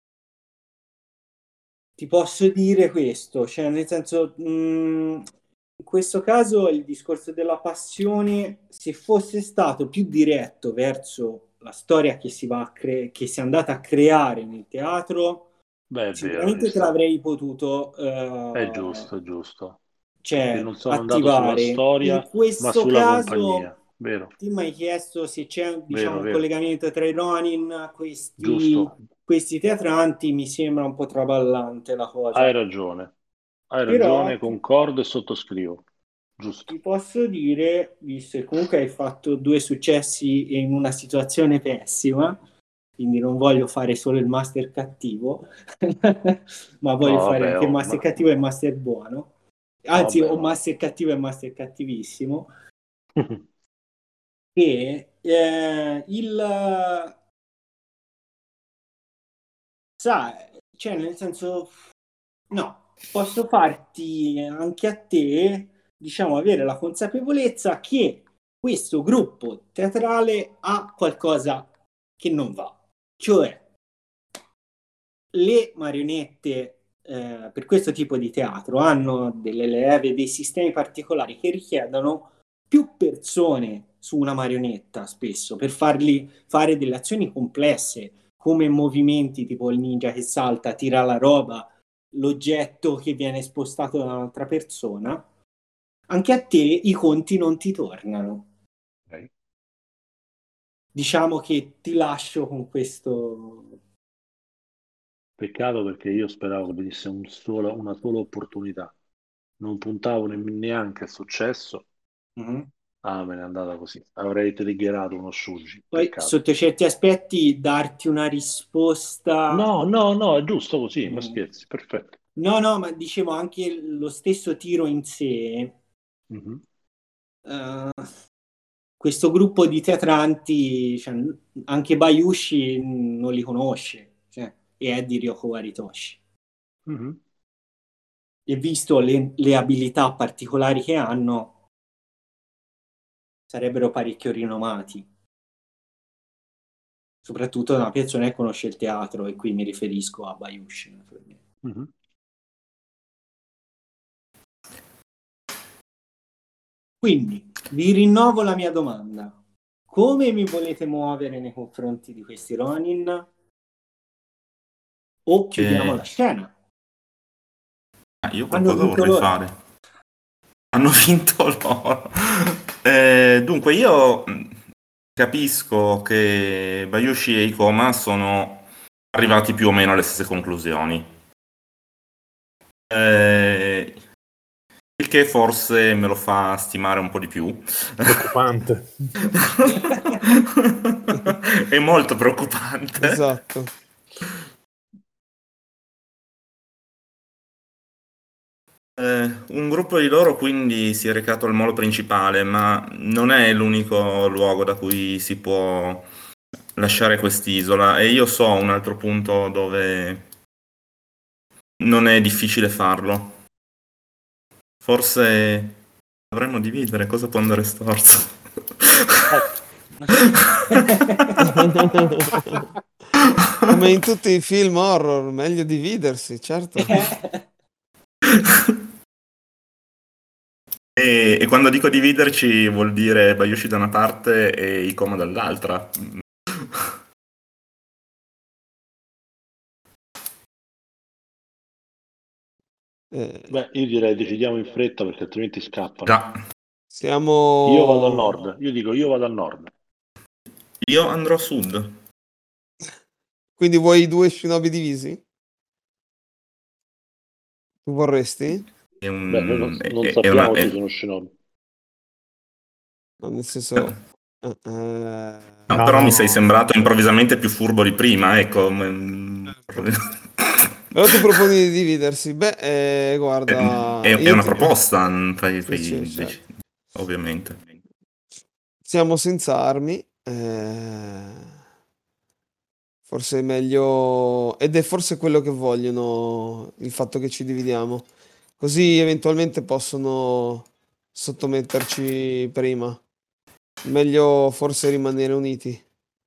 ti posso dire questo, cioè nel senso, in questo caso il discorso della passione, se fosse stato più diretto verso la storia che si è andata a creare nel teatro, Beh, è vero, ci Sicuramente te sta. l'avrei potuto È giusto, è giusto. Perché cioè, non sono andato sulla attivare. In storia, ma questo sulla compagnia. caso, Vero, ti mi hai chiesto se c'è, diciamo, vero, un vero. collegamento tra i Ronin, questi, Giusto. questi teatranti, mi sembra un po' traballante la Hai cosa. ragione. Hai Però ragione, concordo e sottoscrivo. Giusto. ti posso dire, visto che comunque hai fatto due successi in una situazione pessima, quindi non voglio fare solo il master cattivo, ma No, voglio fare vabbè, anche il master cattivo e il master buono. no, Anzi, vabbè, o ma... master cattivo e master cattivissimo. Che cioè nel senso, no, posso farti anche a te, diciamo, avere la consapevolezza che questo gruppo teatrale ha qualcosa che non va. Cioè, le marionette per questo tipo di teatro hanno delle leve, dei sistemi particolari che richiedono più persone su una marionetta spesso per fargli fare delle azioni complesse come movimenti tipo il ninja che salta, tira la roba, l'oggetto che viene spostato da un'altra persona. Anche a te i conti non ti tornano. Ok. Diciamo che ti lascio con questo. Peccato perché io speravo che venisse una sola opportunità. Non puntavo neanche al successo. Mhm. Ah, me n'è andata così. Avrei triggerato uno Shuji. Poi, Peccato. sotto certi aspetti, darti una risposta. No, no, no, è giusto così, ma Mm. scherzi, perfetto. No, no, ma dicevo anche lo stesso tiro in sé. Mhm. eh, Questo gruppo di teatranti, cioè, anche Bayushi non li conosce, cioè, e è di Ryoko Waritoshi. Mhm. E visto le abilità particolari che hanno, sarebbero parecchio rinomati. Soprattutto da una persona che conosce il teatro, e qui mi riferisco a Bayushi, naturalmente. Mhm. Quindi vi rinnovo la mia domanda. Come mi volete muovere nei confronti di questi Ronin? O chiudiamo la scena? Io Hanno qualcosa vinto vorrei loro. fare. Hanno vinto loro. Dunque, io capisco che Bayushi e Ikoma sono arrivati più o meno alle stesse conclusioni. Eh, il che forse me lo fa stimare un po' di più. Preoccupante. È molto preoccupante. Esatto. Un gruppo di loro quindi si è recato al molo principale, ma non è l'unico luogo da cui si può lasciare quest'isola e io so un altro punto dove non è difficile farlo. Forse dovremmo dividere cosa può andare storto. Come in tutti i film horror, meglio dividersi, certo. E quando dico dividerci vuol dire Bayushi da una parte e Ikoma dall'altra. Beh, io direi decidiamo in fretta perché altrimenti scappano. Già, Io vado a Siamo... nord, io dico io vado a nord. io andrò a sud. Quindi vuoi i due shinobi divisi? Tu vorresti? È Beh, noi un... non è una... sappiamo se sono shinobi. No, nel senso... No, No, però mi no, sei sembrato improvvisamente più furbo di prima, ecco. Però tu proponi di dividersi. Beh, guarda, È io una ti... proposta, Sì, sì, certo. ovviamente. Siamo senza armi. Forse è meglio... Ed è forse quello che vogliono, il fatto che ci dividiamo. Così eventualmente possono sottometterci prima. Meglio forse rimanere uniti.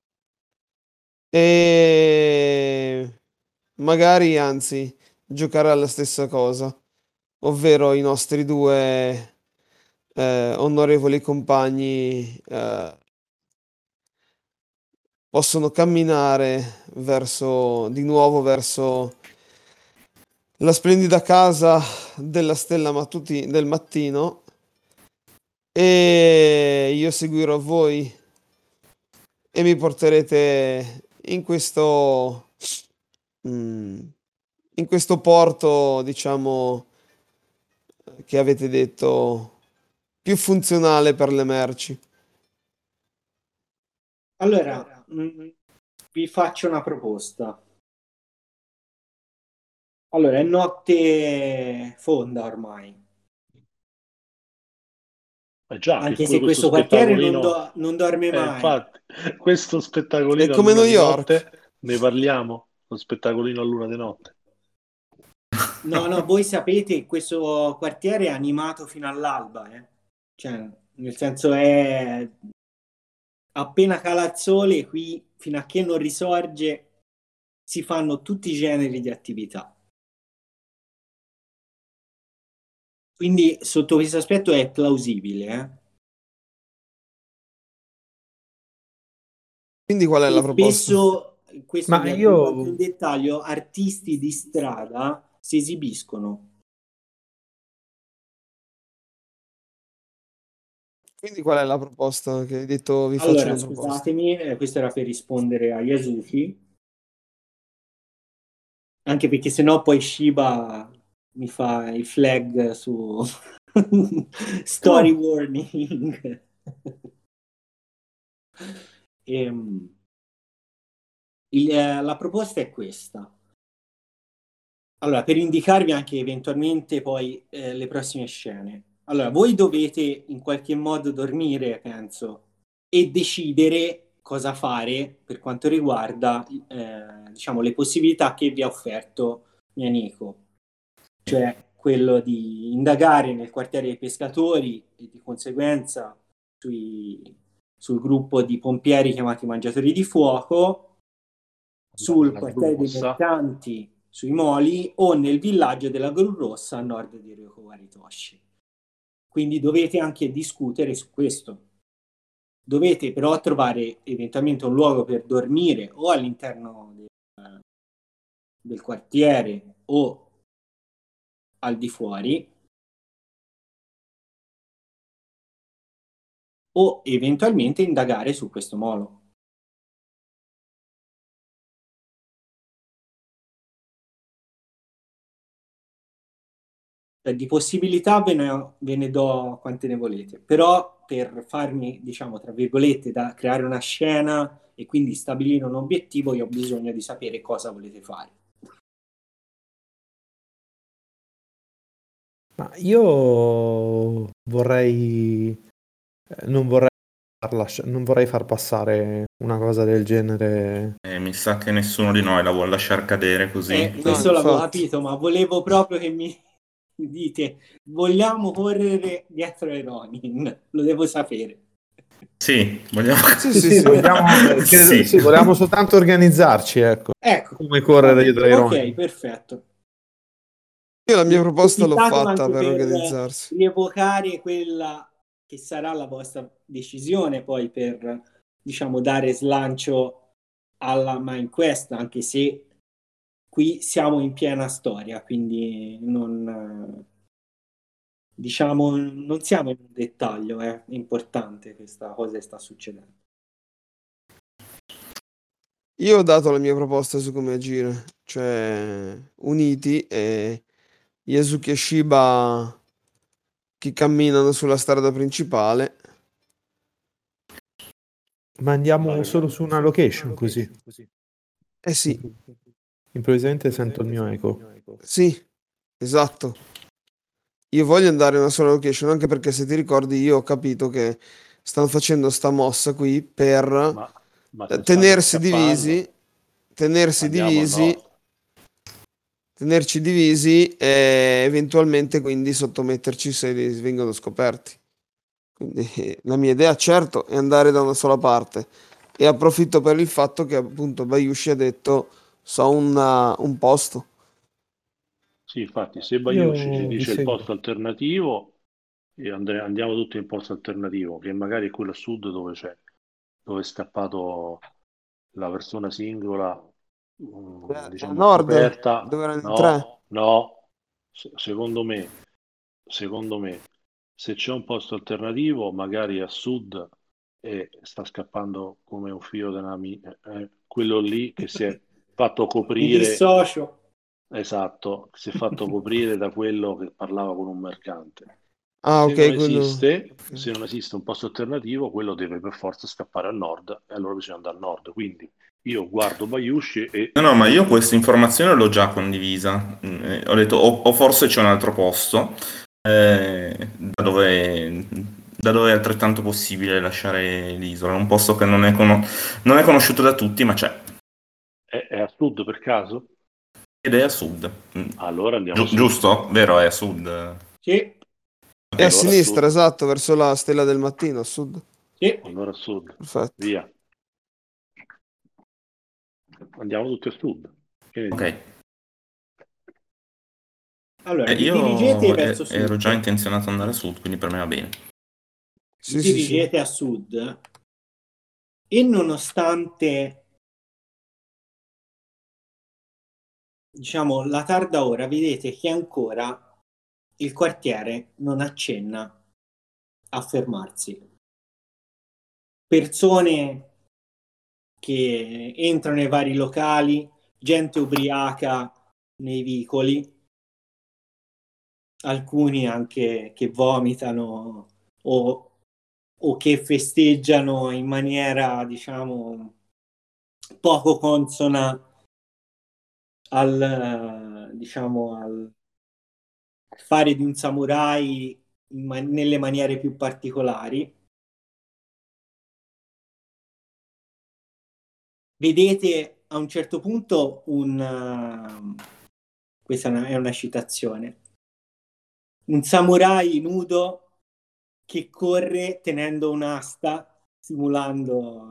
E magari, anzi, giocare alla stessa cosa, ovvero i nostri due onorevoli compagni possono camminare di nuovo verso la splendida casa della stella del mattino e io seguirò voi e mi porterete mm, in questo porto, diciamo, che avete detto più funzionale per le merci. Allora, vi faccio una proposta. Allora, è notte fonda ormai, Già che anche pure se questo questo quartiere spettacolino, non dorme mai. infatti, questo È spettacolino a come luna New di York. notte, ne parliamo? Lo spettacolino a luna di notte. No, no, voi sapete che questo quartiere è animato fino all'alba, eh? Cioè, nel senso è appena cala il sole, qui fino a che non risorge si fanno tutti i generi di attività. Quindi sotto questo aspetto è plausibile, eh? Quindi qual è E la proposta? spesso, questo Ma vi aggiungo anche un io, dettaglio, artisti di strada si esibiscono. Quindi qual è la proposta che hai detto vi faccio Allora, una proposta? scusatemi, questo era per rispondere a Yasuki, anche perché sennò poi Shiba mi fa i flag su story no, warning. Ehm, la proposta è questa. Allora, per indicarvi anche eventualmente poi le prossime scene. Allora, voi dovete in qualche modo dormire, penso, e decidere cosa fare per quanto riguarda, diciamo, le possibilità che vi ha offerto mio amico, cioè quello di indagare nel quartiere dei pescatori e di conseguenza sul gruppo di pompieri chiamati Mangiatori di Fuoco, Andare sul alla Gru quartiere dei Rossa, mercanti sui Moli o nel villaggio della Gru Rossa a nord di Ryoko Waritoshi. Quindi dovete anche discutere su questo. Dovete però trovare eventualmente un luogo per dormire o all'interno del quartiere o al di fuori o eventualmente indagare su questo molo. Cioè, di possibilità ve ne do quante ne volete, però per farmi, diciamo, tra virgolette, da creare una scena e quindi stabilire un obiettivo, io ho bisogno di sapere cosa volete fare. ma io vorrei, non vorrei non vorrei far passare una cosa del genere. Mi sa che nessuno di noi la vuole lasciar cadere così. No, Questo l'avevo infatti. capito, ma volevo proprio che mi dite, vogliamo correre dietro ai Ronin, lo devo sapere. Sì, vogliamo... Sì, Sì, sì, sì, sì. Sì. sì, volevamo soltanto organizzarci, ecco, Ecco, come va correre bene. dietro ai Ok, rogni. perfetto. Io la mia proposta l'ho Approfittatelo fatta anche per per organizzarsi. rievocare quella che sarà la vostra decisione poi per, diciamo, dare slancio alla Mind Quest, anche se qui siamo in piena storia, quindi diciamo, non siamo in un dettaglio, è importante questa cosa che sta succedendo. Io ho dato la mia proposta su come agire, cioè uniti e Yasuki e Shiba che camminano sulla strada principale. Ma andiamo solo su una location così. Eh sì, Improvvisamente sento il mio eco. sì, esatto. Io voglio andare in una sola location, anche perché se ti ricordi io ho capito che stanno facendo sta mossa qui per ma, ma se stanno tenersi divisi, scappando, tenersi andiamo divisi, no. tenerci divisi e eventualmente quindi sottometterci se vengono scoperti. Quindi la mia idea, certo, è andare da una sola parte e approfitto per il fatto che appunto Bayushi ha detto so un posto. Sì, infatti, se Bayushi ci Io vi dice il seguo. posto alternativo, andiamo tutti in posto alternativo, che magari è quello a sud dove è scappato la persona singola, A diciamo nord, scoperta, dove erano in no, tre. No, secondo me, se c'è un posto alternativo, magari a sud e sta scappando come un filo quello lì che si è fatto Mi coprire, dissocio. esatto, si è fatto coprire da quello che parlava con un mercante. Ah, ok, quello. Se non esiste un posto alternativo, quello deve per forza scappare al nord e allora bisogna andare al nord. Quindi io guardo Bayushi e No, no, ma io questa informazione l'ho già condivisa. Ho detto, o forse c'è un altro posto da dove è altrettanto possibile lasciare l'isola. È un posto che non è conosciuto da tutti, ma c'è. è a sud per caso? Ed è a sud. Allora andiamo a sud. Giusto? Vero, è a sud. Sì, È a Ok. Allora a sinistra, sud. esatto, verso la stella del mattino, a sud. sì. Allora a sud. Perfetto. Via. Andiamo tutti a sud. Che ne Ok. dici? Allora, vi dirigete Io verso ero già sud. intenzionato ad andare a sud, quindi per me va bene. Vi Sì, sì, sì. dirigete a sud e nonostante, diciamo, la tarda ora, vedete che ancora il quartiere non accenna a fermarsi. Persone che entrano nei vari locali, gente ubriaca nei vicoli, alcuni anche che vomitano o che festeggiano in maniera, diciamo, poco consona diciamo, al fare di un samurai nelle maniere più particolari. Vedete a un certo punto questa è una citazione, un samurai nudo che corre tenendo un'asta, simulando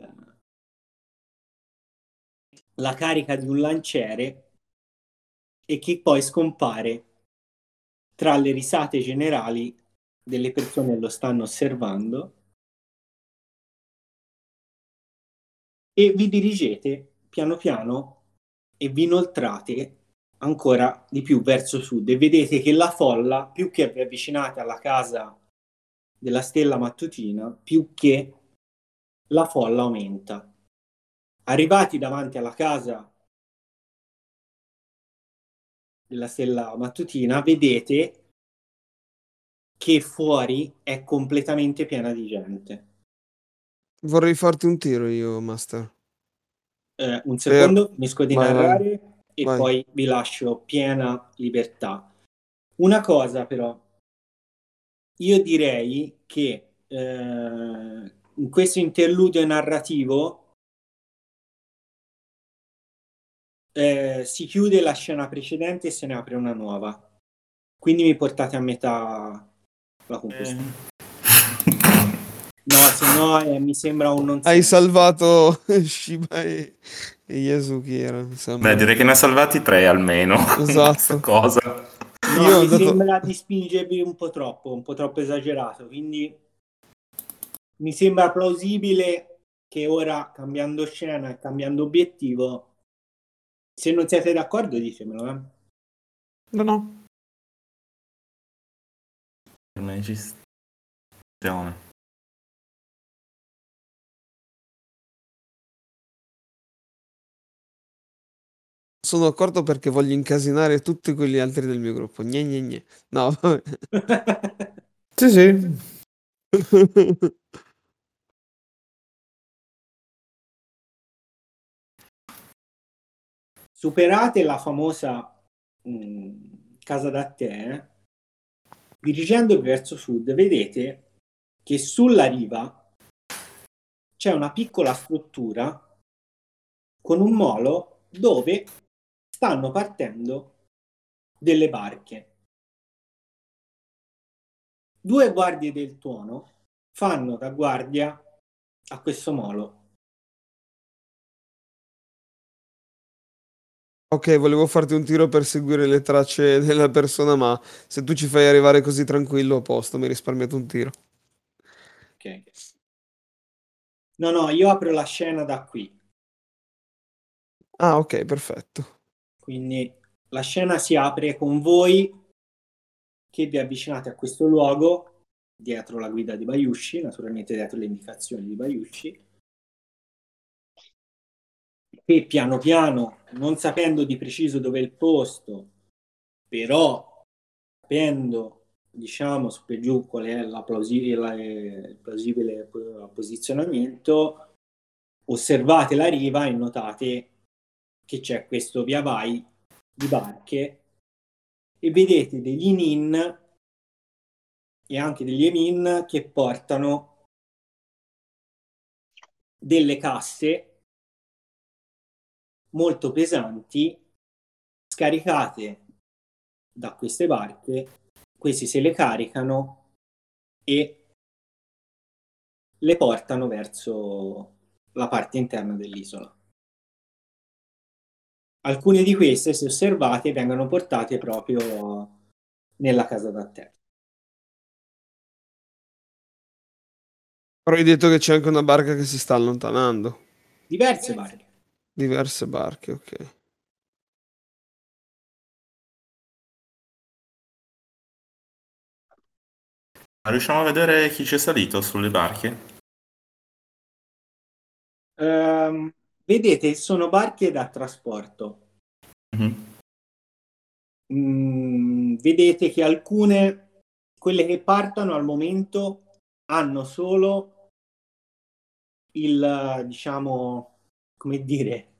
la carica di un lanciere e che poi scompare tra le risate generali delle persone che lo stanno osservando e vi dirigete piano piano e vi inoltrate ancora di più verso sud e vedete che la folla, più che vi avvicinate alla casa della stella mattutina, più che la folla aumenta. Arrivati davanti alla casa della stella mattutina, vedete che fuori è completamente piena di gente. Vorrei farti un tiro io, Master. Un Per... secondo, finisco di Vai, vai, narrare e vai. poi vi lascio piena libertà. Una cosa però, io direi che in questo interludio narrativo si chiude la scena precedente e se ne apre una nuova. Quindi mi portate a metà la conclusione. No, se no mi sembra un non Hai senso. salvato Shiba e Yasuki, era, mi Beh, sembra. direi che ne ha salvati 3 almeno da sta Esatto. cosa. No, Io ho mi dato... sembra di spingervi un po' troppo esagerato, quindi mi sembra plausibile che ora, cambiando scena e cambiando obiettivo, se non siete d'accordo, ditemelo. No, no. Per me ci stiamo. Sono d'accordo perché voglio incasinare tutti quegli altri del mio gruppo. Gne, gne, gne. No, vabbè. Sì, sì. Superate la famosa casa da tè, dirigendovi verso sud, vedete che sulla riva c'è una piccola struttura con un molo dove stanno partendo delle barche. Due guardie del tuono fanno da guardia a questo molo. Ok, volevo farti un tiro per seguire le tracce della persona, ma se tu ci fai arrivare così tranquillo, a posto, mi hai risparmiato un tiro. Ok. No, io apro la scena da qui. Ah, ok, perfetto. Quindi la scena si apre con voi che vi avvicinate a questo luogo dietro la guida di Bayushi, naturalmente dietro le indicazioni di Bayushi, e piano piano, non sapendo di preciso dove è il posto, però sapendo, diciamo, su per giù qual è il plausibile posizionamento, osservate la riva e notate che c'è questo via vai di barche e vedete degli nin e anche degli emin che portano delle casse molto pesanti scaricate da queste barche. Questi se le caricano e le portano verso la parte interna dell'isola. Alcune di queste, se osservate, vengono portate proprio nella casa da te. Però hai detto che c'è anche una barca che si sta allontanando. Diverse barche. Diverse barche, ok. Ma riusciamo a vedere chi c'è salito sulle barche? Vedete, sono barche da trasporto. Mhm. Vedete che alcune, quelle che partono al momento, hanno solo il, diciamo, come dire,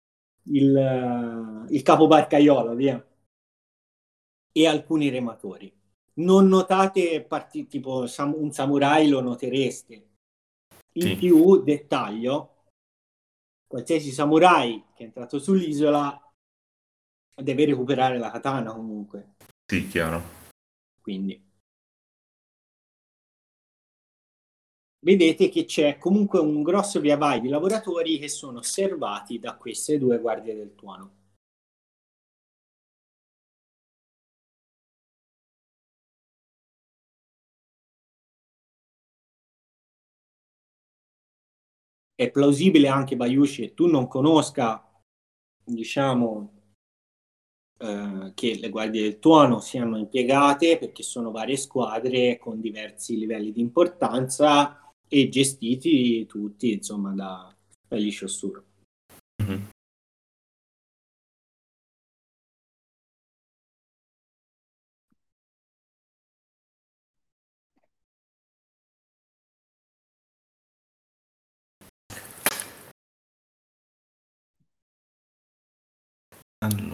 il capobarcaiolo, via, e alcuni rematori. Non notate tipo un samurai, lo notereste. In Sì, più, dettaglio, qualsiasi samurai che è entrato sull'isola deve recuperare la katana comunque. sì, chiaro. Quindi vedete che c'è comunque un grosso via vai di lavoratori che sono osservati da queste due guardie del tuono. È plausibile anche, Bayushi, che tu non conosca, diciamo, che le guardie del tuono siano impiegate perché sono varie squadre con diversi livelli di importanza e gestiti tutti, insomma, dagli Shossuro. Mhm. Allora,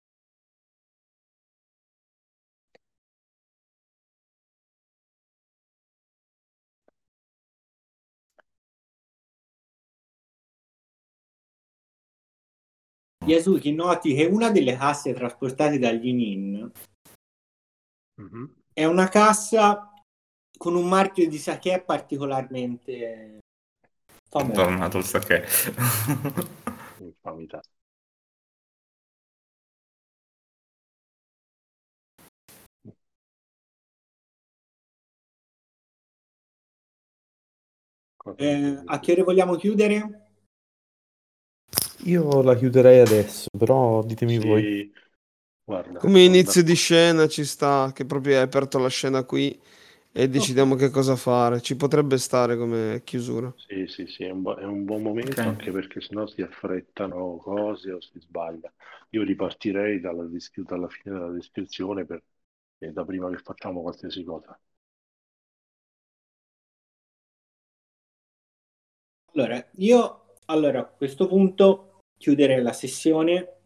Yasuki, noti che una delle casse trasportate dagli Nin Mhm. è una cassa con un marchio di sake particolarmente è famoso. tornato il sake. Infamità. Cosa A che ore vogliamo chiudere? Io la chiuderei adesso, però ditemi voi. Sì, guarda, Come sono inizio di d'accordo. scena ci sta, che proprio hai aperto la scena qui e decidiamo che cosa fare. Ci potrebbe stare come chiusura. Sì, sì, sì, è un buon momento Ok. anche perché sennò si affrettano cose o si sbaglia. Io ripartirei dalla fine della descrizione da prima che facciamo qualsiasi cosa. Allora, io a questo punto chiuderei la sessione